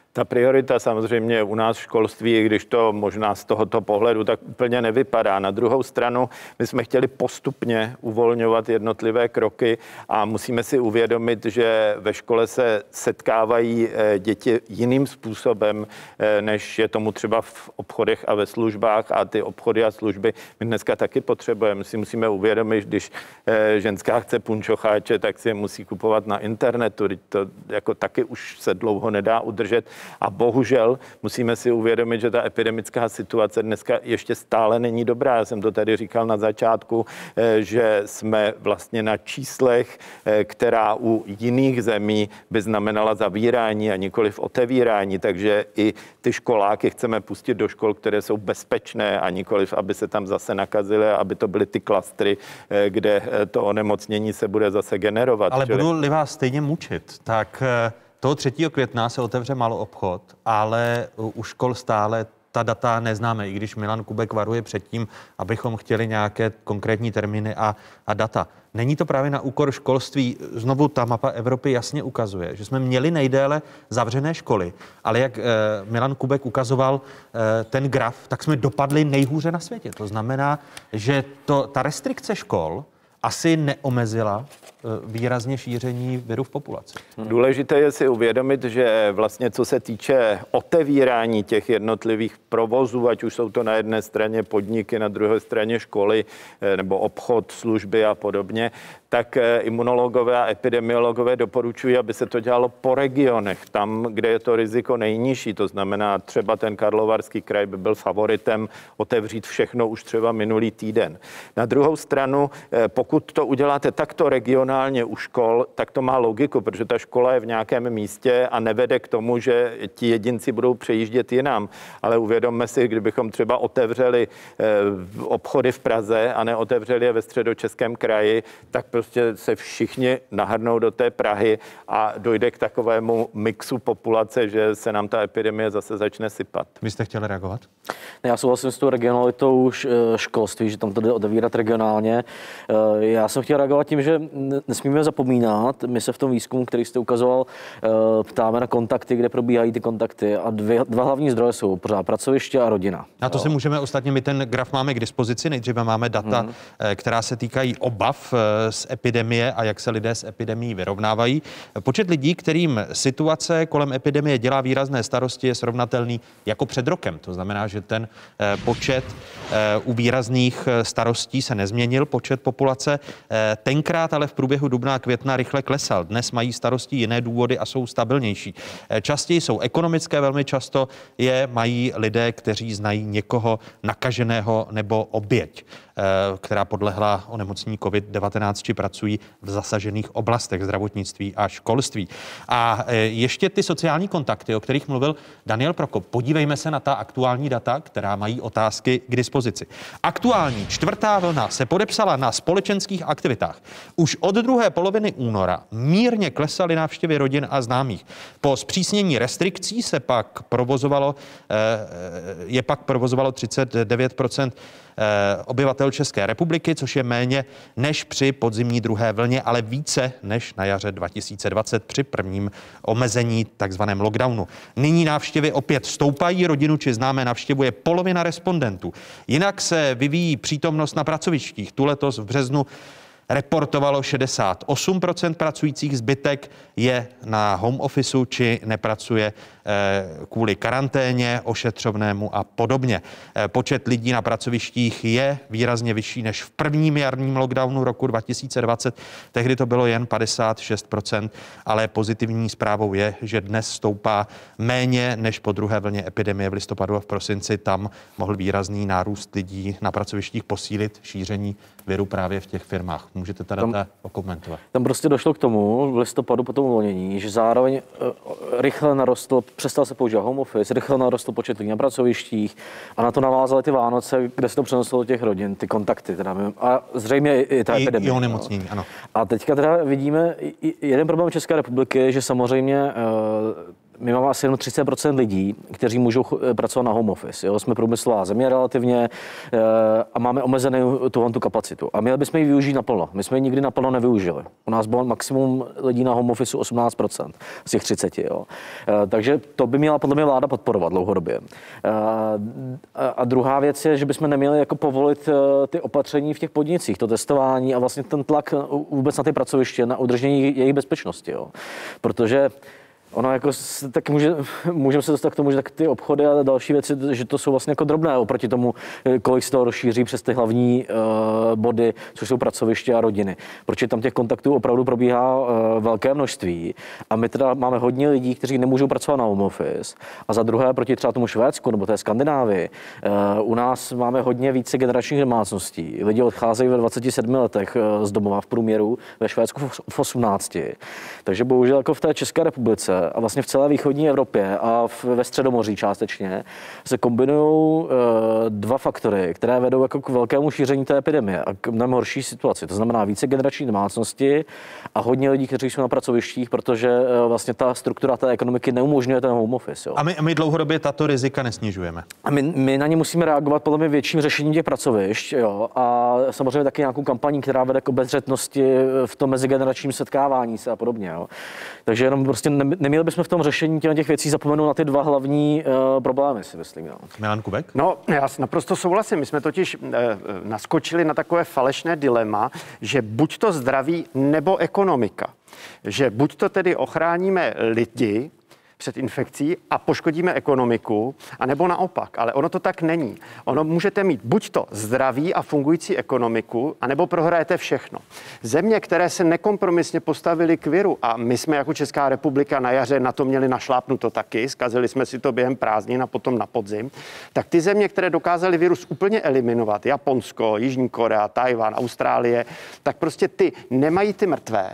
Ta priorita samozřejmě u nás v školství, i když to možná z tohoto pohledu tak úplně nevypadá. Na druhou stranu my jsme chtěli postupně uvolňovat jednotlivé kroky a musíme si uvědomit, že ve škole se setkávají děti jiným způsobem, než je tomu třeba v obchodech a ve službách, a ty obchody a služby my dneska taky potřebujeme. Si musíme uvědomit, když ženská chce punčocháče, tak si je musí kupovat na internetu. To jako taky už se dlouho nedá udržet. A bohužel musíme si uvědomit, že ta epidemická situace dneska ještě stále není dobrá. Já jsem to tady říkal na začátku, že jsme vlastně na číslech, která u jiných zemí by znamenala zavírání a nikoliv otevírání. Takže i ty školáky chceme pustit do škol, které jsou bezpečné a nikoliv, aby se tam zase nakazily, aby to byly ty klastry, kde to onemocnění se bude zase generovat. Ale budu-li vás stejně mučit, tak toho třetího května se otevře maloobchod, ale u škol stále ta data neznáme, i když Milan Kubek varuje před tím, abychom chtěli nějaké konkrétní termíny a, a data. Není to právě na úkor školství? Znovu ta mapa Evropy jasně ukazuje, že jsme měli nejdéle zavřené školy, ale jak eh, Milan Kubek ukazoval eh, ten graf, tak jsme dopadli nejhůře na světě. To znamená, že to, ta restrikce škol asi neomezila výrazně šíření viru v populaci. Důležité je si uvědomit, že vlastně co se týče otevírání těch jednotlivých provozů, ať už jsou to na jedné straně podniky, na druhé straně školy nebo obchod, služby a podobně, tak imunologové a epidemiologové doporučují, aby se to dělalo po regionech, tam, kde je to riziko nejnižší. To znamená, třeba ten Karlovarský kraj by byl favoritem otevřít všechno už třeba minulý týden. Na druhou stranu, pokud to uděláte takto regionálně u škol, tak to má logiku, protože ta škola je v nějakém místě a nevede k tomu, že ti jedinci budou přejíždět jinam. Ale uvědomme si, kdybychom třeba otevřeli obchody v Praze a neotevřeli je ve Středočeském kraji, tak prostě se všichni nahrnou do té Prahy a dojde k takovému mixu populace, že se nám ta epidemie zase začne sypat. Vy jste chtěli reagovat? Já souhlasím s tou regionalitou školství, že tam to jde otevírat regionálně. Já jsem chtěl reagovat tím, že nesmíme zapomínat, my se v tom výzkumu, který jste ukazoval, ptáme na kontakty, kde probíhají ty kontakty, a dvě, dva hlavní zdroje jsou pořád pracoviště a rodina. Na to jo. se můžeme ostatně, my ten graf máme k dispozici, nejdříve máme data, hmm. která se týkají obav z epidemie a jak se lidé s epidemií vyrovnávají. Počet lidí, kterým situace kolem epidemie dělá výrazné starosti, je srovnatelný jako před rokem. To znamená, že ten počet u výrazných starostí se nezměnil, počet populace. Tenkrát ale v průběhu dubna a května rychle klesal. Dnes mají starosti jiné důvody a jsou stabilnější. Častěji jsou ekonomické, velmi často je mají lidé, kteří znají někoho nakaženého nebo oběť, která podlehla onemocnění covid devatenáct, či pracují v zasažených oblastech zdravotnictví a školství. A ještě ty sociální kontakty, o kterých mluvil Daniel Prokop. Podívejme se na ta aktuální data, která mají otázky k dispozici. Aktuální čtvrtá vlna se podepsala na společenských aktivitách. Už od druhé poloviny února mírně klesaly návštěvy rodin a známých. Po zpřísnění restrikcí se pak provozovalo, je pak provozovalo třicet devět procent obyvatel České republiky, což je méně než při podzimní druhé vlně, ale více než na jaře dva tisíce dvacet při prvním omezení, takzvaném lockdownu. Nyní návštěvy opět stoupají, rodinu či známé navštěvuje polovina respondentů. Jinak se vyvíjí přítomnost na pracovištích. Tu letos v březnu reportovalo šedesát osm procent pracujících, zbytek je na home officeu či nepracuje kvůli karanténě, ošetřovnému a podobně. Počet lidí na pracovištích je výrazně vyšší než v prvním jarním lockdownu roku dva tisíce dvacet. Tehdy to bylo jen padesát šest procent, ale pozitivní zprávou je, že dnes stoupá méně než po druhé vlně epidemie v listopadu a v prosinci. Tam mohl výrazný nárůst lidí na pracovištích posílit šíření viru právě v těch firmách. Můžete ta data okomentovat? Tam prostě došlo k tomu v listopadu po tom uvolnění, že zároveň uh, rychle narostl, přestal se používat home office, rychle narostl počet lidí na pracovištích a na to navázaly ty Vánoce, kde se to přeneslo do těch rodin, ty kontakty teda. A zřejmě i ta I, epidemie. I onemocnění, ano. A teďka teda vidíme jeden problém České republiky, že samozřejmě uh, my máme asi jenom třicet procent lidí, kteří můžou pracovat na home office. Jo? Jsme průmyslová země relativně a máme omezenou tuhle tu kapacitu. A měli bychom ji využít naplno. My jsme ji nikdy naplno nevyužili. U nás bylo maximum lidí na home office osmnáct procent z těch třiceti. Jo? Takže to by měla podle mě vláda podporovat dlouhodobě. A druhá věc je, že bychom neměli jako povolit ty opatření v těch podnicích, to testování a vlastně ten tlak vůbec na ty pracoviště, na udržení jejich bezpečnosti. Jo? Protože ono jako, tak může, můžeme se dostat k tomu, že tak ty obchody a další věci, že to jsou vlastně jako drobné oproti tomu, kolik se toho rozšíří přes ty hlavní uh, body, což jsou pracoviště a rodiny. Protože tam těch kontaktů opravdu probíhá uh, velké množství a my teda máme hodně lidí, kteří nemůžou pracovat na home office. A za druhé, proti třeba tomu Švédsku nebo té Skandinávii, uh, u nás máme hodně více generačních domácností. Lidi odcházejí ve dvaceti sedmi letech uh, z domova v průměru, ve Švédsku v, v osmnácti. Takže bohužel jako v té České republice a vlastně v celé východní Evropě a v, ve Středomoří částečně se kombinují e, dva faktory, které vedou jako k velkému šíření té epidemie a k mnohem horší situaci. To znamená více generační domácnosti a hodně lidí, kteří jsou na pracovištích, protože e, vlastně ta struktura té ekonomiky neumožňuje ten home office. Jo. A my, my dlouhodobě tato rizika nesnižujeme. A my, my na ně musíme reagovat podle mě větším řešením těch pracovišť, jo, a samozřejmě taky nějakou kampaní, která vede k obezřetnosti v tom mezigeneračním setkávání se a podobně. Jo. Takže jenom prostě ne, neměli bychom v tom řešení těch věcí zapomenout na ty dva hlavní uh, problémy, si myslím. Jo. Milan Kubek? No, já naprosto souhlasím. My jsme totiž uh, naskočili na takové falešné dilema, že buď to zdraví nebo ekonomika. Že buď to tedy ochráníme lidi před infekcí a poškodíme ekonomiku, anebo naopak. Ale ono to tak není. Ono můžete mít buď to zdraví a fungující ekonomiku, anebo prohrajete všechno. Země, které se nekompromisně postavily k viru, a my jsme jako Česká republika na jaře na to měli našlápnuto taky, zkazili jsme si to během prázdnin a potom na podzim, tak ty země, které dokázaly virus úplně eliminovat, Japonsko, Jižní Korea, Tajvan, Austrálie, tak prostě ty nemají ty mrtvé,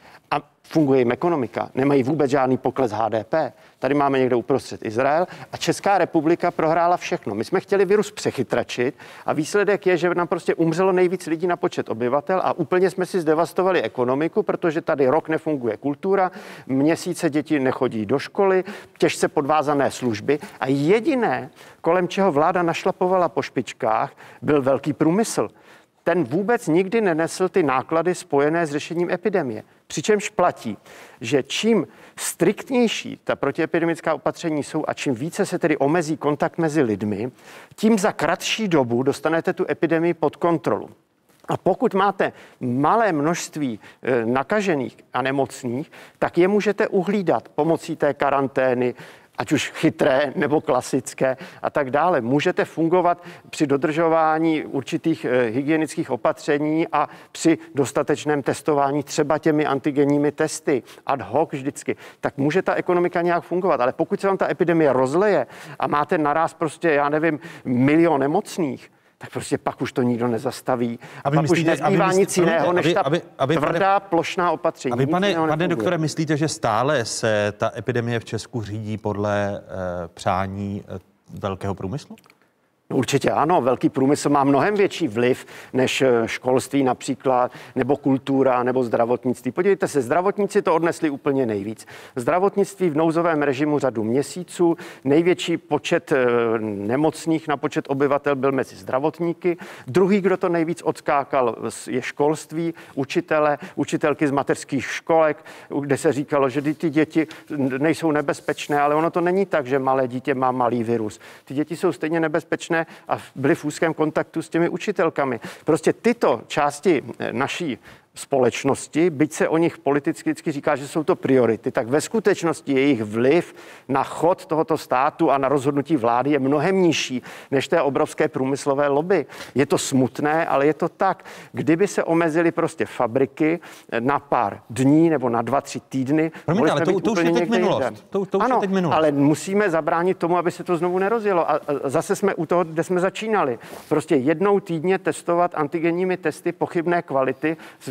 funguje jim ekonomika, nemají vůbec žádný pokles H D P. Tady máme někde uprostřed Izrael a Česká republika prohrála všechno. My jsme chtěli virus přechytračit a výsledek je, že nám prostě umřelo nejvíc lidí na počet obyvatel a úplně jsme si zdevastovali ekonomiku, protože tady rok nefunguje kultura, měsíce děti nechodí do školy, těžce podvázané služby a jediné, kolem čeho vláda našlapovala po špičkách, byl velký průmysl. Ten vůbec nikdy nenesl ty náklady spojené s řešením epidemie. Přičemž platí, že čím striktnější ta protiepidemická opatření jsou a čím více se tedy omezí kontakt mezi lidmi, tím za kratší dobu dostanete tu epidemii pod kontrolu. A pokud máte malé množství e, nakažených a nemocných, tak je můžete uhlídat pomocí té karantény, ať už chytré nebo klasické a tak dále. Můžete fungovat při dodržování určitých e, hygienických opatření a při dostatečném testování třeba těmi antigenními testy ad hoc vždycky. Tak může ta ekonomika nějak fungovat, ale pokud se vám ta epidemie rozleje a máte naráz prostě, já nevím, milion nemocných, tak prostě pak už to nikdo nezastaví. A, a pak myslíte, už nezbývá myslíte, nic jiného, než ta aby, aby, tvrdá pane, plošná opatření. A vy, pane, pane doktore, myslíte, že stále se ta epidemie v Česku řídí podle uh, přání uh, velkého průmyslu? Určitě ano, velký průmysl má mnohem větší vliv než školství například, nebo kultura, nebo zdravotnictví. Podívejte se, zdravotníci to odnesli úplně nejvíc. Zdravotnictví v nouzovém režimu řadu měsíců, největší počet nemocných na počet obyvatel byl mezi zdravotníky. Druhý, kdo to nejvíc odskákal, je školství, učitele, učitelky z mateřských školek, kde se říkalo, že ty děti nejsou nebezpečné, ale ono to není tak, že malé dítě má malý virus. Ty děti jsou stejně nebezpečné a byli v úzkém kontaktu s těmi učitelkami. Prostě tyto části naší společnosti, byť se o nich politicky vždycky říká, že jsou to priority, tak ve skutečnosti jejich vliv na chod tohoto státu a na rozhodnutí vlády je mnohem nižší než té obrovské průmyslové lobby. Je to smutné, ale je to tak. Kdyby se omezily prostě fabriky na pár dní nebo na dva, tři týdny, Promiňte, ale to, to už je teď minulost. To, to už ano, je teď minulost. Ale musíme zabránit tomu, aby se to znovu nerozjelo. A zase jsme u toho, kde jsme začínali. Prostě jednou týdně testovat antigenními testy pochybné kvality s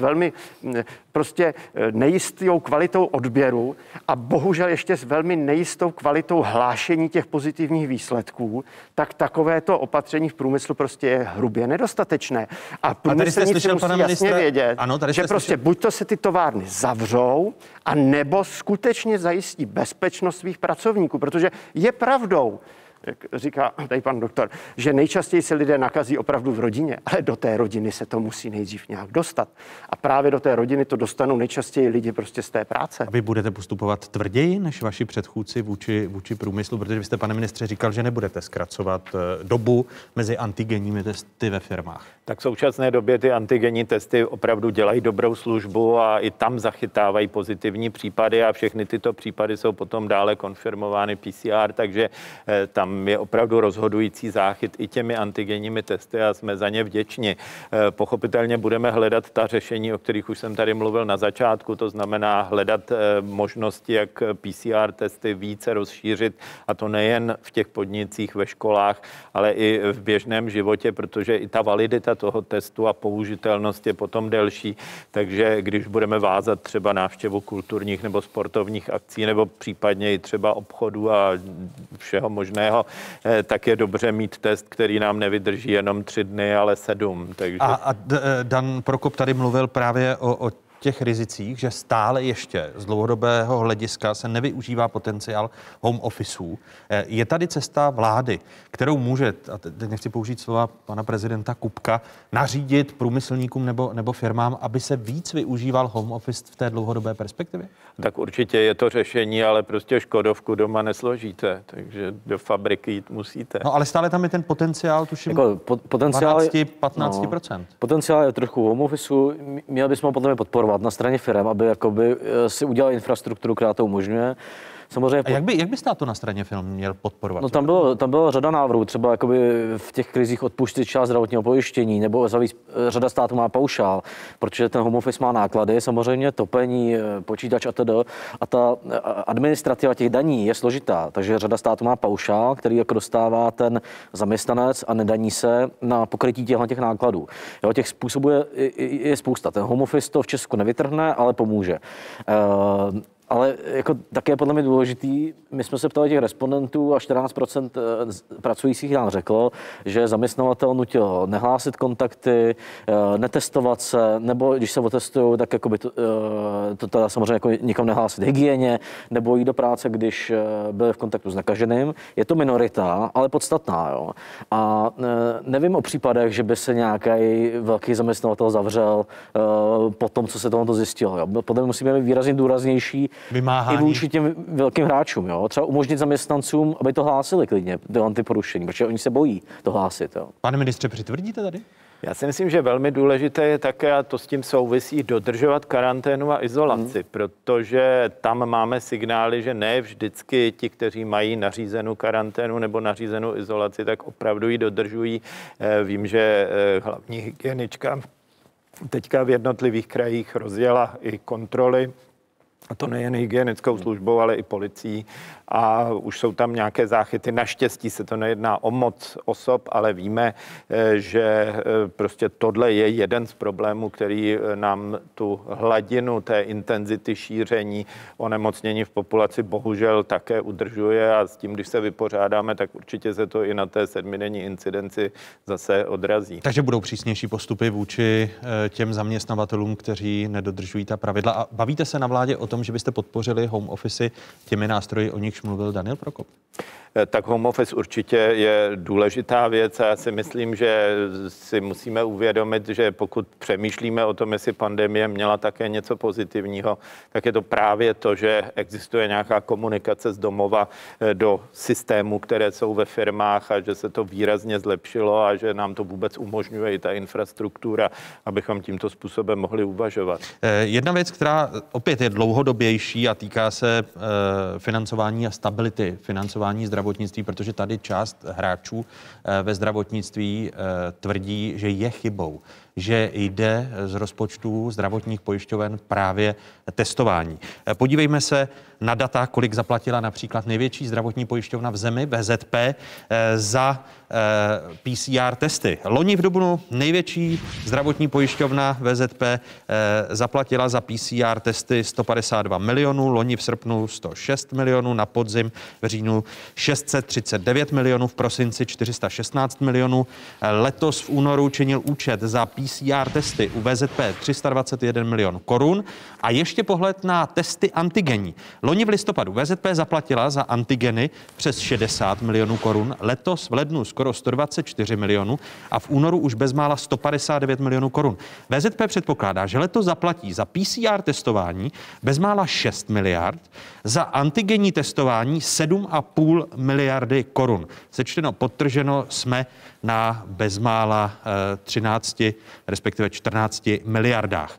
velmi prostě nejistou kvalitou odběru a bohužel ještě s velmi nejistou kvalitou hlášení těch pozitivních výsledků, tak takovéto opatření v průmyslu prostě je hrubě nedostatečné. A průmyslníci musí jasně ministra... vědět, ano, že prostě slyšel... buď to se ty továrny zavřou, a nebo skutečně zajistí bezpečnost svých pracovníků, protože je pravdou, jak říká tady pan doktor, že nejčastěji se lidé nakazí opravdu v rodině, ale do té rodiny se to musí nejdřív nějak dostat. A právě do té rodiny to dostanou nejčastěji lidi prostě z té práce. A vy budete postupovat tvrději než vaši předchůdci vůči, vůči průmyslu, protože vy jste, pane ministře, říkal, že nebudete zkracovat dobu mezi antigenními testy ve firmách. Tak v současné době ty antigenní testy opravdu dělají dobrou službu a i tam zachytávají pozitivní případy a všechny tyto případy jsou potom dále konfirmovány P C R, takže tam je opravdu rozhodující záchyt i těmi antigenními testy a jsme za ně vděční. Pochopitelně budeme hledat ta řešení, o kterých už jsem tady mluvil na začátku, to znamená hledat možnosti, jak P C R testy více rozšířit, a to nejen v těch podnicích, ve školách, ale i v běžném životě, protože i ta validita toho testu a použitelnost je potom delší, takže když budeme vázat třeba návštěvu kulturních nebo sportovních akcí nebo případně i třeba obchodů a všeho možného, tak je dobře mít test, který nám nevydrží jenom tři dny, ale sedm. Takže... A, a Dan Prokop tady mluvil právě o, o těch rizicích, že stále ještě z dlouhodobého hlediska se nevyužívá potenciál home officeů. Je tady cesta vlády, kterou může, a teď nechci použít slova pana prezidenta Kupka, nařídit průmyslníkům nebo, nebo firmám, aby se víc využíval home office v té dlouhodobé perspektivě? Tak určitě je to řešení, ale prostě Škodovku doma nesložíte, takže do fabriky jít musíte. No ale stále tam je ten potenciál, tuším, jako po, potenciál dvanáct až patnáct procent. No, potenciál je trošku home officeu, měli bychom potom je podporovat na straně firem, aby jakoby si udělali infrastrukturu, která to umožňuje. Samozřejmě. A jak by, jak by stát to na straně firm měl podporovat? No tam bylo, tam byla řada návrhů, třeba jakoby v těch krizích odpustit část zdravotního pojištění, nebo zavíc, řada států má paušál, protože ten home office má náklady, samozřejmě topení, počítač a tedy. A ta administrativa těch daní je složitá, takže řada států má paušál, který jako dostává ten zaměstnanec a nedaní se na pokrytí těchto těch nákladů. Jo, těch způsobů je, je, je spousta. Ten home office to v Česku nevytrhne, ale pomůže. Uh, Ale jako také podle mě důležitý, my jsme se ptali těch respondentů a čtrnáct procent pracujících nám řeklo, že zaměstnavatel nutil nehlásit kontakty, netestovat se, nebo když se otestují, tak jako by to, to teda samozřejmě jako nikam nehlásit hygieně, nebo jít do práce, když byli v kontaktu s nakaženým. Je to minorita, ale podstatná. Jo. A nevím o případech, že by se nějaký velký zaměstnavatel zavřel po tom, co se tohoto zjistilo. Jo. Podle mě musíme být výrazně důraznější vymáhání. I vůči těm velkým hráčům. Jo? Třeba umožnit zaměstnancům, aby to hlásili klidně, ty antiporušení, protože oni se bojí to hlásit. Jo? Pane ministře, přitvrdíte tady? Já si myslím, že velmi důležité je také, a to s tím souvisí, dodržovat karanténu a izolaci, hmm. protože tam máme signály, že ne vždycky ti, kteří mají nařízenou karanténu nebo nařízenou izolaci, tak opravdu ji dodržují. Vím, že hlavní hygienička teďka v jednotlivých krajích rozjela i kontroly, a to nejen hygienickou službou, ale i policií. A už jsou tam nějaké záchyty. Naštěstí se to nejedná o moc osob, ale víme, že prostě tohle je jeden z problémů, který nám tu hladinu té intenzity šíření onemocnění v populaci bohužel také udržuje a s tím, když se vypořádáme, tak určitě se to i na té sedmidenní incidenci zase odrazí. Takže budou přísnější postupy vůči těm zaměstnavatelům, kteří nedodržují ta pravidla. A bavíte se na vládě o tom, že byste podpořili home office těmi nástroji, o nichž mluvil Daniel Prokop? Tak home office určitě je důležitá věc a já si myslím, že si musíme uvědomit, že pokud přemýšlíme o tom, jestli pandemie měla také něco pozitivního, tak je to právě to, že existuje nějaká komunikace z domova do systémů, které jsou ve firmách a že se to výrazně zlepšilo a že nám to vůbec umožňuje i ta infrastruktura, abychom tímto způsobem mohli uvažovat. Jedna věc, která opět je dlouhodobější a týká se financování a stability financování zdravotnictví, zdravotnictví, protože tady část hráčů ve zdravotnictví tvrdí, že je chybou, že jde z rozpočtů zdravotních pojišťoven právě testování. Podívejme se na data, kolik zaplatila například největší zdravotní pojišťovna v zemi, V Z P, za P C R testy. Loni v dubnu největší zdravotní pojišťovna V Z P zaplatila za P C R testy sto padesát dva milionů, loni v srpnu sto šest milionů, na podzim v říjnu šest set třicet devět milionů, v prosinci čtyři sta šestnáct milionů. Letos v únoru činil účet za P C R testy u V Z P tři sta dvacet jeden milionů korun. A ještě pohled na testy antigenní. Loni v listopadu V Z P zaplatila za antigeny přes šedesát milionů korun, letos v lednu skoro sto dvacet čtyři milionů a v únoru už bezmála sto padesát devět milionů korun. V Z P předpokládá, že letos zaplatí za P C R testování bezmála šest miliard, za antigenní testování sedm a půl miliardy korun. Sečteno, podtrženo, jsme na bezmála třinácti, respektive čtrnácti miliardách.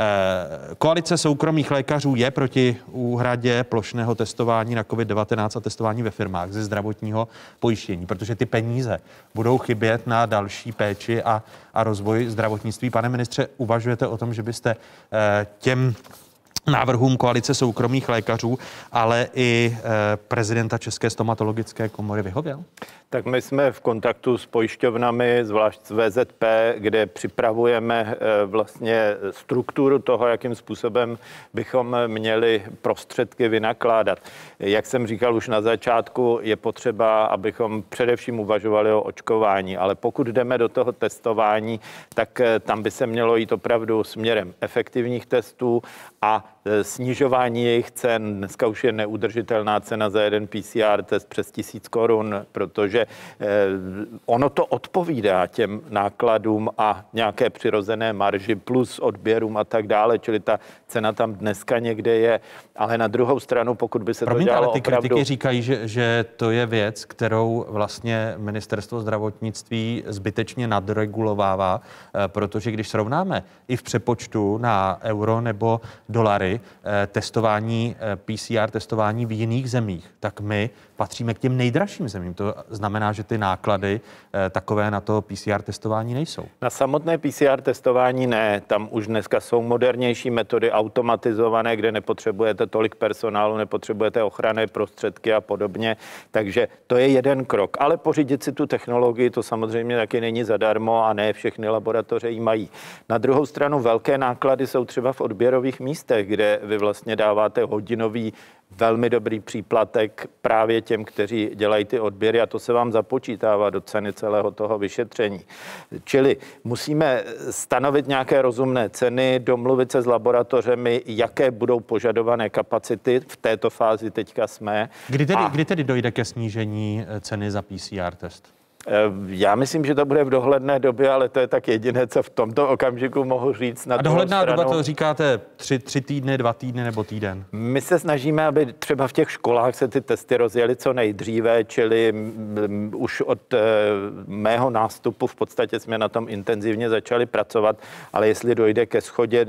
Koalice soukromých lékařů je proti úhradě plošného testování na covid devatenáct a testování ve firmách ze zdravotního pojištění, protože ty peníze budou chybět na další péči a, a rozvoj zdravotnictví. Pane ministře, uvažujete o tom, že byste těm návrhům koalice soukromých lékařů, ale i prezidenta České stomatologické komory vyhověl? Tak my jsme v kontaktu s pojišťovnami, zvlášť s V Z P, kde připravujeme vlastně strukturu toho, jakým způsobem bychom měli prostředky vynakládat. Jak jsem říkal už na začátku, je potřeba, abychom především uvažovali o očkování, ale pokud jdeme do toho testování, tak tam by se mělo jít opravdu směrem efektivních testů a snižování jejich cen. Dneska už je neudržitelná cena za jeden P C R test přes tisíc korun, protože ono to odpovídá těm nákladům a nějaké přirozené marži plus odběrům a tak dále, čili ta cena tam dneska někde je, ale na druhou stranu, pokud by se Promiňte, to dělalo ale ty opravdu... kritiky říkají, že, že to je věc, kterou vlastně ministerstvo zdravotnictví zbytečně nadregulovává, protože když srovnáme i v přepočtu na euro nebo dolary testování, P C R testování v jiných zemích, tak my patříme k těm nejdražším zemím. To znamená, že ty náklady takové na to P C R testování nejsou. Na samotné P C R testování ne. Tam už dneska jsou modernější metody automatizované, kde nepotřebujete tolik personálu, nepotřebujete ochranné prostředky a podobně. Takže to je jeden krok. Ale pořídit si tu technologii, to samozřejmě taky není zadarmo a ne všechny laboratoře ji mají. Na druhou stranu velké náklady jsou třeba v odběrových místech, kde vy vlastně dáváte hodinový velmi dobrý příplatek právě těm, kteří dělají ty odběry a to se vám započítává do ceny celého toho vyšetření. Čili musíme stanovit nějaké rozumné ceny, domluvit se s laboratořemi, jaké budou požadované kapacity. V této fázi teďka jsme. Kdy tedy, a... kdy tedy dojde ke snížení ceny za P C R test? Já myslím, že to bude v dohledné době, ale to je tak jediné, co v tomto okamžiku mohu říct. Na a dohledná stranu... doba to říkáte tři, tři týdny, dva týdny nebo týden? My se snažíme, aby třeba v těch školách se ty testy rozjeli co nejdříve, čili už od mého nástupu v podstatě jsme na tom intenzivně začali pracovat, ale jestli dojde ke shodě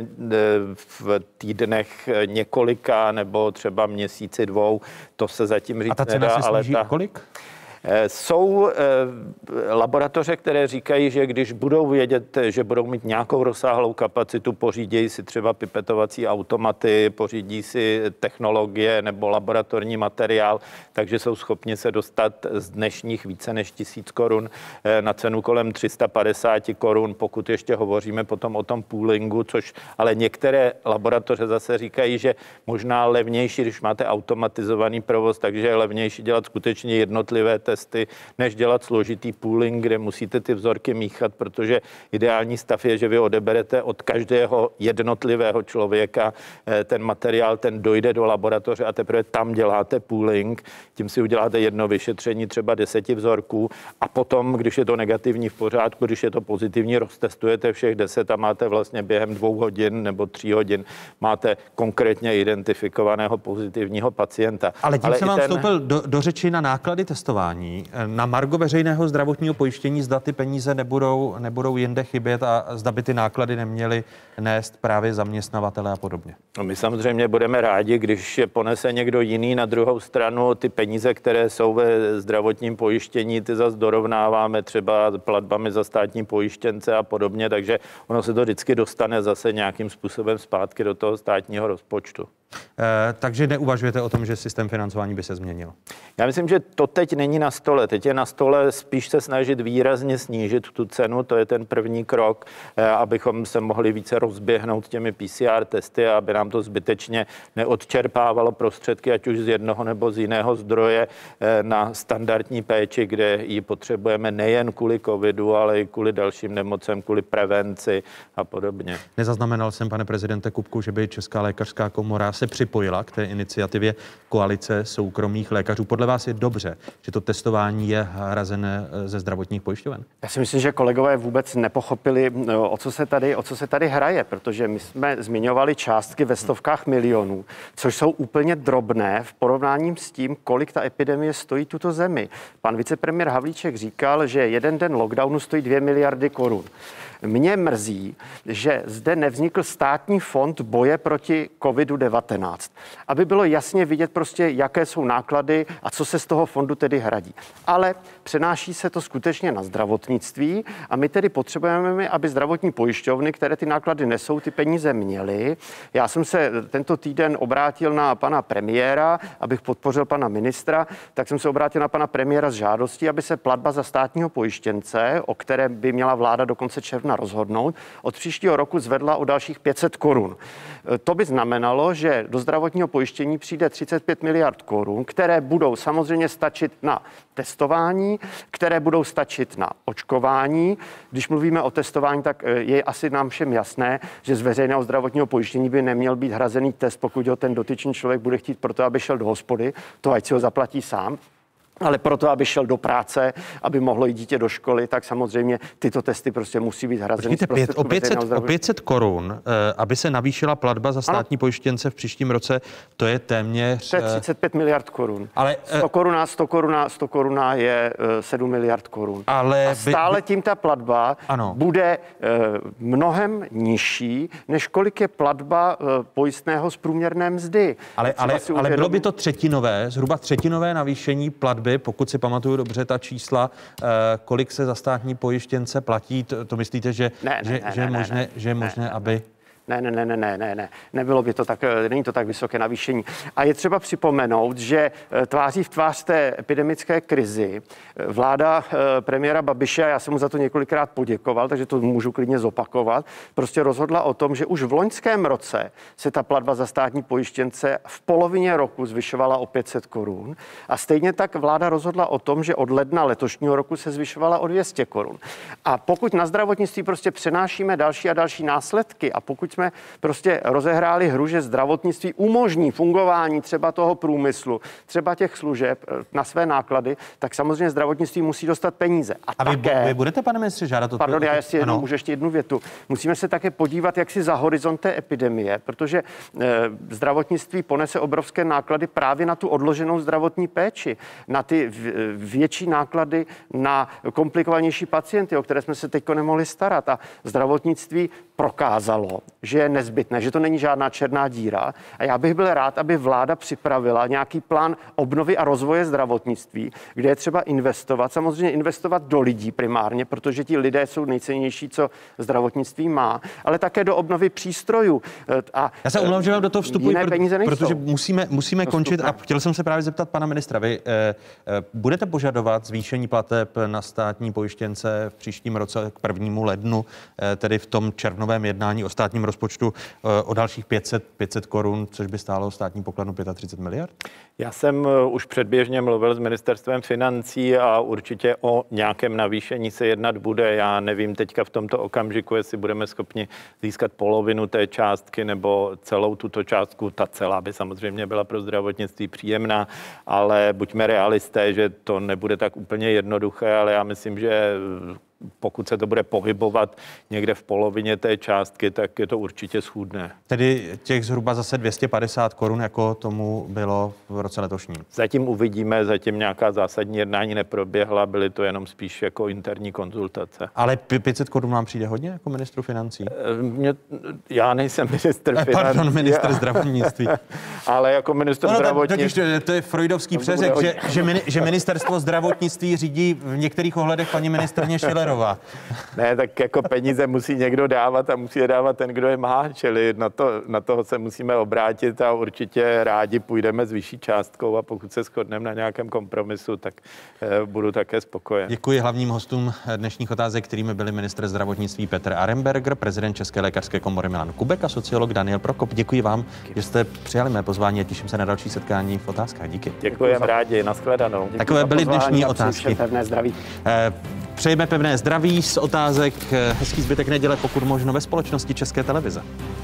v týdnech několika nebo třeba měsíci dvou, to se zatím říct nedá. A ta cena nedá, se sníží ale ta... kolik? Jsou laboratoře, které říkají, že když budou vědět, že budou mít nějakou rozsáhlou kapacitu, pořídí si třeba pipetovací automaty, pořídí si technologie nebo laboratorní materiál, takže jsou schopni se dostat z dnešních více než tisíc korun na cenu kolem tři sta padesát korun, pokud ještě hovoříme potom o tom poolingu, což ale některé laboratoře zase říkají, že možná levnější, když máte automatizovaný provoz, takže je levnější dělat skutečně jednotlivé testy, než dělat složitý pooling, kde musíte ty vzorky míchat, protože ideální stav je, že vy odeberete od každého jednotlivého člověka ten materiál, ten dojde do laboratoře a teprve tam děláte pooling, tím si uděláte jedno vyšetření třeba deseti vzorků a potom, když je to negativní v pořádku, když je to pozitivní, roztestujete všech deset a máte vlastně během dvou hodin nebo tří hodin máte konkrétně identifikovaného pozitivního pacienta. Ale tím Ale jsem vám ten... vstoupil do, do řeči na náklady testování. Na margo veřejného zdravotního pojištění, zda ty peníze nebudou, nebudou jinde chybět a zda by ty náklady neměly nést právě zaměstnavatele a podobně. No my samozřejmě budeme rádi, když je ponese někdo jiný. Na druhou stranu ty peníze, které jsou ve zdravotním pojištění, ty zase dorovnáváme třeba platbami za státní pojištěnce a podobně, takže ono se to vždycky dostane zase nějakým způsobem zpátky do toho státního rozpočtu. E, takže neuvažujete o tom, že systém financování by se změnil? Já myslím, že to teď není na stole. Teď je na stole spíš se snažit výrazně snížit tu cenu. To je ten první krok, abychom se mohli více rozběhnout těmi P C R testy, aby nám to zbytečně neodčerpávalo prostředky, ať už z jednoho nebo z jiného zdroje na standardní péči, kde ji potřebujeme nejen kvůli covidu, ale i kvůli dalším nemocem, kvůli prevenci a podobně. Nezaznamenal jsem, pane prezidente Kupku, že by Česká lékařská komora se připojila k té iniciativě koalice soukromých lékařů. Podle vás je dobře, že to testování je hrazené ze zdravotních pojišťoven? Já si myslím, že kolegové vůbec nepochopili, o co se tady, o co se tady hraje, protože my jsme zmiňovali částky ve stovkách milionů, což jsou úplně drobné v porovnání s tím, kolik ta epidemie stojí tuto zemi. Pan vicepremiér Havlíček říkal, že jeden den lockdownu stojí dvě miliardy korun. Mě mrzí, že zde nevznikl státní fond boje proti covidu devatenáct, aby bylo jasně vidět prostě, jaké jsou náklady a co se z toho fondu tedy hradí. Ale přenáší se to skutečně na zdravotnictví a my tedy potřebujeme, aby zdravotní pojišťovny, které ty náklady nesou, ty peníze měly. Já jsem se tento týden obrátil na pana premiéra, abych podpořil pana ministra, tak jsem se obrátil na pana premiéra s žádostí, aby se platba za státního pojištěnce, o které by měla vláda do konce června rozhodnout, od příštího roku zvedla o dalších pět set korun. To by znamenalo, že do zdravotního pojištění přijde třicet pět miliard korun, které budou samozřejmě stačit na testování, které budou stačit na očkování. Když mluvíme o testování, tak je asi nám všem jasné, že z veřejného zdravotního pojištění by neměl být hrazený test, pokud ho ten dotyčný člověk bude chtít proto, aby šel do hospody, to ať si ho zaplatí sám. Ale proto, aby šel do práce, aby mohlo jít dítě do školy, tak samozřejmě tyto testy prostě musí být hrazeny. Počkejte, o pět set, o pět set korun, eh, aby se navýšila platba za státní ano. pojištěnce v příštím roce, to je téměř... To je třicet pět miliard korun. Ale, eh, sto koruna, sto koruna, sto koruna je eh, sedm miliard korun. Ale a stále by, by... tím ta platba ano. bude eh, mnohem nižší, než kolik je platba eh, pojistného z průměrné mzdy. Ale, ale, ale bylo by to třetinové, zhruba třetinové navýšení platby, pokud si pamatuju dobře ta čísla, kolik se za státní pojištěnce platí, to, to myslíte, že, ne, že, ne, že, je ne, možné, ne, že je možné, ne, aby... Ne, ne, ne, ne, ne, ne, ne. Nebylo by to tak, není to tak vysoké navýšení. A je třeba připomenout, že tváří v tvář té epidemické krizi vláda premiéra Babiše, a já jsem mu za to několikrát poděkoval, takže to můžu klidně zopakovat, prostě rozhodla o tom, že už v loňském roce se ta platba za státní pojištěnce v polovině roku zvyšovala o pět set korun a stejně tak vláda rozhodla o tom, že od ledna letošního roku se zvyšovala o dvě stě korun. A pokud na zdravotnictví prostě přenášíme další a další následky a pokud jsme prostě rozehráli hru, že zdravotnictví umožní fungování třeba toho průmyslu, třeba těch služeb na své náklady, tak samozřejmě zdravotnictví musí dostat peníze. A, a také, vy, vy budete, pane ministře, žádat o... Pardon, já ještě jednu, můžu ještě jednu větu. Musíme se také podívat, jak si za horizont té epidemie, protože e, zdravotnictví ponese obrovské náklady právě na tu odloženou zdravotní péči, na ty v, větší náklady na komplikovanější pacienty, o které jsme se teď nemohli starat. A zdravotnictví prokázalo, že je nezbytné, že to není žádná černá díra. A já bych byl rád, aby vláda připravila nějaký plán obnovy a rozvoje zdravotnictví, kde je třeba investovat, samozřejmě investovat do lidí primárně, protože ti lidé jsou nejcennější, co zdravotnictví má, ale také do obnovy přístrojů. A já se omlouvám, že vám do toho vstupuji, pr- protože musíme, musíme končit a chtěl jsem se právě zeptat pana ministra. Vy eh, eh, budete požadovat zvýšení plateb na státní pojištěnce v příštím roce k prvnímu lednu, eh, tedy v tom červnovém jednání o státním rozpočtu o dalších pět set korun, což by stálo státní pokladnu třicet pět miliard? Já jsem už předběžně mluvil s ministerstvem financí a určitě o nějakém navýšení se jednat bude. Já nevím teďka v tomto okamžiku, jestli budeme schopni získat polovinu té částky nebo celou tuto částku. Ta celá by samozřejmě byla pro zdravotnictví příjemná, ale buďme realisté, že to nebude tak úplně jednoduché, ale já myslím, že pokud se to bude pohybovat někde v polovině té částky, tak je to určitě schůdné. Tedy těch zhruba zase dvě stě padesát korun, jako tomu bylo v roce letošním. Zatím uvidíme, zatím nějaká zásadní jednání neproběhla, byly to jenom spíš jako interní konzultace. Ale pět set korun vám přijde hodně jako ministru financí? Mě, já nejsem ministr financí. Pardon, ministr zdravotnictví. Ale jako ministr no, zdravotnictví. To, to je freudovský přeřek, že, že, že ministerstvo zdravotnictví řídí v některých ohledech paní ministryně Schillerová. Schillerová. Ne, tak jako peníze musí někdo dávat a musí je dávat ten, kdo je má, čili na, to, na toho se musíme obrátit a určitě rádi půjdeme s vyšší částkou a pokud se shodneme na nějakém kompromisu, tak eh, budu také spokojen. Děkuji hlavním hostům dnešních otázek, kterými byli ministr zdravotnictví Petr Arenberger, prezident České lékařské komory Milan Kubek a sociolog Daniel Prokop. Děkuji vám, že jste přijali mé pozvání a těším se na další setkání v otázkách. Díky. Děkujeme rádi, nashledanou. Takové byly dnešní otázky. Pevné zdraví. Eh, přejeme pevné zdraví z otázek. Hezký zbytek neděle, pokud možno ve společnosti České televize.